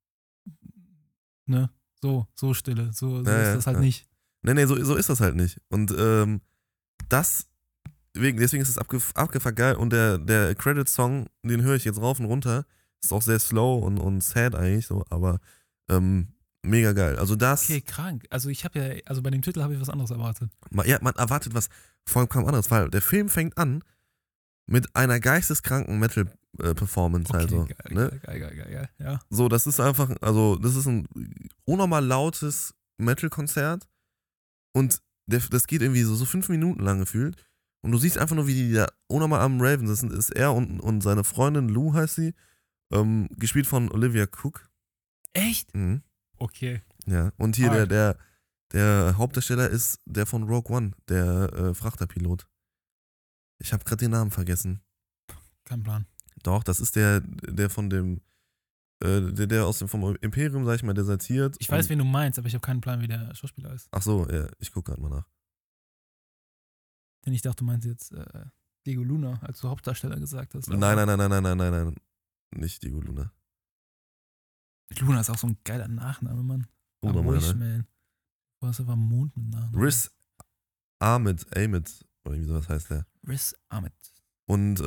ne, so Stille. So Ja, ist das halt ja. nicht. Nee, so ist das halt nicht. Und deswegen ist es abgefuckt geil. Und der Credit-Song, den höre ich jetzt rauf und runter. Ist auch sehr slow und sad eigentlich so, aber mega geil. Also das, Okay, krank. Also ich habe ja, also bei dem Titel habe ich was anderes erwartet. man erwartet was vollkommen anderes, weil der Film fängt an mit einer geisteskranken Metal-Performance halt so. Okay, Ne? geil, ja. So, das ist einfach, also das ist ein unnormal lautes Metal-Konzert und das geht irgendwie so 5 Minuten lang gefühlt und du siehst einfach nur, wie die da unnormal am Raven sitzen. Ist er und seine Freundin Lou heißt sie, gespielt von Olivia Cook. Echt? Mhm. Okay. Ja, und hier Alright. der Hauptdarsteller ist der von Rogue One, der Frachterpilot. Ich habe gerade den Namen vergessen. Kein Plan. Doch, das ist der von dem, der aus dem vom Imperium, sag ich mal, desertiert. Ich weiß, und- wen du meinst, aber ich habe keinen Plan, wie der Schauspieler ist. Ach so, ja, ich gucke gerade mal nach. Denn ich dachte, du meinst jetzt Diego Luna, als du Hauptdarsteller gesagt hast. Aber Nein. Nicht Diego Luna. Luna ist auch so ein geiler Nachname, Mann. Unnormal, ne? Wishman. Was war Mond mit Nachnamen? Riz Ahmed, oder wie sowas heißt der. Riz Ahmed. Und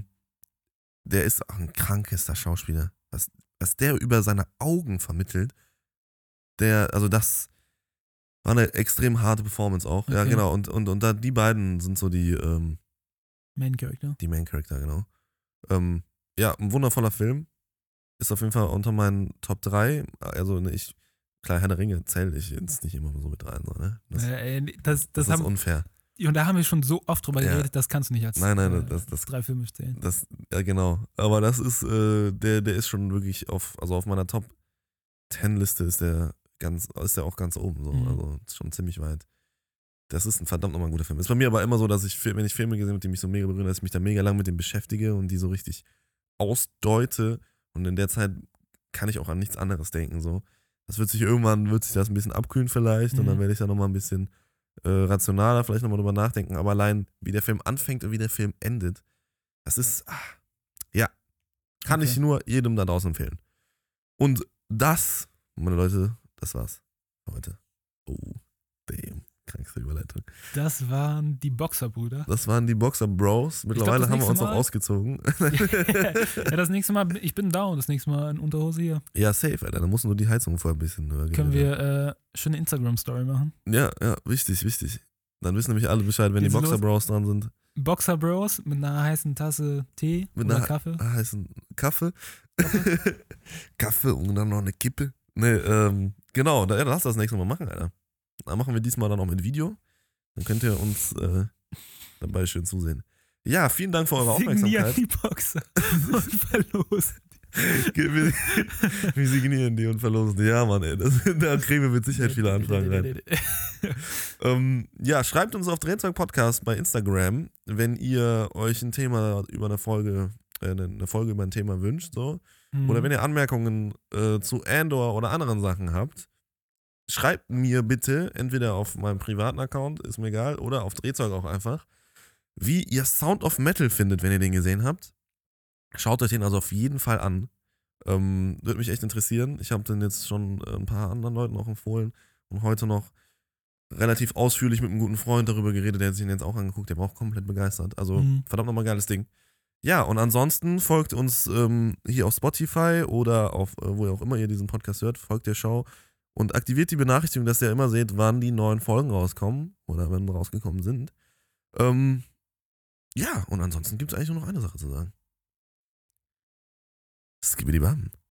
der ist auch ein krankester Schauspieler. Was der über seine Augen vermittelt, also das war eine extrem harte Performance auch. Ja, Okay. genau. Und da die beiden sind so die Main Character. Main Character, genau. Ja, ein wundervoller Film. Ist auf jeden Fall unter meinen Top 3. Also klar, Herr der Ringe zähle ich jetzt nicht immer so mit rein. So, ne? Das Das ist haben, unfair. und da haben wir schon so oft drüber Ja. geredet, das kannst du nicht als Nein, das 3 Filme stellen. ja, genau. Aber das ist, der ist schon wirklich auf meiner Top 10 Liste ist der auch ganz oben. So. Mhm. Also ist schon ziemlich weit. Das ist ein verdammt nochmal ein guter Film. Ist bei mir aber immer so, dass wenn ich Filme gesehen habe, die mich so mega berühren, dass ich mich da mega lang mit dem beschäftige und die so richtig ausdeute. Und in der Zeit kann ich auch an nichts anderes denken. So. Irgendwann wird sich das ein bisschen abkühlen vielleicht und dann Mhm. werde ich da nochmal ein bisschen rationaler vielleicht nochmal drüber nachdenken. Aber allein, wie der Film anfängt und wie der Film endet, das ist, ja, kann Okay. ich nur jedem da draußen empfehlen. Und das, meine Leute, das war's für heute. Oh, damn, krankste Überleitung. Das waren die Boxerbrüder. Das waren die Boxer Bros. Mittlerweile das haben wir uns nächste auch Mal- ausgezogen. Ja, das nächste Mal, ich bin down, das nächste Mal in Unterhose hier. Ja, safe, Alter. Da musst du die Heizung vorher ein bisschen höher Können geregelt wir schöne Instagram-Story machen. Ja, wichtig. Dann wissen nämlich alle Bescheid, wenn Geht's die Boxer los? Bros dran sind. Boxer Bros mit einer heißen Tasse Tee Mit oder einer Kaffee. heißen Kaffee. Kaffee und dann noch eine Kippe. Ne, genau, lass das nächste Mal machen, Alter. Dann machen wir diesmal dann auch mit Video. Dann könnt ihr uns dabei schön zusehen. Ja, vielen Dank für eure Signieren Aufmerksamkeit. die Boxer und verlosen. Wir signieren die und verlosen die. Ja, Mann, ey. Da kriegen wir mit Sicherheit viele Anfragen rein. Ja, schreibt uns auf Drehzeug Podcast bei Instagram, wenn ihr euch ein Thema über eine Folge über ein Thema wünscht, so. Oder wenn ihr Anmerkungen zu Andor oder anderen Sachen habt, schreibt mir bitte, entweder auf meinem privaten Account, ist mir egal, oder auf Drehzeug auch einfach, wie ihr Sound of Metal findet, wenn ihr den gesehen habt. Schaut euch den also auf jeden Fall an. Würde mich echt interessieren. Ich habe den jetzt schon ein paar anderen Leuten auch empfohlen und heute noch relativ ausführlich mit einem guten Freund darüber geredet, der hat sich den jetzt auch angeguckt, der war auch komplett begeistert. Also verdammt nochmal geiles Ding. Ja, und ansonsten folgt uns hier auf Spotify oder auf wo ihr auch immer ihr diesen Podcast hört, folgt der Show und aktiviert die Benachrichtigung, dass ihr immer seht, wann die neuen Folgen rauskommen oder wenn rausgekommen sind. Ja, und ansonsten gibt es eigentlich nur noch eine Sache zu sagen. Skibidi Bam.